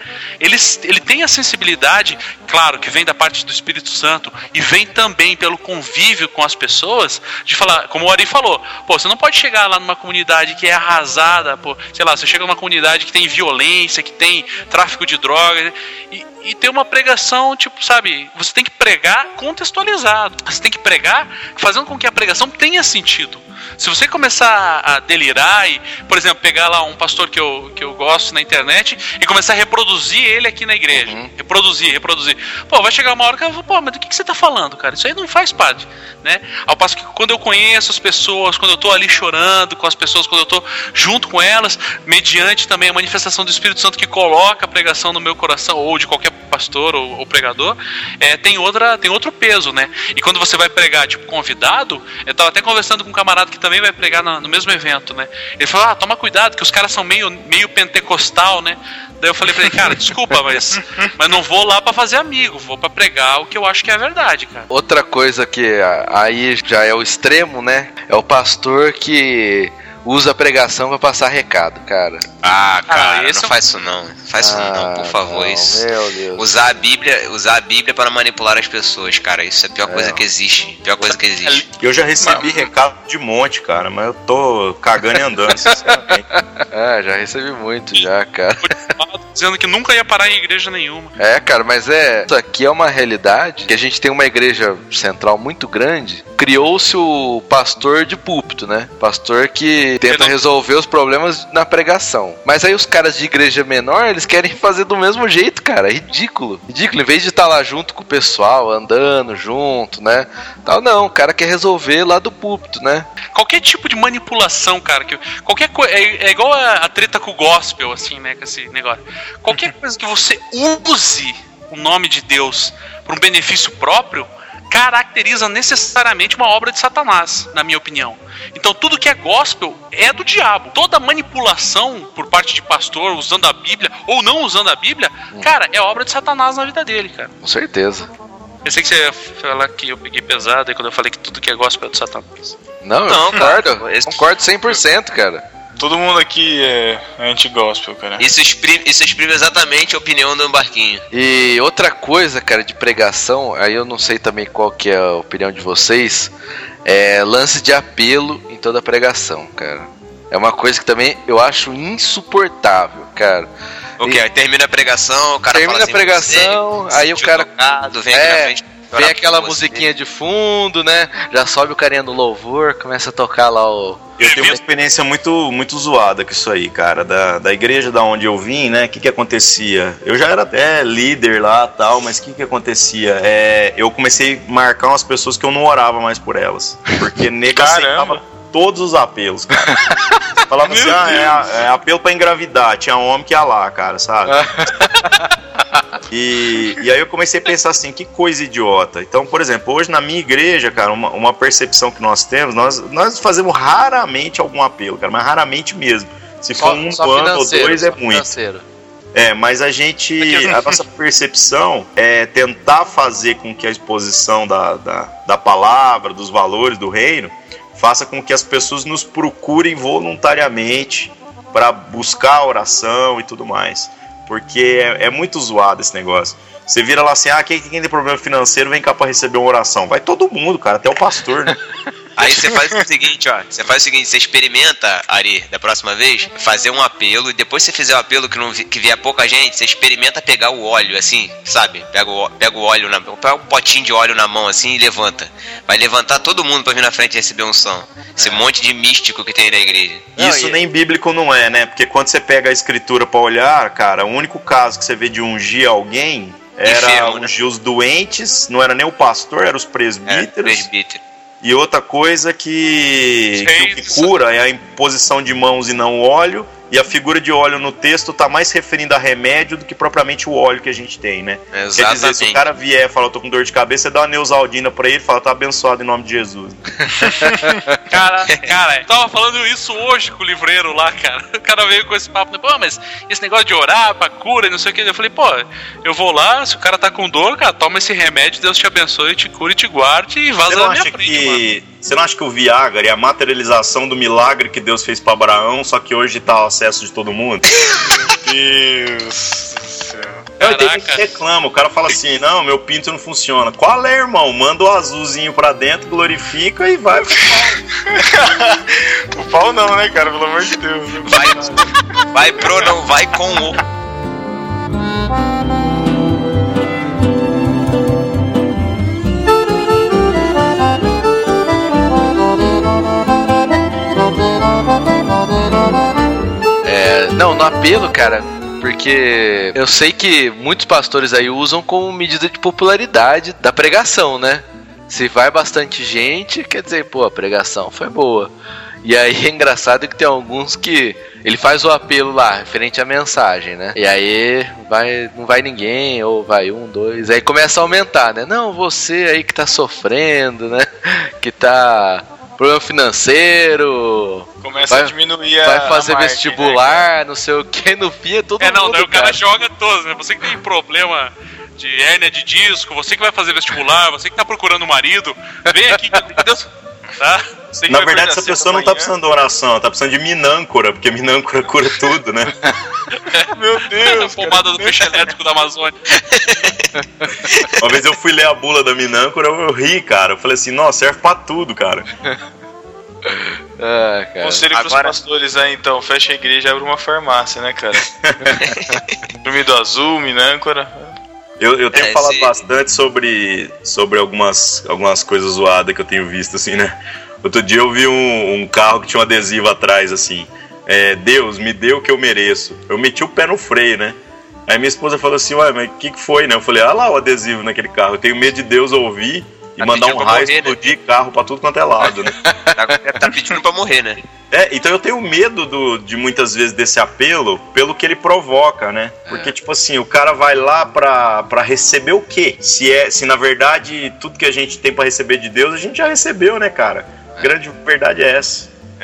S4: ele tem a sensibilidade, claro, que vem da parte do Espírito Santo e vem também pelo convívio com as pessoas, de falar, como o Ari falou, pô, você não pode chegar lá numa comunidade que é arrasada, pô, sei lá, você chega numa comunidade que tem violência, que tem tráfico de drogas e tem uma pregação, tipo, sabe, você tem que pregar contextualizado, você tem que pregar fazendo com que a pregação tenha sentido. Se você começar a delirar e, por exemplo, pegar lá um pastor que eu gosto na internet e começar a reproduzir ele aqui na igreja, reproduzir, pô, vai chegar uma hora que eu vou, pô, mas do que você tá falando, cara? Isso aí não faz parte, né? Ao passo que quando eu conheço as pessoas, quando eu tô ali chorando com as pessoas, quando eu tô junto com elas, mediante também a manifestação do Espírito Santo que coloca a pregação no meu coração, ou de qualquer pastor ou pregador, tem outro peso, né? E quando você vai pregar, tipo, convidado, eu tava até conversando com um camarada que também vai pregar no mesmo evento, né? Ele falou, toma cuidado, que os caras são meio pentecostal, né? Daí eu falei pra ele, cara, desculpa, mas não vou lá pra fazer amigo, vou pra pregar o que eu acho que é a verdade, cara.
S3: Outra coisa que aí já é o extremo, né? É o pastor que usa a pregação pra passar recado, cara.
S2: Cara, não faz isso não. Faz isso não, por favor.
S3: Não,
S2: isso.
S3: Meu Deus.
S2: Usar a Bíblia para manipular as pessoas, cara. Isso é a pior coisa que existe. Pior coisa que existe.
S5: Eu já recebi recado de monte, cara, mas eu tô cagando e andando, sinceramente.
S3: Já recebi muito já, cara.
S4: Dizendo que nunca ia parar em igreja nenhuma.
S3: Cara, mas isso aqui é uma realidade, que a gente tem uma igreja central muito grande, criou-se o pastor de púlpito, né? Pastor que tenta resolver os problemas na pregação. Mas aí os caras de igreja menor, eles querem fazer do mesmo jeito, cara. É ridículo. Ridículo. Em vez de estar lá junto com o pessoal, andando junto, né? Tal, não. O cara quer resolver lá do púlpito, né?
S4: Qualquer tipo de manipulação, cara, qualquer coisa, é igual a treta com o gospel, assim, né, com esse negócio. Qualquer coisa que você use o nome de Deus para um benefício próprio, caracteriza necessariamente uma obra de Satanás, na minha opinião. Então tudo que é gospel é do diabo. Toda manipulação por parte de pastor, usando a Bíblia ou não usando a Bíblia, cara, é obra de Satanás na vida dele, cara.
S3: Com certeza.
S4: Pensei que você ia falar que eu peguei pesado aí quando eu falei que tudo que é gospel é do Satanás.
S3: Não, eu concordo 100%, cara.
S1: Todo mundo aqui é anti-gospel, cara.
S2: Isso exprime exatamente a opinião do Barquinho.
S3: E outra coisa, cara, de pregação, aí eu não sei também qual que é a opinião de vocês, é lance de apelo em toda a pregação, cara. É uma coisa que também eu acho insuportável, cara.
S2: Aí termina a pregação, o cara
S3: termina
S2: fala assim,
S3: a pregação, aí o cara
S2: vem aqui na frente.
S3: Vem aquela musiquinha de fundo, né? Já sobe o carinha do louvor, começa a tocar lá o...
S5: Eu tenho uma experiência muito, muito zoada com isso aí, cara. Da igreja da onde eu vim, né? O que acontecia? Eu já era até líder lá e tal, mas o que acontecia? Eu comecei a marcar umas pessoas que eu não orava mais por elas. Porque nego aceitava todos os apelos, cara. Falava assim, é apelo pra engravidar. Tinha homem que ia lá, cara, sabe? E aí eu comecei a pensar assim, que coisa idiota. Então, por exemplo, hoje na minha igreja, cara, uma percepção que nós temos, nós fazemos raramente algum apelo, cara, mas raramente mesmo. Se for um ano ou dois é muito. Mas a nossa percepção é tentar fazer com que a exposição da palavra, dos valores do reino, faça com que as pessoas nos procurem voluntariamente para buscar a oração e tudo mais. Porque é muito zoado esse negócio. Você vira lá assim, quem tem problema financeiro vem cá pra receber uma oração. Vai todo mundo, cara, até o pastor, né?
S2: Aí você faz o seguinte, você experimenta, Ari, da próxima vez, fazer um apelo, e depois que você fizer o apelo que vier pouca gente, você experimenta pegar o óleo, assim, sabe? Pega o óleo, pega um potinho de óleo na mão, assim, e levanta. Vai levantar todo mundo pra vir na frente e receber unção. Esse monte de místico que tem aí na igreja.
S5: Isso nem bíblico não é, né? Porque quando você pega a escritura pra olhar, cara, o único caso que você vê de ungir alguém era ungir os doentes, não era nem o pastor, era os presbíteros. E outra coisa que o que cura é a imposição de mãos e não o óleo. E a figura de óleo no texto está mais referindo a remédio do que propriamente o óleo que a gente tem, né?
S2: Exatamente.
S5: Quer dizer, se o cara vier e falar, eu tô com dor de cabeça, você dá uma Neusaldina pra ele e fala, tá abençoado em nome de Jesus.
S4: Cara, eu tava falando isso hoje com o livreiro lá, cara. O cara veio com esse papo, mas esse negócio de orar pra cura e não sei o que. Eu falei, eu vou lá, se o cara tá com dor, cara, toma esse remédio, Deus te abençoe, te cure, te guarde e vaza da minha frente, mano.
S5: você não acha que o Viagra é a materialização do milagre que Deus fez pra Abraão, só que hoje tá ao acesso de todo mundo?
S1: Deus do céu.
S5: Tem gente que reclama, o cara fala assim, não, meu pinto não funciona. Qual é, irmão? Manda o azulzinho pra dentro, glorifica e vai pro
S1: pau. O pau não, né, cara? Pelo amor de Deus.
S2: Vai pro, não vai com o...
S3: Não, no apelo, cara, porque eu sei que muitos pastores aí usam como medida de popularidade da pregação, né? Se vai bastante gente, quer dizer, pô, a pregação foi boa. E aí é engraçado que tem alguns que ele faz o apelo lá, referente à mensagem, né? E aí não vai ninguém, ou vai 1, 2, aí começa a aumentar, né? Não, você aí que tá sofrendo, né? Que tá... problema financeiro.
S1: Começa a diminuir
S3: vai fazer vestibular, né, não sei o que, no fim é todo mundo.
S4: Não, daí o cara joga todos, né? Você que tem problema de hérnia de disco, você que vai fazer vestibular, você que tá procurando um marido, vem aqui, Deus. Tá?
S5: Na verdade, essa pessoa não tá precisando de oração, ela tá precisando de minâncora, porque minâncora cura tudo, né?
S1: Meu Deus!
S4: Pomada do peixe elétrico da Amazônia.
S5: Uma vez eu fui ler a bula da minâncora, eu ri, cara. Eu falei assim, nossa, serve pra tudo, cara.
S3: Cara.
S1: Conselho pros pastores aí, então, fecha a igreja e abre uma farmácia, né, cara? Dormido azul, minâncora.
S5: Eu tenho falado bastante sobre algumas coisas zoadas que eu tenho visto, assim, né? Outro dia eu vi um carro que tinha um adesivo atrás, assim, Deus, me dê o que eu mereço. Eu meti o pé no freio, né? Aí minha esposa falou assim, ué, mas o que foi, né? Eu falei, lá o adesivo naquele carro. Eu tenho medo de Deus ouvir e mandar um raio, explodir, né? Carro pra tudo quanto é lado, né?
S2: Tá pedindo pra morrer, né?
S5: Então eu tenho medo de muitas vezes desse apelo pelo que ele provoca, né? Porque, tipo assim, o cara vai lá pra receber o quê? Se na verdade tudo que a gente tem pra receber de Deus, a gente já recebeu, né, cara? A grande verdade é essa.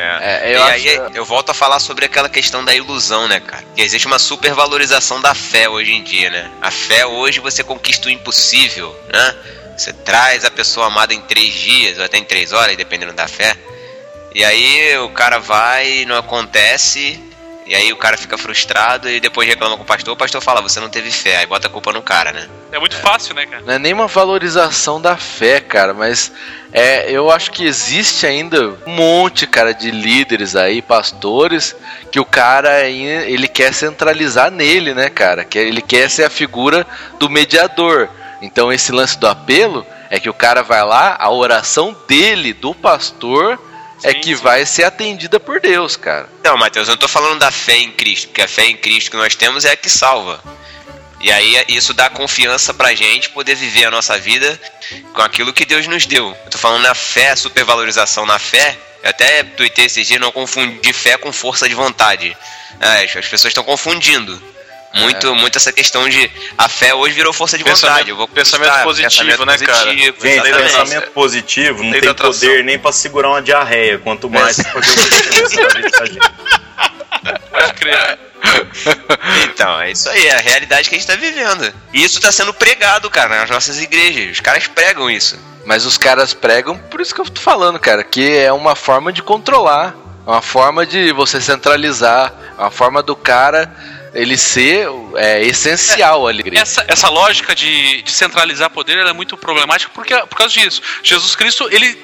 S2: Eu volto a falar sobre aquela questão da ilusão, né, cara? Que existe uma supervalorização da fé hoje em dia, né? A fé hoje você conquista o impossível, né? Você traz a pessoa amada em 3 dias, ou até em 3 horas, dependendo da fé. E aí o cara vai, não acontece, e aí o cara fica frustrado e depois reclama com o pastor fala, você não teve fé, aí bota a culpa no cara, né?
S4: É muito fácil, né, cara?
S3: Não é nem uma valorização da fé, cara, mas eu acho que existe ainda um monte, cara, de líderes aí, pastores, que o cara, ele quer centralizar nele, né, cara? Que ele quer ser a figura do mediador. Então esse lance do apelo é que o cara vai lá, a oração dele, do pastor... Sim. Vai ser atendida por Deus, cara.
S2: Não, Matheus, eu não tô falando da fé em Cristo, porque a fé em Cristo que nós temos é a que salva. E aí isso dá confiança pra gente poder viver a nossa vida com aquilo que Deus nos deu. Eu tô falando na fé, supervalorização na fé. Eu até tuitei esses dias, não confundir fé com força de vontade. As pessoas estão confundindo. Muito essa questão de a fé hoje virou força de vontade. Eu vou
S1: pensamento positivo, né, cara?
S5: Gente, pensamento positivo não tem poder nem pra segurar uma diarreia, quanto mais pra fazer
S4: Pode crer.
S2: Então, é isso aí, é a realidade que a gente tá vivendo. E isso tá sendo pregado, cara, nas nossas igrejas. Os caras pregam isso.
S3: Mas os caras pregam, por isso que eu tô falando, cara, que é uma forma de controlar, uma forma de você centralizar, uma forma do cara... ele ser essencial ali.
S4: Essa lógica de centralizar poder ela é muito problemática por causa disso. Jesus Cristo, ele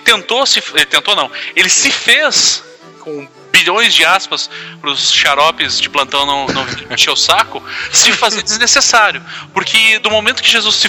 S4: ele se fez com bilhões de aspas para os xaropes de plantão não encher o saco, se fazer desnecessário. Porque do momento que Jesus se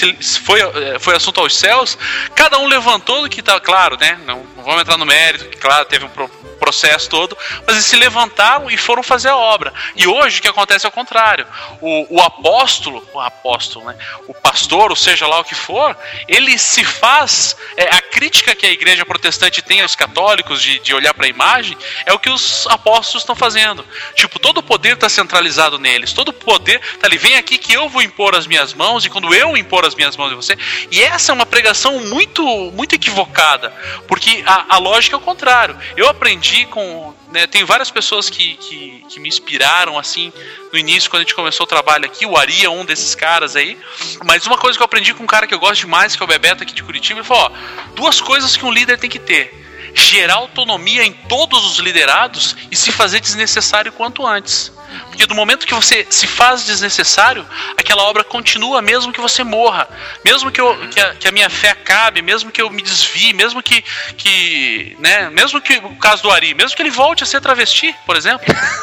S4: foi assunto aos céus, cada um levantou do que tá claro, né? Não vamos entrar no mérito, que claro, teve um processo todo, mas eles se levantaram e foram fazer a obra. E hoje o que acontece é o contrário. O apóstolo, né? O pastor, ou seja lá o que for, ele se faz, a crítica que a igreja protestante tem aos católicos de olhar para a imagem, é o que os apóstolos estão fazendo. Tipo, todo o poder está centralizado neles, todo o poder tá ali, vem aqui que eu vou impor as minhas mãos, e quando eu impor as minhas mãos em você, e essa é uma pregação muito, muito equivocada, porque a lógica é o contrário. Eu aprendi né, tem várias pessoas que me inspiraram, assim, no início, quando a gente começou o trabalho aqui. O Ari é um desses caras aí. Mas uma coisa que eu aprendi com um cara que eu gosto demais, que é o Bebeto aqui de Curitiba, ele falou, ó, 2 coisas que um líder tem que ter: gerar autonomia em todos os liderados e se fazer desnecessário quanto antes. Porque do momento que você se faz desnecessário, aquela obra continua mesmo que você morra. Mesmo que a minha fé acabe, mesmo que eu me desvie, mesmo que né, mesmo que o caso do Ari, mesmo que ele volte a ser travesti, por exemplo.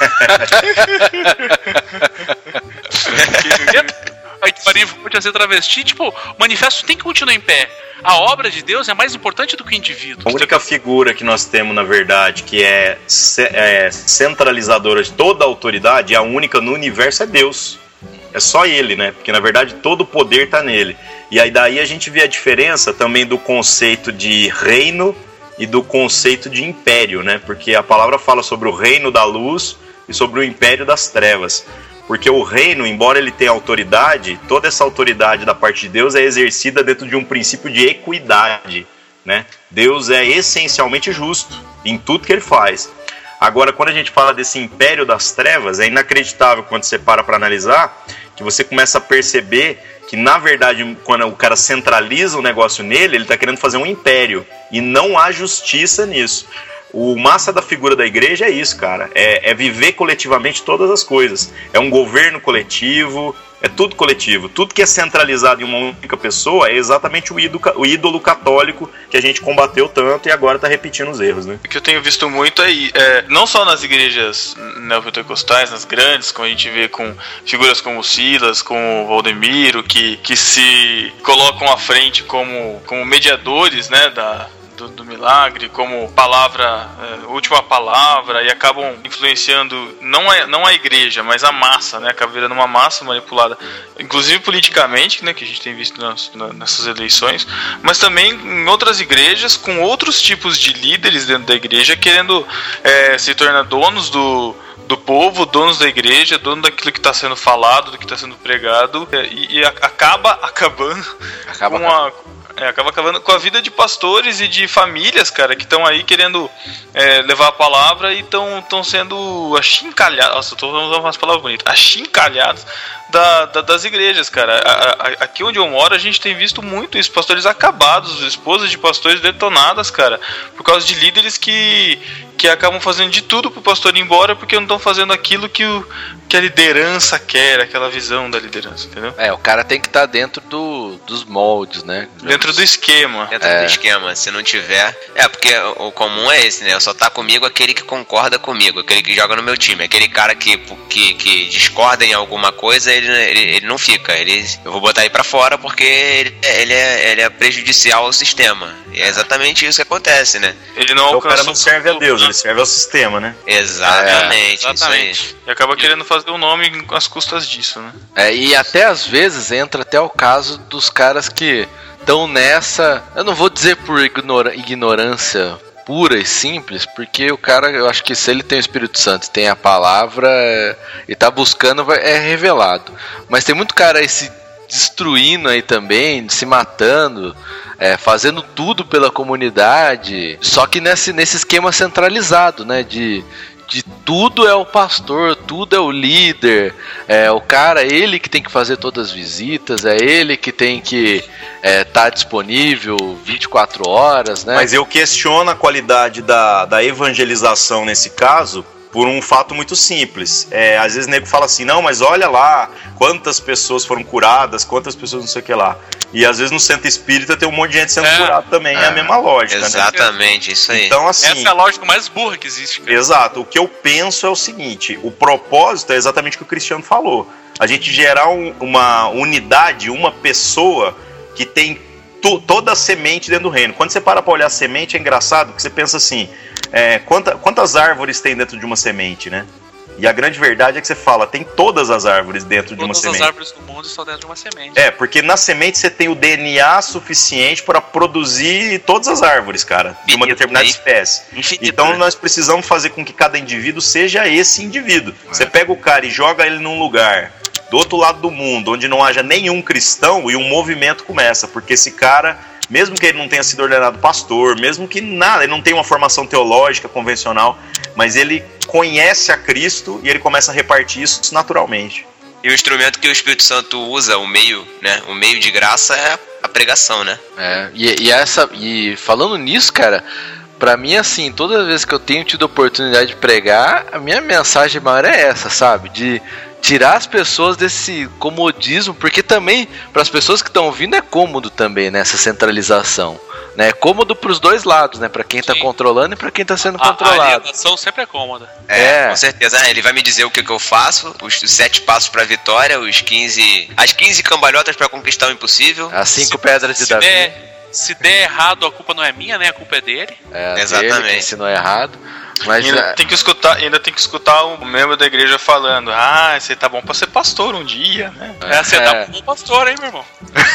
S4: Que o Ari volte a ser travesti, tipo, o manifesto tem que continuar em pé. A obra de Deus é mais importante do que o indivíduo.
S5: A única figura que nós temos, na verdade, que é centralizadora de toda a autoridade, a única no universo, é Deus. É só Ele, né? Porque, na verdade, todo o poder está nele. E aí daí a gente vê a diferença também do conceito de reino e do conceito de império, né? Porque a palavra fala sobre o reino da luz e sobre o império das trevas. Porque o reino, embora ele tenha autoridade, toda essa autoridade da parte de Deus é exercida dentro de um princípio de equidade, né? Deus é essencialmente justo em tudo que ele faz. Agora, quando a gente fala desse império das trevas, é inacreditável quando você para analisar, que você começa a perceber que, na verdade, quando o cara centraliza o negócio nele, ele está querendo fazer um império, e não há justiça nisso. O massa da figura da igreja é isso, cara. É viver coletivamente todas as coisas. É um governo coletivo, é tudo coletivo. Tudo que é centralizado em uma única pessoa é exatamente o ídolo católico que a gente combateu tanto e agora está repetindo os erros, né?
S1: O que eu tenho visto muito não só nas igrejas neopentecostais, nas grandes, como a gente vê com figuras como Silas, como o Valdemiro, que se colocam à frente como mediadores, né, do milagre, como última palavra, e acabam influenciando não a igreja, mas a massa, né? Acaba virando uma massa manipulada, inclusive politicamente, né? Que a gente tem visto nessas eleições, mas também em outras igrejas, com outros tipos de líderes dentro da igreja, querendo se tornar donos do povo, donos da igreja, dono daquilo que está sendo falado, do que está sendo pregado, e acaba acabando com a vida de pastores e de famílias, cara, que estão aí querendo levar a palavra e estão sendo achincalhados. Nossa, eu tô usando umas palavras bonitas. Achincalhados das igrejas, cara. Aqui onde eu moro, a gente tem visto muito isso. Pastores acabados, esposas de pastores detonadas, cara, por causa de líderes que acabam fazendo de tudo pro pastor ir embora, porque não estão fazendo aquilo que a liderança quer, aquela visão da liderança, entendeu?
S3: O cara tem que estar dentro dos moldes, né?
S1: Dentro do esquema.
S2: Dentro do esquema. Se não tiver... porque o comum é esse, né? Só tá comigo aquele que concorda comigo, aquele que joga no meu time. Aquele cara que discorda em alguma coisa, ele não fica. Eu vou botar aí pra fora porque ele é prejudicial ao sistema. E é exatamente isso que acontece, né?
S5: Ele não o cara não serve a Deus, ele serve ao sistema, né?
S2: Exatamente. Isso aí.
S1: E acaba querendo fazer um nome às custas disso, né?
S3: E até às vezes entra até o caso dos caras que estão nessa... Eu não vou dizer por ignorância pura e simples, porque o cara, eu acho que se ele tem o Espírito Santo, tem a palavra e tá buscando, é revelado. Mas tem muito cara aí se destruindo aí também, se matando, fazendo tudo pela comunidade, só que nesse esquema centralizado, né, de tudo é o pastor, tudo é o líder, o cara, ele que tem que fazer todas as visitas, é ele que tem que estar disponível 24 horas, né?
S5: Mas eu questiono a qualidade da evangelização nesse caso por um fato muito simples. Às vezes o nego fala assim, não, mas olha lá quantas pessoas foram curadas, quantas pessoas não sei o que lá. E às vezes no centro espírita tem um monte de gente sendo curada também, é a mesma lógica,
S2: exatamente,
S5: né?
S2: Isso aí.
S5: Então, assim,
S4: essa é a lógica mais burra que existe, cara.
S5: Exato, o que eu penso é o seguinte, o propósito é exatamente o que o Cristiano falou. A gente gerar uma unidade, uma pessoa que tem toda a semente dentro do reino. Quando você para olhar a semente, é engraçado, porque você pensa assim, quantas árvores tem dentro de uma semente, né? E a grande verdade é que você fala, tem todas as árvores dentro de uma semente.
S4: Todas as árvores do mundo estão dentro de uma semente.
S5: Porque na semente você tem o DNA suficiente para produzir todas as árvores, cara, de uma determinada espécie. Então nós precisamos fazer com que cada indivíduo seja esse indivíduo. Você pega o cara e joga ele num lugar do outro lado do mundo, onde não haja nenhum cristão, e um movimento começa, porque esse cara mesmo que ele não tenha sido ordenado pastor, mesmo que nada, ele não tenha uma formação teológica convencional, mas ele conhece a Cristo e ele começa a repartir isso naturalmente.
S2: E o instrumento que o Espírito Santo usa, o meio, né? O meio de graça é a pregação, né?
S3: E falando nisso, cara, pra mim, assim, toda vez que eu tenho tido a oportunidade de pregar, a minha mensagem maior é essa, sabe? De tirar as pessoas desse comodismo, porque também, para as pessoas que estão ouvindo, é cômodo também, né, essa centralização. Né? É cômodo pros dois lados, né? Pra quem tá controlando e pra quem tá sendo controlado.
S4: A alienação sempre é cômoda.
S2: Com certeza. Ele vai me dizer o que eu faço, os 7 passos pra vitória, as 15 cambalhotas pra conquistar o impossível.
S3: As 5 pedras de Davi.
S4: Se der errado, a culpa não é minha, né? A culpa é dele.
S2: Exatamente.
S3: Dele que ensinou errado. Mas
S1: ainda tem que escutar um membro da igreja falando: ah, você tá bom pra ser pastor um dia, né?
S4: Você tá bom pastor, hein, meu irmão?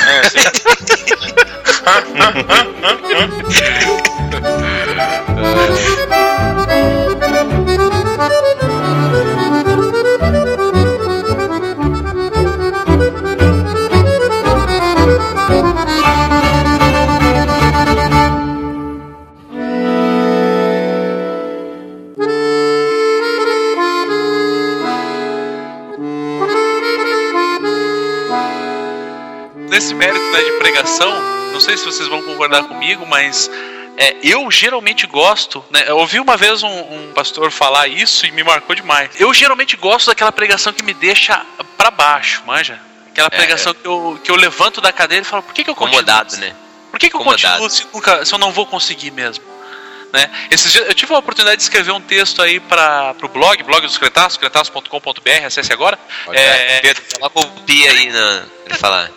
S4: Nesse mérito, né, de pregação, não sei se vocês vão concordar comigo, mas eu geralmente gosto, né, eu ouvi uma vez um pastor falar isso e me marcou demais. Eu geralmente gosto daquela pregação que me deixa pra baixo, manja? Aquela pregação que eu levanto da cadeira e falo, por que eu continuo?
S2: Incomodado, né?
S4: Por que eu continuo se eu não vou conseguir mesmo? Né? Esses dias, eu tive a oportunidade de escrever um texto aí pro blog dos Cretaços, cretaços.com.br, acesse agora.
S2: Pedro, copia aí pra falar.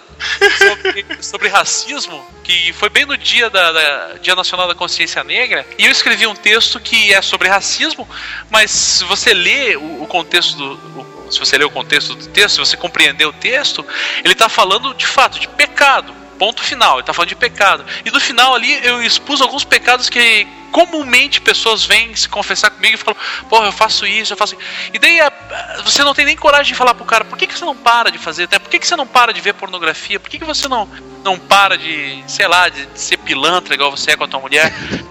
S4: Sobre racismo, que foi bem no dia Dia Nacional da Consciência Negra, e eu escrevi um texto que é sobre racismo, mas se você lê o contexto se você lê o contexto do texto, se você compreender o texto, ele está falando de fato de pecado. Ponto final, ele está falando de pecado. E no final ali eu expus alguns pecados que comumente pessoas vêm se confessar comigo e falam, porra, eu faço isso. E daí você não tem nem coragem de falar pro cara, por que você não para de fazer? Por que você não para de ver pornografia? Por que você não para de, sei lá, de ser pilantra igual você é com a tua mulher?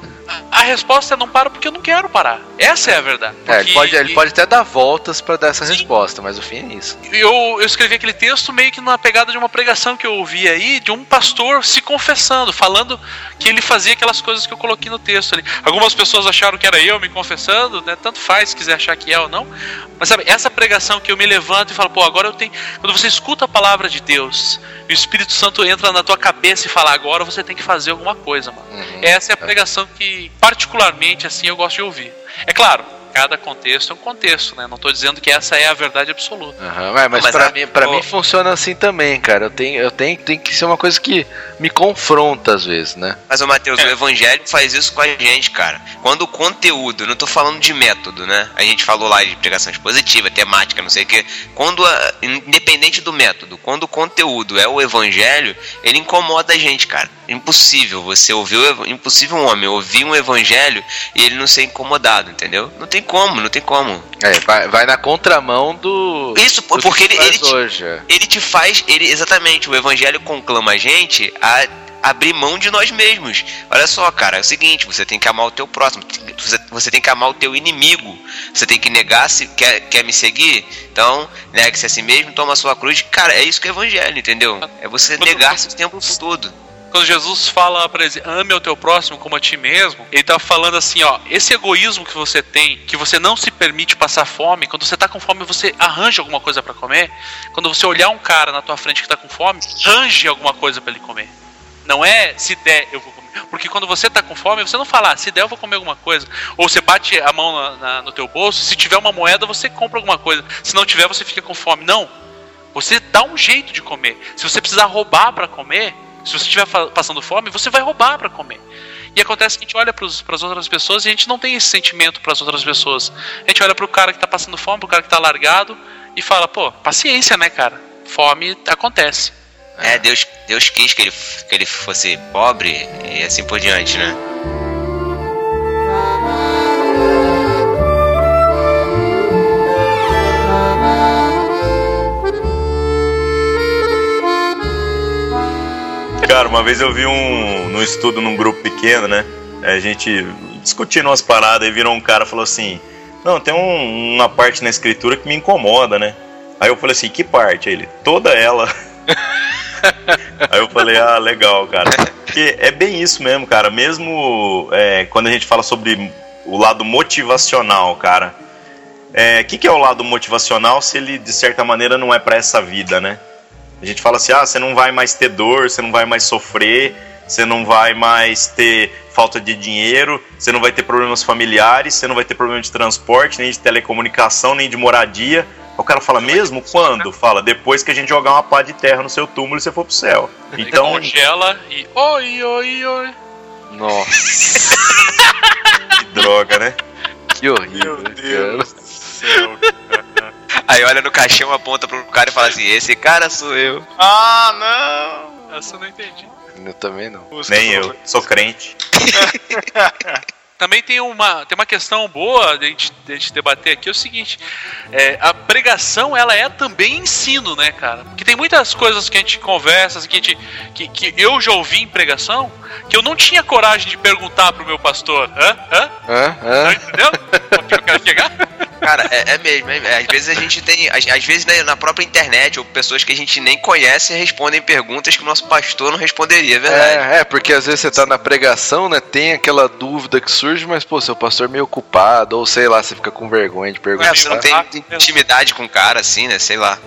S4: A resposta é não paro porque eu não quero parar. Essa é a verdade.
S3: Ele pode até dar voltas pra dar essa resposta, mas o fim é isso.
S4: Eu escrevi aquele texto meio que na pegada de uma pregação que eu ouvi aí, de um pastor se confessando, falando que ele fazia aquelas coisas que eu coloquei no texto ali. Algumas pessoas acharam que era eu me confessando, né? Tanto faz se quiser achar que é ou não. Mas sabe, essa pregação que eu me levanto e falo, pô, agora eu tenho... Quando você escuta a palavra de Deus, e o Espírito Santo entra na tua cabeça e fala, agora você tem que fazer alguma coisa, mano. Essa é a pregação que, particularmente, assim, eu gosto de ouvir. É claro, cada contexto é um contexto, né? Não tô dizendo que essa é a verdade absoluta.
S3: Mas pra mim funciona assim também, cara. Eu tenho que ser uma coisa que me confronta às vezes, né?
S2: Mas, ô Matheus, o evangelho faz isso com a gente, cara. Quando o conteúdo, não tô falando de método, né? A gente falou lá de pregação expositiva, temática, não sei o que. Independente do método, quando o conteúdo é o evangelho, ele incomoda a gente, cara. Impossível você ouvir, impossível um homem ouvir um evangelho e ele não ser incomodado, entendeu? Não tem como.
S3: Vai na contramão do...
S2: Isso, porque ele te faz... Exatamente, o evangelho conclama a gente a abrir mão de nós mesmos. Olha só, cara, é o seguinte, você tem que amar o teu próximo, você tem que amar o teu inimigo, você tem que negar, se quer me seguir, então negue-se a si mesmo, toma a sua cruz. Cara, é isso que é evangelho, entendeu? É você negar-se o tempo todo.
S4: Quando Jesus fala pra ele, ame o teu próximo como a ti mesmo, ele tá falando assim, ó, esse egoísmo que você tem, que você não se permite passar fome, quando você tá com fome, você arranja alguma coisa pra comer. Quando você olhar um cara na tua frente que tá com fome, arranje alguma coisa pra ele comer. Não é, se der, eu vou comer. Porque quando você tá com fome, você não fala, se der, eu vou comer alguma coisa. Ou você bate a mão no teu bolso, se tiver uma moeda, você compra alguma coisa. Se não tiver, você fica com fome. Não. Você dá um jeito de comer. Se você precisar roubar pra comer, se você estiver passando fome, você vai roubar para comer. E acontece que a gente olha para as outras pessoas e a gente não tem esse sentimento para as outras pessoas. A gente olha para o cara que está passando fome, para o cara que está largado e fala, pô, paciência, né, cara? Fome acontece.
S2: Deus quis que ele fosse pobre e assim por diante, né?
S5: Cara, uma vez eu vi num estudo num grupo pequeno, né? A gente discutindo umas paradas e virou um cara e falou assim: não, tem uma parte na escritura que me incomoda, né? Aí eu falei assim: que parte? Aí ele: toda ela. Aí eu falei: ah, legal, cara. Porque é bem isso mesmo, cara. Mesmo quando a gente fala sobre o lado motivacional, cara. O que é o lado motivacional se ele, de certa maneira, não é pra essa vida, né? A gente fala assim: ah, você não vai mais ter dor, você não vai mais sofrer, você não vai mais ter falta de dinheiro, você não vai ter problemas familiares, você não vai ter problema de transporte, nem de telecomunicação, nem de moradia. O cara fala: mesmo quando? Fala: depois que a gente jogar uma pá de terra no seu túmulo e você for pro céu. Então
S4: congela e oi.
S1: Nossa.
S5: Que droga, né?
S3: Que horrível.
S1: Meu Deus do céu, cara.
S2: Aí olha no caixão, aponta pro cara e fala assim: esse cara sou eu.
S1: Ah, não! Essa eu não entendi.
S3: Eu também não.
S5: Nem eu, sou crente.
S4: Também tem uma questão boa de a gente debater aqui, é o seguinte: a pregação, ela é também ensino, né, cara? Porque tem muitas coisas que a gente conversa, que eu já ouvi em pregação, que eu não tinha coragem de perguntar pro meu pastor. Entendeu? Onde eu quero chegar?
S2: Cara, é mesmo. Às vezes a gente tem, às vezes na própria internet, ou pessoas que a gente nem conhece respondem perguntas que o nosso pastor não responderia, é verdade?
S3: Porque às vezes você tá na pregação, né, tem aquela dúvida que surge, mas pô, seu pastor é meio ocupado, ou sei lá, você fica com vergonha de perguntar.
S2: Você não tem intimidade com o cara, assim, né, sei lá.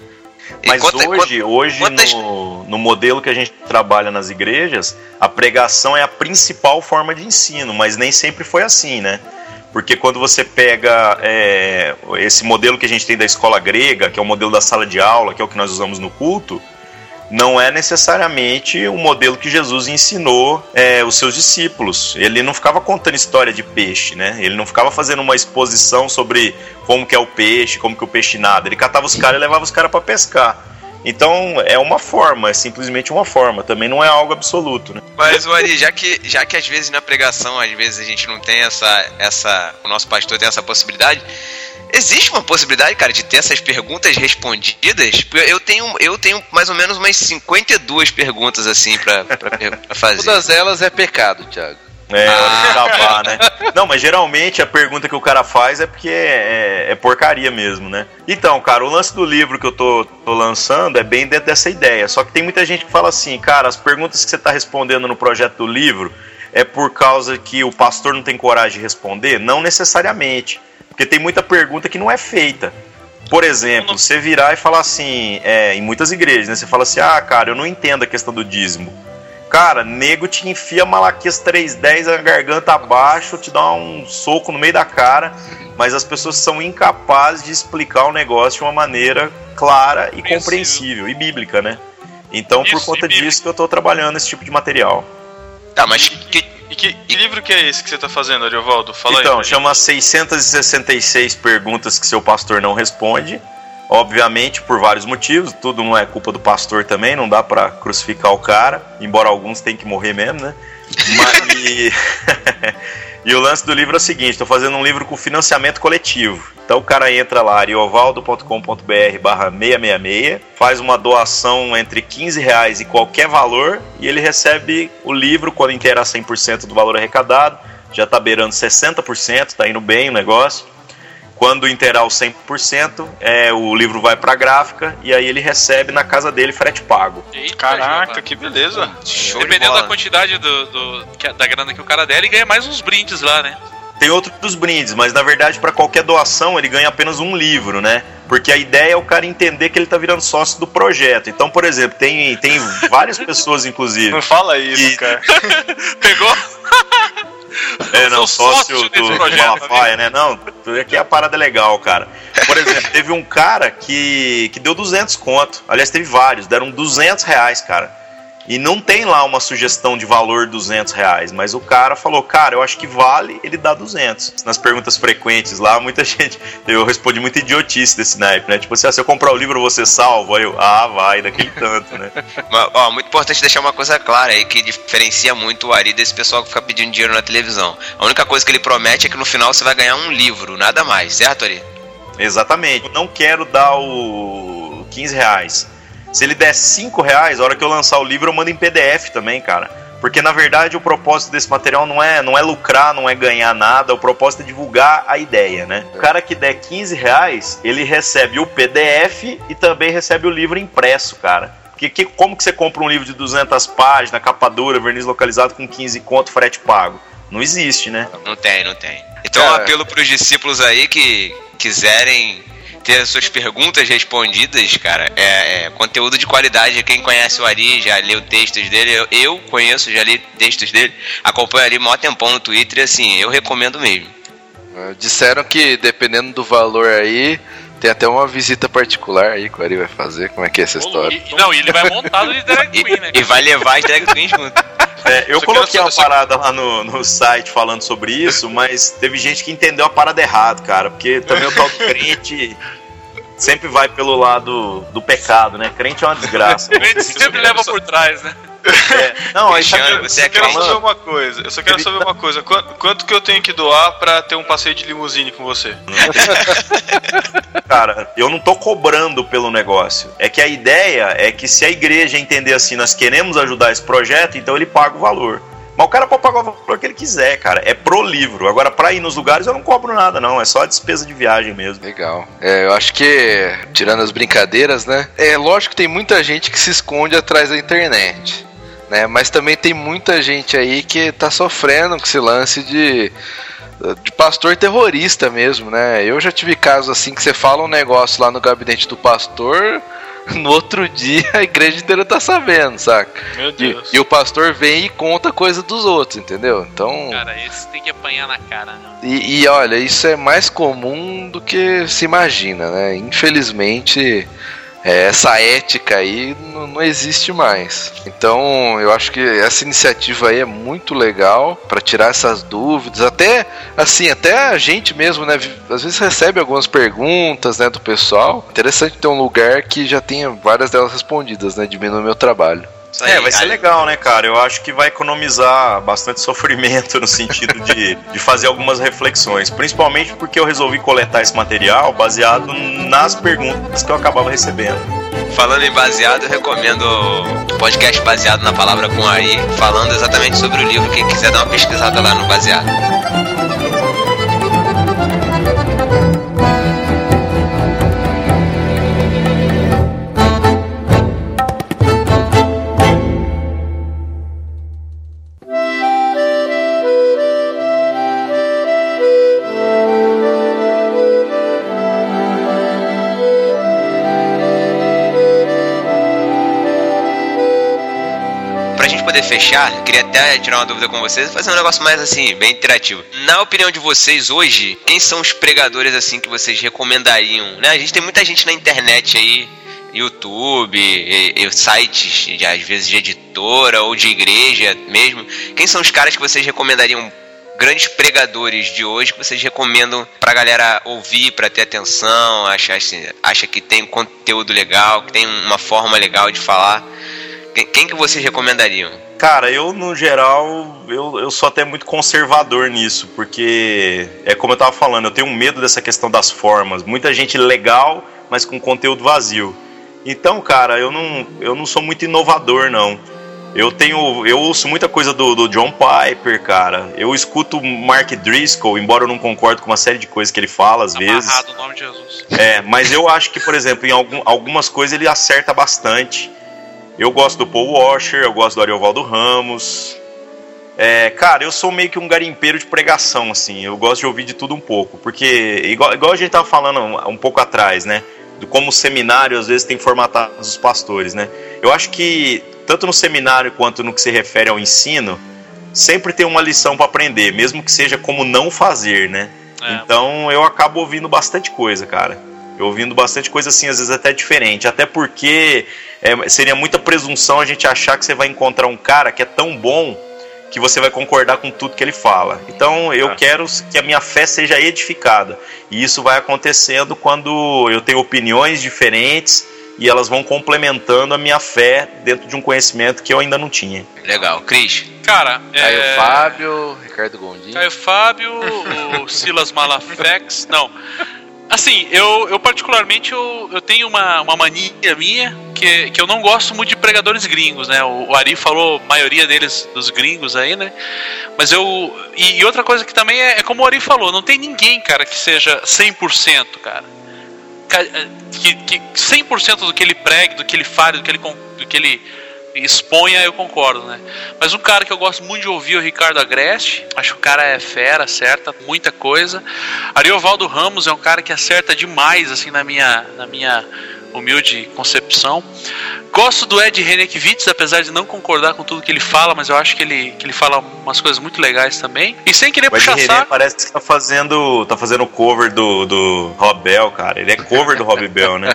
S5: Mas hoje no modelo que a gente trabalha nas igrejas, a pregação é a principal forma de ensino, mas nem sempre foi assim, né? Porque quando você pega esse modelo que a gente tem da escola grega, que é o modelo da sala de aula, que é o que nós usamos no culto, não é necessariamente o modelo que Jesus ensinou os seus discípulos. Ele não ficava contando história de peixe, né? Ele não ficava fazendo uma exposição sobre como que é o peixe, como que o peixe nada. Ele catava os caras e levava os caras para pescar. Então é uma forma, é simplesmente uma forma, também não é algo absoluto, né?
S2: Mas, Ari, já que às vezes na pregação, às vezes a gente não tem o nosso pastor tem essa possibilidade, existe uma possibilidade, cara, de ter essas perguntas respondidas? Eu tenho mais ou menos umas 52 perguntas assim pra fazer.
S3: Todas elas é pecado, Thiago.
S5: Hora de acabar, né? Não, mas geralmente a pergunta que o cara faz é porque é porcaria mesmo, né? Então, cara, o lance do livro que eu tô lançando é bem dentro dessa ideia. Só que tem muita gente que fala assim: cara, as perguntas que você tá respondendo no projeto do livro é por causa que o pastor não tem coragem de responder? Não necessariamente. Porque tem muita pergunta que não é feita. Por exemplo, você virar e falar assim, em muitas igrejas, né? Você fala assim: ah, cara, eu não entendo a questão do dízimo. Cara, nego te enfia Malaquias 3:10 na garganta abaixo, te dá um soco no meio da cara, mas as pessoas são incapazes de explicar o negócio de uma maneira clara e compreensível, e bíblica, né? Então, por conta disso que eu tô trabalhando esse tipo de material.
S2: Tá, mas
S1: que livro que é esse que você tá fazendo, Ariovaldo? Fala aí.
S5: Então, chama 666 perguntas que seu pastor não responde. Obviamente, por vários motivos, tudo não é culpa do pastor também, não dá pra crucificar o cara, embora alguns tenham que morrer mesmo, né? E o lance do livro é o seguinte: estou fazendo um livro com financiamento coletivo. Então o cara entra lá, ariovaldo.com.br/666, faz uma doação entre R$15 e qualquer valor, e ele recebe o livro quando inteira 100% do valor arrecadado, já tá beirando 60%, tá indo bem o negócio. Quando inteirar os 100%, o livro vai pra gráfica e aí ele recebe na casa dele frete pago.
S1: Eita, caraca, que beleza.
S4: Dependendo da quantidade da grana que o cara der, ele ganha mais uns brindes lá, né?
S5: Tem outros brindes, mas na verdade para qualquer doação ele ganha apenas um livro, né? Porque a ideia é o cara entender que ele tá virando sócio do projeto. Então, por exemplo, tem várias pessoas, inclusive...
S1: Não fala isso, cara.
S4: Pegou?
S5: Não, sócio do Malafaia, né? Não, aqui a parada é legal, cara. Por exemplo, teve um cara que deu 200 conto. Aliás, teve vários, deram R$200, cara. E não tem lá uma sugestão de valor R$200, mas o cara falou: cara, eu acho que vale, ele dá 200. Nas perguntas frequentes lá, muita gente... Eu respondi muita idiotice desse naipe, né? Tipo assim, se eu comprar o livro, você salva? Aí eu, vai, daquele tanto, né?
S2: Mas, muito importante deixar uma coisa clara aí, que diferencia muito o Ari desse pessoal que fica pedindo dinheiro na televisão. A única coisa que ele promete é que no final você vai ganhar um livro, nada mais, certo, Ari?
S5: Exatamente. Eu não quero dar o R$15. Se ele der R$5, a hora que eu lançar o livro eu mando em PDF também, cara. Porque na verdade o propósito desse material não é lucrar, não é ganhar nada, o propósito é divulgar a ideia, né? O cara que der R$15, ele recebe o PDF e também recebe o livro impresso, cara. Porque como que você compra um livro de 200 páginas, capa dura, verniz localizado com 15 conto, frete pago? Não existe, né?
S2: Não tem. Então um apelo pros discípulos aí que quiserem ter as suas perguntas respondidas, cara, é conteúdo de qualidade. Quem conhece o Ari, já leu textos dele, eu conheço, já li textos dele, acompanho ali maior tempão no Twitter e assim, eu recomendo mesmo.
S3: Disseram que dependendo do valor aí, tem até uma visita particular aí que o Ari vai fazer. Como é que é essa história?
S4: Não, e ele vai montado de drag queen, né?
S2: E vai levar as drag queens junto.
S5: Eu coloquei uma parada lá no site falando sobre isso, mas teve gente que entendeu a parada errado, cara. Porque também o tal do crente sempre vai pelo lado do pecado, né? Crente é uma desgraça.
S4: Crente sempre leva por trás, né?
S5: Não, aí
S1: você quero saber uma coisa. Eu só quero saber uma coisa. Quanto que eu tenho que doar pra ter um passeio de limusine com você?
S5: Cara, eu não tô cobrando pelo negócio. É que a ideia é que se a igreja entender assim, nós queremos ajudar esse projeto, então ele paga o valor. Mas o cara pode pagar o valor que ele quiser, cara. É pro livro. Agora, pra ir nos lugares, eu não cobro nada, não. É só a despesa de viagem mesmo.
S3: Legal. Eu acho que, tirando as brincadeiras, né? É lógico que tem muita gente que se esconde atrás da internet, né? Mas também tem muita gente aí que tá sofrendo com esse lance de pastor terrorista mesmo, né? Eu já tive casos assim que você fala um negócio lá no gabinete do pastor, no outro dia a igreja inteira tá sabendo, saca?
S1: Meu Deus.
S3: E o pastor vem e conta coisa dos outros, entendeu? Então...
S4: Cara, esse tem que apanhar na cara, né?
S3: E olha, isso é mais comum do que se imagina, né? Infelizmente... essa ética aí não existe mais. Então eu acho que essa iniciativa aí é muito legal para tirar essas dúvidas. Até a gente mesmo, né, às vezes recebe algumas perguntas, né, do pessoal. Interessante ter um lugar que já tenha várias delas respondidas, né, diminui o meu trabalho.
S5: Vai ser legal, né, cara? Eu acho que vai economizar bastante sofrimento no sentido de fazer algumas reflexões. Principalmente porque eu resolvi coletar esse material baseado nas perguntas que eu acabava recebendo.
S2: Falando em baseado, eu recomendo o podcast Baseado na Palavra com Ari, falando exatamente sobre o livro. Quem quiser dar uma pesquisada lá no Baseado. Poder fechar, queria até tirar uma dúvida com vocês e fazer um negócio mais assim, bem interativo. Na opinião de vocês hoje, quem são os pregadores assim que vocês recomendariam? Né? A gente tem muita gente na internet aí, YouTube, e sites, às vezes de editora ou de igreja mesmo. Quem são os caras que vocês recomendariam, grandes pregadores de hoje, que vocês recomendam pra galera ouvir, pra ter atenção, acha que tem conteúdo legal, que tem uma forma legal de falar? Quem que vocês recomendariam?
S5: Cara, eu no geral, eu sou até muito conservador nisso, porque é como eu tava falando, eu tenho medo dessa questão das formas. Muita gente legal, mas com conteúdo vazio. Então, cara, eu não sou muito inovador, não. Eu ouço muita coisa do John Piper, cara. Eu escuto Mark Driscoll, embora eu não concorde com uma série de coisas que ele fala às vezes.
S4: Amarrado, no nome de Jesus.
S5: Mas eu acho que, por exemplo, em algumas coisas ele acerta bastante. Eu gosto do Paul Washer, eu gosto do Ariovaldo Ramos. Cara, eu sou meio que um garimpeiro de pregação, assim. Eu gosto de ouvir de tudo um pouco. Porque, igual a gente tava falando um pouco atrás, né? De como o seminário, às vezes, tem formatado os pastores, né? Eu acho que, tanto no seminário quanto no que se refere ao ensino, sempre tem uma lição para aprender, mesmo que seja como não fazer, né? Então, eu acabo ouvindo bastante coisa, cara. Ouvindo bastante coisa assim, às vezes até diferente. Até porque seria muita presunção a gente achar que você vai encontrar um cara que é tão bom que você vai concordar com tudo que ele fala. Então eu quero que a minha fé seja edificada. E isso vai acontecendo quando eu tenho opiniões diferentes e elas vão complementando a minha fé dentro de um conhecimento que eu ainda não tinha.
S2: Legal. Cris?
S4: Cara,
S3: Caio Fábio, Ricardo Gondim.
S4: Caio Fábio, o Silas Malafex. Não. Assim, eu particularmente eu tenho uma mania minha que eu não gosto muito de pregadores gringos, né? O Ari falou a maioria deles dos gringos aí, né? Mas e outra coisa que também como o Ari falou, não tem ninguém, cara, que seja 100%, cara. Que 100% do que ele prega, do que ele fale, do que ele exponha, eu concordo, né? Mas um cara que eu gosto muito de ouvir é o Ricardo Agreste. Acho que o cara é fera, acerta muita coisa. Ariovaldo Ramos é um cara que acerta demais, assim, na minha humilde concepção. Gosto do Ed Renekiewicz, apesar de não concordar com tudo que ele fala, mas eu acho que ele fala umas coisas muito legais também. E sem querer puxar saco,
S5: parece que tá fazendo o cover do Rob Bell, cara. Ele é cover do Rob Bell, né?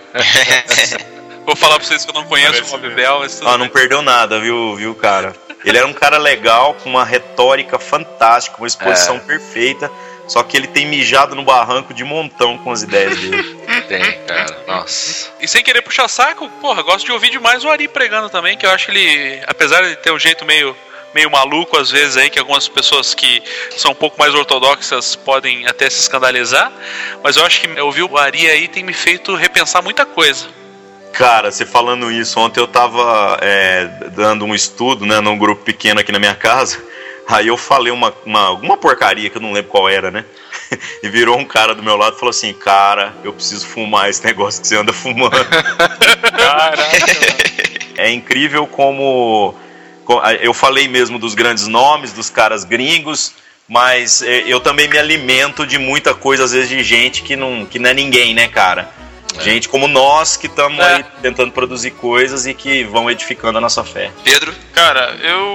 S4: Vou falar pra vocês que eu não conheço o Rob Bell.
S5: Não perdeu nada, viu, cara? Ele era um cara legal, com uma retórica fantástica, uma exposição perfeita. Só que ele tem mijado no barranco de montão com as ideias dele.
S3: Tem, cara. Nossa.
S4: E sem querer puxar saco, porra, gosto de ouvir demais o Ari pregando também, que eu acho que ele, apesar de ter um jeito meio maluco às vezes aí, que algumas pessoas que são um pouco mais ortodoxas podem até se escandalizar, mas eu acho que ouvir o Ari aí tem me feito repensar muita coisa.
S5: Cara, você falando isso, ontem eu tava dando um estudo, né, num grupo pequeno aqui na minha casa. Aí eu falei alguma porcaria que eu não lembro qual era, né? E virou um cara do meu lado e falou assim: cara, eu preciso fumar esse negócio que você anda fumando. Caraca. É incrível como eu falei mesmo dos grandes nomes, dos caras gringos, mas eu também me alimento de muita coisa, às vezes, de gente que não é ninguém, né, cara? Gente como nós que estamos aí tentando produzir coisas e que vão edificando a nossa fé.
S2: Pedro?
S1: Cara,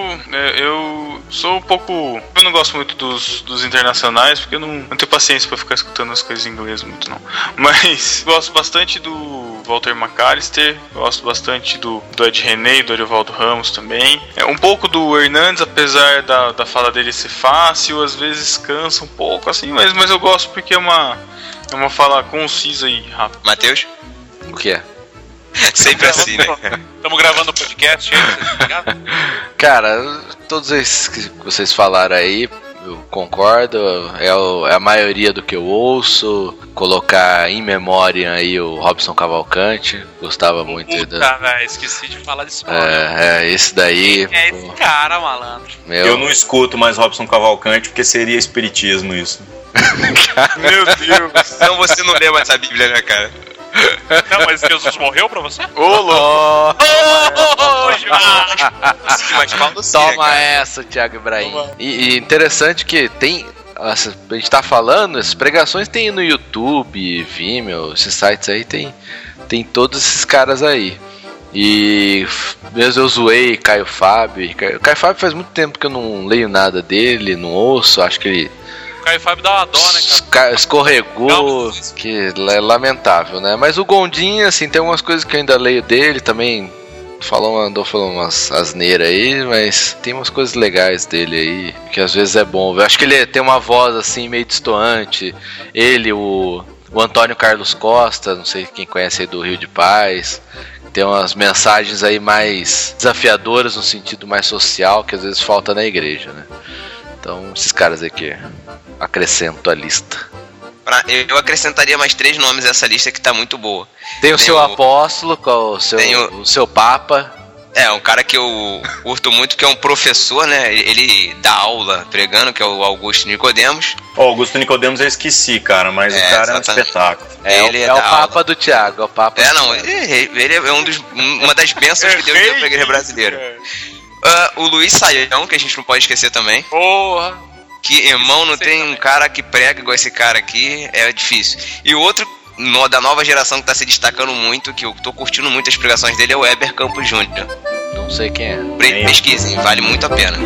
S1: eu sou um pouco... Eu não gosto muito dos internacionais, porque eu não tenho paciência pra ficar escutando as coisas em inglês muito, não. Mas gosto bastante do Walter McAllister, gosto bastante do Ed René e do Ariovaldo Ramos também. Um pouco do Hernandes, apesar da fala dele ser fácil, às vezes cansa um pouco, assim, mas eu gosto porque é uma fala concisa e rápida.
S2: Matheus?
S3: O que é?
S2: Sempre assim, né?
S4: Estamos gravando o podcast aí, vocês estão ligados?
S3: Cara, todos esses que vocês falaram aí, eu concordo, é a maioria do que eu ouço. Colocar em memória aí o Robson Cavalcante, gostava muito.
S4: Velho, esqueci de falar disso.
S3: Esse daí.
S4: Quem é esse cara, malandro?
S5: Eu não escuto mais Robson Cavalcante porque seria espiritismo isso.
S1: Meu Deus.
S2: Então você não lê mais a Bíblia, né, cara?
S4: Não, mas Jesus morreu pra você?
S3: Toma essa, Thiago Ibrahim. E interessante que tem... A gente tá falando, essas pregações tem no YouTube, Vimeo, esses sites aí, tem todos esses caras aí. E mesmo eu zoei Caio Fábio. Caio Fábio faz muito tempo que eu não leio nada dele, não ouço, acho que ele...
S4: O Caio Fábio dá uma dó, né, cara?
S3: Escorregou, que é lamentável, né? Mas o Gondim, assim, tem algumas coisas que eu ainda leio dele, também andou falando umas asneiras aí, mas tem umas coisas legais dele aí, que às vezes é bom. Eu acho que ele tem uma voz, assim, meio destoante. Ele, o Antônio Carlos Costa, não sei quem conhece aí do Rio de Paz, tem umas mensagens aí mais desafiadoras no sentido mais social, que às vezes falta na igreja, né? Então, esses caras aqui, acrescento a lista.
S2: Eu acrescentaria mais 3 nomes a essa lista que tá muito boa.
S3: Tem o seu apóstolo, qual o seu papa.
S2: Um cara que eu curto muito, que é um professor, né? Ele dá aula pregando, que é o Augusto Nicodemos.
S5: O Augusto Nicodemos eu esqueci, cara, mas o cara exatamente. É um espetáculo.
S3: Ele é o papa do Thiago, é o papa.
S2: Ele é uma das bênçãos que Deus deu pra igreja brasileira. O Luiz Saião, que a gente não pode esquecer também.
S4: Porra!
S2: Que, irmão, não tem um cara que prega igual esse cara aqui, é difícil. E o outro da nova geração que tá se destacando muito, que eu tô curtindo muito as pregações dele, é o Heber Campos Júnior.
S3: Não sei quem é.
S2: Pesquisem, vale muito a pena.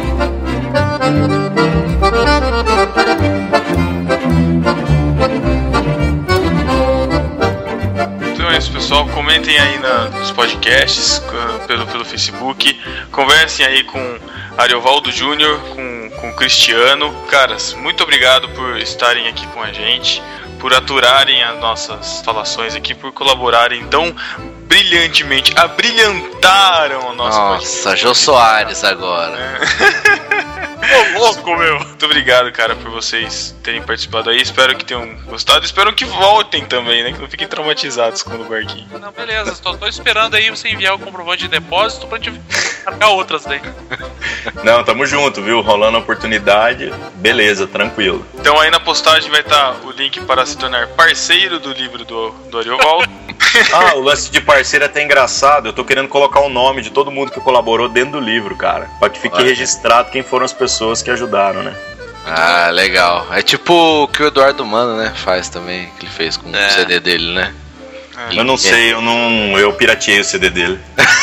S1: Então é isso, pessoal. Comentem aí nos podcasts, pelo Facebook. Conversem aí com Ariovaldo Júnior, com o Cristiano. Caras, muito obrigado por estarem aqui com a gente, por aturarem as nossas falações aqui, por colaborarem tão brilhantemente, abrilhantaram o nosso podcast.
S3: Nossa, Jô Soares agora.
S1: Ô, louco, meu. Muito obrigado, cara, por vocês terem participado aí. Espero que tenham gostado. Espero que voltem também, né? Que não fiquem traumatizados com o barquinho.
S4: Não, beleza. Tô esperando aí você enviar o comprovante de depósito pra gente marcar outras daí.
S5: Não, tamo junto, viu? Rolando a oportunidade. Beleza, tranquilo.
S1: Então aí na postagem vai estar o link para se tornar parceiro do livro do Ariovaldo.
S5: O lance de parceiro é até engraçado. Eu tô querendo colocar o nome de todo mundo que colaborou dentro do livro, cara. Pra que fique registrado quem foram as pessoas que ajudaram, né?
S3: Ah, legal. É tipo o que o Eduardo Mano, né, faz também, que ele fez com o CD dele, né?
S5: Eu não sei, eu pirateei o CD dele.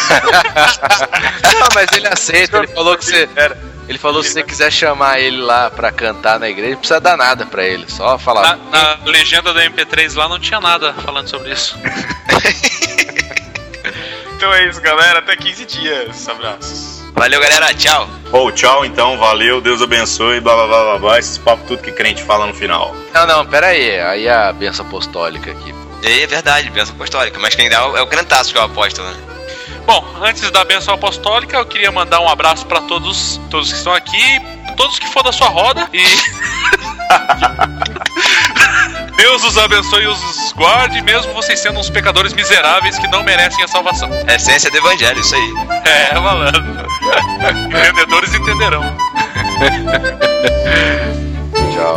S3: Não, mas ele aceita, ele falou que você... Ele falou que se você quiser chamar ele lá pra cantar na igreja, não precisa dar nada pra ele, só falar.
S4: Na legenda do MP3 lá não tinha nada falando sobre isso.
S1: Então é isso, galera. Até 15 dias. Abraços.
S2: Valeu, galera. Tchau.
S5: Tchau então. Valeu. Deus abençoe. Blá, blá, blá, blá, blá. Esses papos tudo que crente fala no final.
S3: Não, pera aí. Aí a benção apostólica aqui.
S2: É verdade, benção apostólica. Mas quem dá é o crentaço que é o apóstolo, né?
S4: Bom, antes da benção apostólica, eu queria mandar um abraço pra todos que estão aqui, todos que for da sua roda e... Deus os abençoe e os guarde, mesmo vocês sendo uns pecadores miseráveis que não merecem a salvação.
S2: É a essência do evangelho, isso aí.
S4: É, malandro. Entendedores entenderão.
S3: Tchau.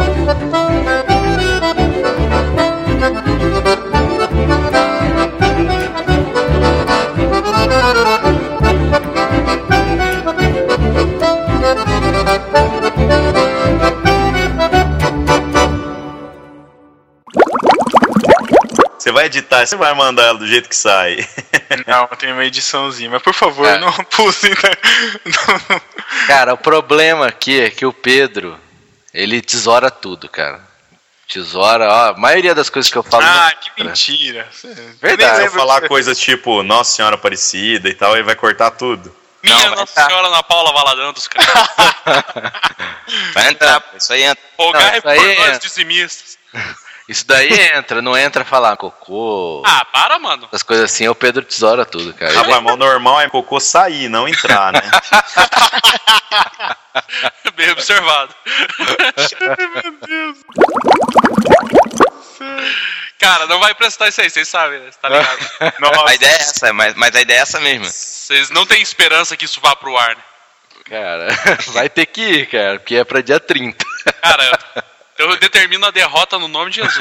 S5: Você vai editar, você vai mandar ela do jeito que sai.
S1: Não, tem uma ediçãozinha, mas por favor, não puse. Não.
S3: Cara, o problema aqui é que o Pedro, ele tesoura tudo, cara. Tesoura, ó, a maioria das coisas que eu falo.
S1: Que mentira.
S5: Verdade. Se eu falar coisas tipo Nossa Senhora Aparecida e tal, ele vai cortar tudo.
S4: Minha Nossa Senhora na Paula Valadão dos caras.
S2: Vai entrar, pô, isso aí entra.
S4: Rogai por nós dizimistas.
S3: Isso daí entra, não entra falar cocô.
S4: Para, mano.
S3: As coisas assim, o Pedro tesoura tudo, cara.
S5: Rapaz, mas o normal é cocô sair, não entrar, né?
S4: Bem observado.
S1: Meu Deus.
S4: Cara, não vai prestar isso aí, vocês sabem, né? Você tá ligado?
S2: Nossa. A ideia é essa, mas a ideia é essa mesmo.
S4: Vocês não têm esperança que isso vá pro ar, né?
S3: Cara, vai ter que ir, cara, porque é pra dia 30.
S4: Cara, eu determino a derrota no nome de Jesus.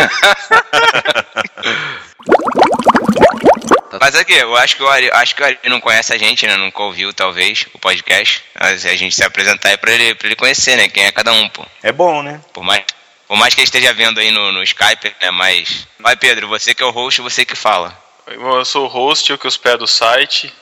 S2: Mas aqui, eu acho que o Ari não conhece a gente, né? Nunca ouviu, talvez, o podcast. Mas a gente se apresentar é pra ele conhecer, né? Quem é cada um, pô.
S5: É bom, né?
S2: Por mais que ele esteja vendo aí no Skype, né? Mas... Vai, Pedro, você que é o host, você que fala.
S1: Eu sou o host, eu que hospedo o site.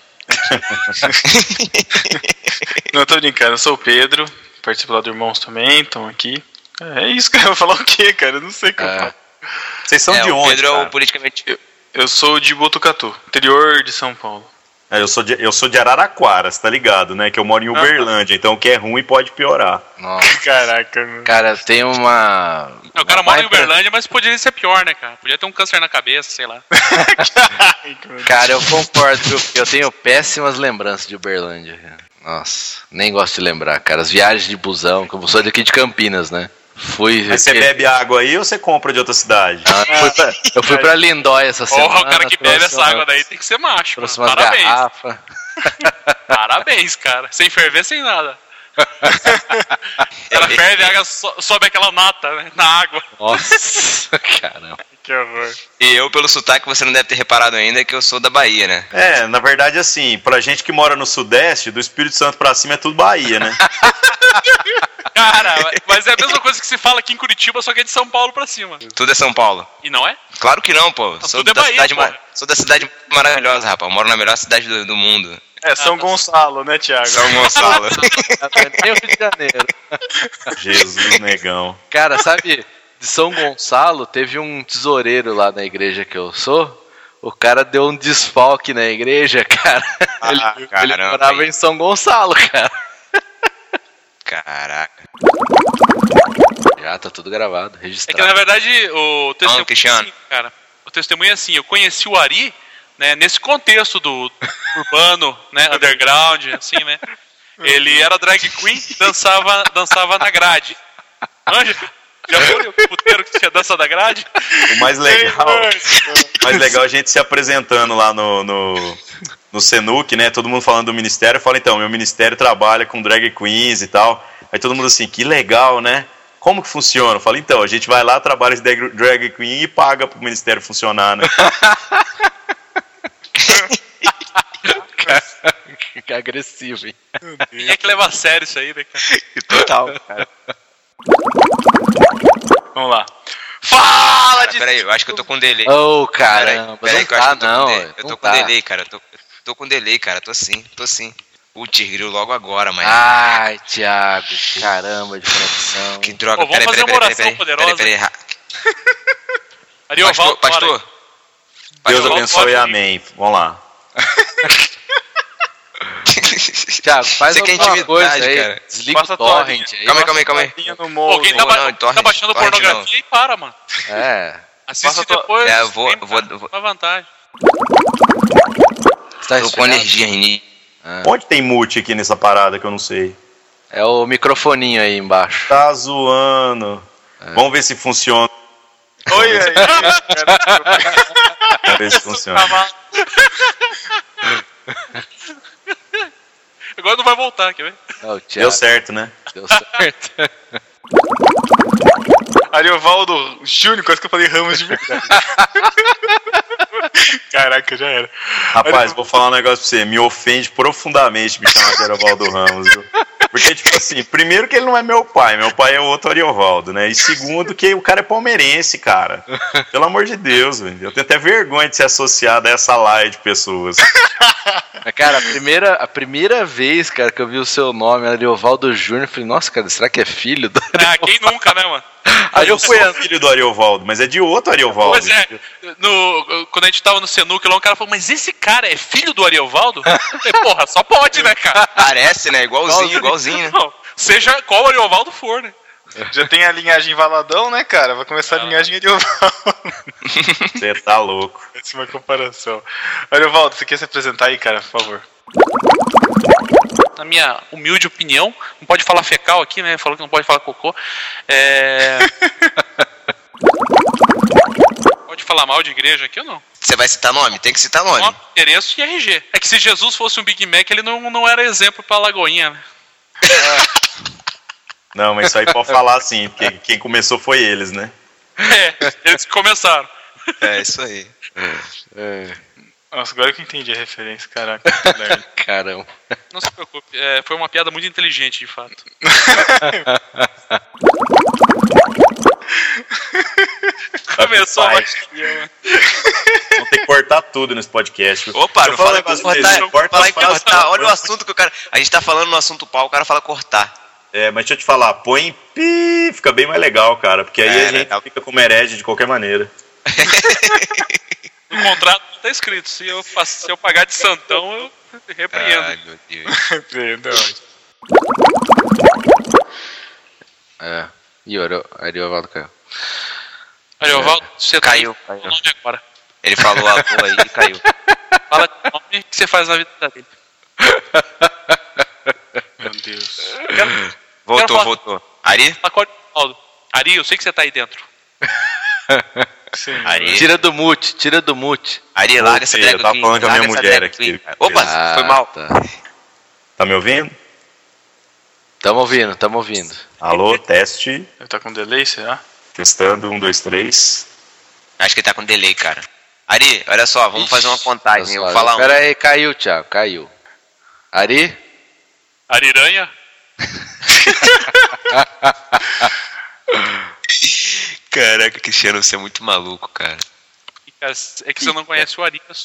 S1: Não, tô brincando, eu sou o Pedro. Participo lá do Irmãos também, estão aqui. É isso, cara. Eu vou falar o quê, cara? Eu não sei o que eu falo.
S5: Vocês são de onde,
S2: Pedro
S5: cara?
S2: é o politicamente...
S1: Eu sou de Botucatu, interior de São Paulo.
S5: Eu sou de Araraquara, você tá ligado, né? Que eu moro em Uberlândia, então o que é ruim pode piorar.
S3: Nossa.
S1: Caraca, meu.
S3: Cara, tem uma...
S4: O cara mora em Uberlândia, mas poderia ser pior, né, cara? Podia ter um câncer na cabeça, sei lá.
S3: Cara, eu concordo, viu? Eu tenho péssimas lembranças de Uberlândia. Nossa, nem gosto de lembrar, cara. As viagens de busão, que eu sou daqui de Campinas, né?
S5: Mas você bebe água aí ou você compra de outra cidade?
S3: Eu fui pra Lindóia essa semana.
S4: O cara que bebe essa água daí tem que ser macho.
S3: Trouxe
S4: mano.
S3: umas
S4: Parabéns.
S3: garrafas.
S4: Parabéns, cara. Sem ferver, sem nada. Ela ferve, a água sobe aquela nata, né, na água.
S3: Nossa, caramba.
S1: Que horror.
S2: E eu, pelo sotaque, você não deve ter reparado ainda que eu sou da Bahia, né?
S5: É, na verdade, assim, pra gente que mora no Sudeste, do Espírito Santo pra cima é tudo Bahia, né?
S4: Cara, mas é a mesma coisa que se fala aqui em Curitiba, só que é de São Paulo pra cima.
S2: Tudo é São Paulo.
S4: E não é?
S2: Claro que não, pô. Sou
S4: tudo
S2: da
S4: é Bahia,
S2: cidade,
S4: pô.
S2: Sou da cidade maravilhosa, rapaz. Eu moro na melhor cidade do mundo.
S1: É São Gonçalo, né, Thiago?
S2: São Gonçalo.
S3: Nem o Rio de Janeiro.
S5: Jesus, negão.
S3: Cara, sabe, de São Gonçalo teve um tesoureiro lá na igreja que eu sou. O cara deu um desfalque na igreja, cara. Ele morava em São Gonçalo, cara.
S2: Caraca.
S3: Já tá tudo gravado, registrado.
S4: É que na verdade o testemunho
S2: Cristiano.
S4: é assim, cara. O testemunho é assim, eu conheci o Ari, né, nesse contexto do urbano, né, underground, assim, né. Ele era drag queen e dançava na grade. Manja? Já foi o puteiro que tinha dança da grade?
S5: O mais legal é a gente se apresentando lá no Senuc, né? Todo mundo falando do ministério. Eu falo, então, meu ministério trabalha com drag queens e tal. Aí todo mundo assim, que legal, né? Como que funciona? Eu falo, então, a gente vai lá, trabalha de drag queen e paga pro ministério funcionar, né?
S3: Que agressivo, hein?
S4: Ninguém é que leva a sério isso aí, né, cara?
S8: Total, cara.
S1: Vamos lá. Fala de...
S2: Peraí, eu acho que eu tô com delay.
S3: Ô, caramba,
S2: Peraí,
S3: não
S2: que eu acho que
S3: tá, não.
S2: eu tô com delay, cara. Tô com delay, cara. Tô sim. Putz, grilo logo agora, mas...
S3: Ai, Thiago, caramba de conexão.
S2: Que droga.
S4: Vamos fazer uma oração poderosa.
S2: Peraí.
S4: Ariovaldo,
S2: Pastor.
S5: Deus abençoe, amém. Vamos lá.
S3: Thiago, faz
S2: Você quer
S3: alguma
S2: intimidade,
S3: coisa aí,
S2: cara.
S3: desliga
S1: Passa
S3: o torrent aí.
S2: Calma aí.
S4: Pô, quem tá baixando
S2: torrent
S4: pornografia e para, mano.
S3: É.
S4: Assiste depois.
S2: É, eu vou.
S4: Dá vantagem.
S3: Tá
S2: Tô com energia, Rini.
S5: Onde tem mute aqui nessa parada que eu não sei?
S3: É o microfoninho aí embaixo.
S5: Tá zoando. Vamos ver se funciona.
S1: Oi, aí.
S5: Vamos ver se funciona.
S4: Agora não vai voltar, quer ver?
S5: Deu certo, né?
S3: Deu certo.
S1: Ariovaldo Júnior, quase que eu falei Ramos de verdade. Caraca, já era.
S5: Rapaz, vou falar um negócio pra você. Me ofende profundamente me chamar de Ariovaldo Ramos, viu? Porque, tipo assim, primeiro que ele não é meu pai é o outro Ariovaldo, né? E segundo que o cara é palmeirense, cara. Pelo amor de Deus, velho. Eu tenho até vergonha de ser associado a essa laia de pessoas.
S3: Cara, a primeira vez, cara, que eu vi o seu nome, Ariovaldo Júnior, eu falei, nossa, cara, será que é filho do
S4: Ah, quem nunca, né, mano?
S5: Aí eu fui filho do Ariovaldo, mas é de outro Ariovaldo.
S4: Pois é, quando a gente tava no Senuc lá, um cara falou, mas esse cara é filho do Ariovaldo? Eu falei, porra, só pode, né, cara?
S2: Parece, né? Igualzinho, né?
S4: Não, seja qual Ariovaldo for, né?
S1: Já tem a linhagem Valadão, né, cara? Vai começar a linhagem Ariovaldo.
S5: Você tá louco.
S1: Essa é uma comparação. Ariovaldo, você quer se apresentar aí, cara, por favor?
S4: Na minha humilde opinião, não pode falar fecal aqui, né? Falou que não pode falar cocô. Pode falar mal de igreja aqui ou não?
S2: Você vai citar nome? Tem que citar nome.
S4: Endereço e RG. É que se Jesus fosse um Big Mac, ele não era exemplo pra Lagoinha, né?
S5: Não, mas isso aí pode falar assim, porque quem começou foi eles, né?
S4: Eles que começaram.
S2: É, isso aí.
S1: Nossa, agora que eu entendi a referência, caraca.
S3: Caramba.
S4: Não se preocupe, foi uma piada muito inteligente, de fato. Começou a baixinha,
S5: Vamos ter que cortar tudo nesse podcast.
S2: Opa, não fala cortar. Olha o assunto que o cara... A gente tá falando no assunto pau, o cara fala cortar.
S5: Mas deixa eu te falar, põe pi, fica bem mais legal, cara, porque aí a gente fica como herege de qualquer maneira.
S4: No contrato tá escrito, se eu pagar de santão, eu repreendo.
S2: Ai, meu Deus.
S1: Repreendo, é ótimo.
S3: E o Ariovaldo caiu.
S4: Ariovaldo, você
S2: caiu.
S4: O nome agora.
S2: Ele falou a boa aí e caiu.
S4: Fala o nome que você faz na vida dele.
S1: Meu Deus.
S2: Voltou. Ari?
S4: Ari, eu sei que você tá aí dentro.
S1: Sim,
S2: Ari.
S3: Tira do mute.
S2: Ari, larga essa drag
S5: Eu tava falando com a minha mulher aqui.
S2: Opa, foi mal.
S5: Tá me ouvindo?
S3: Tamo ouvindo.
S5: Alô, teste.
S1: Tá com delay, será?
S5: Testando, 1, 2, 3.
S2: Acho que tá com delay, cara. Ari, olha só, vamos fazer uma contagem. Eu vou falar
S3: Pera aí, caiu, Thiago, caiu. Ari?
S4: Ariranha?
S2: Caraca, Cristiano, você é muito maluco, cara.
S4: É que você não conhece o Arias.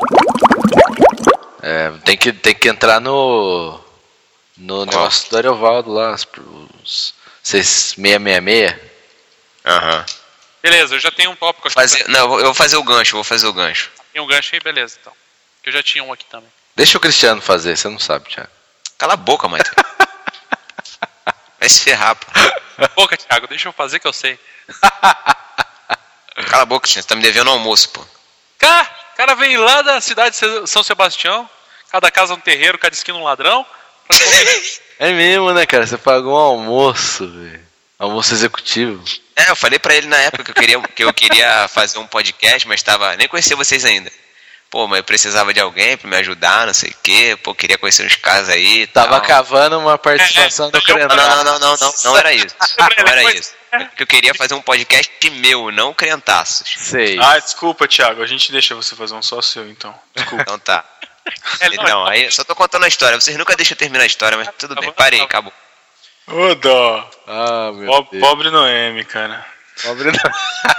S3: Tem que entrar no negócio do Ariovaldo lá, os 666.
S2: Aham.
S4: Beleza, eu já tenho um tópico.
S2: Eu vou fazer o gancho,
S4: Tem um gancho aí, beleza, então. Que eu já tinha um aqui também.
S3: Deixa o Cristiano fazer, você não sabe, Thiago.
S2: Cala a boca, mãe. Vai se ferrar, pô.
S4: Boca, Thiago, deixa eu fazer que eu sei.
S2: Cala a boca, Cristiano, você tá me devendo almoço, pô.
S4: Cara veio lá da cidade de São Sebastião, cada casa um terreiro, cada esquina um ladrão.
S3: É mesmo, né, cara? Você pagou um almoço, velho. Almoço executivo.
S2: Eu falei pra ele na época que eu queria fazer um podcast, mas nem conhecia vocês ainda. Pô, mas eu precisava de alguém pra me ajudar, não sei o quê. Pô, queria conhecer uns caras aí.
S3: Tava cavando uma participação do Crentaço.
S2: Não era isso. Não era isso. Porque eu queria fazer um podcast meu, não Crentaços.
S3: Sei.
S1: Desculpa, Thiago. A gente deixa você fazer um só seu, então. Desculpa.
S2: Então tá. Então, aí só tô contando a história. Vocês nunca deixam eu terminar a história, mas tudo bem. Parei, acabou.
S1: Ô, dó.
S3: Meu Deus.
S1: Pobre Noemi, cara.
S3: Pobre Noemi.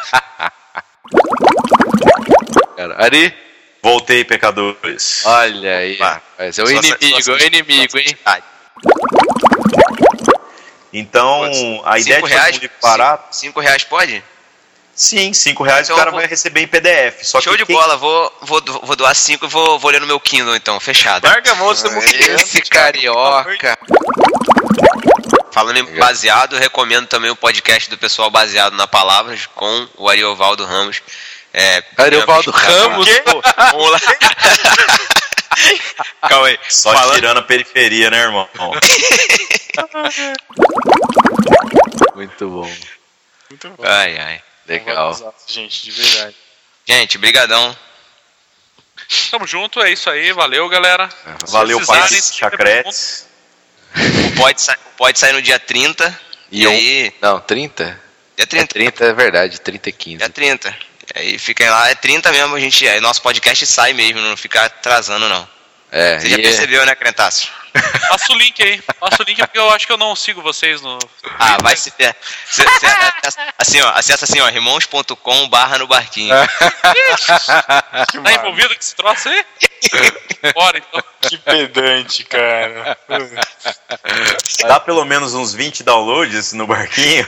S3: Cara, Ari?
S5: Voltei, pecadores.
S3: Olha aí. Mas é o inimigo, hein?
S5: Então, a ideia de fazer um livro barato...
S2: R$5 pode?
S5: Sim, R$5 então o cara vai receber em PDF. Só
S2: show de bola, vou doar 5 e vou ler no meu Kindle, então, fechado.
S1: Larga a mão do
S3: esse carioca.
S2: Falando em baseado, recomendo também o podcast do pessoal baseado na Palavras com o Ariovaldo Ramos.
S3: Ariovaldo Ramos?
S2: Pô, vamos lá. Calma aí.
S5: Só tirando a periferia, né, irmão?
S3: Muito bom.
S1: Muito bom.
S2: Ai.
S3: Legal.
S1: Gente, de verdade.
S2: Gente, brigadão.
S4: Tamo junto, é isso aí. Valeu, galera.
S5: Valeu, pai Chacretes.
S2: Pode sair no dia 30. E aí...
S3: Não, 30?
S2: Dia 30.
S3: 30 é verdade, 30 e 15.
S2: Dia 30. Aí fiquem lá, é 30 mesmo, aí nosso podcast sai mesmo, não fica atrasando não. Você já percebeu, né, Crentaço?
S4: Passa o link aí, porque eu acho que eu não sigo vocês no...
S2: vai se ter. Acessa assim, ó, irmãos.com/no-barquinho.
S4: Tá envolvido com esse troço aí? Bora, então.
S1: Que pedante, cara.
S5: Dá pelo menos uns 20 downloads no barquinho?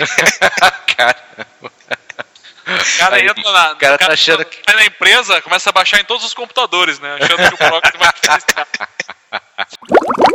S4: Cara entra tá achando que... Vai na empresa, começa a baixar em todos os computadores, né? Achando que o programa vai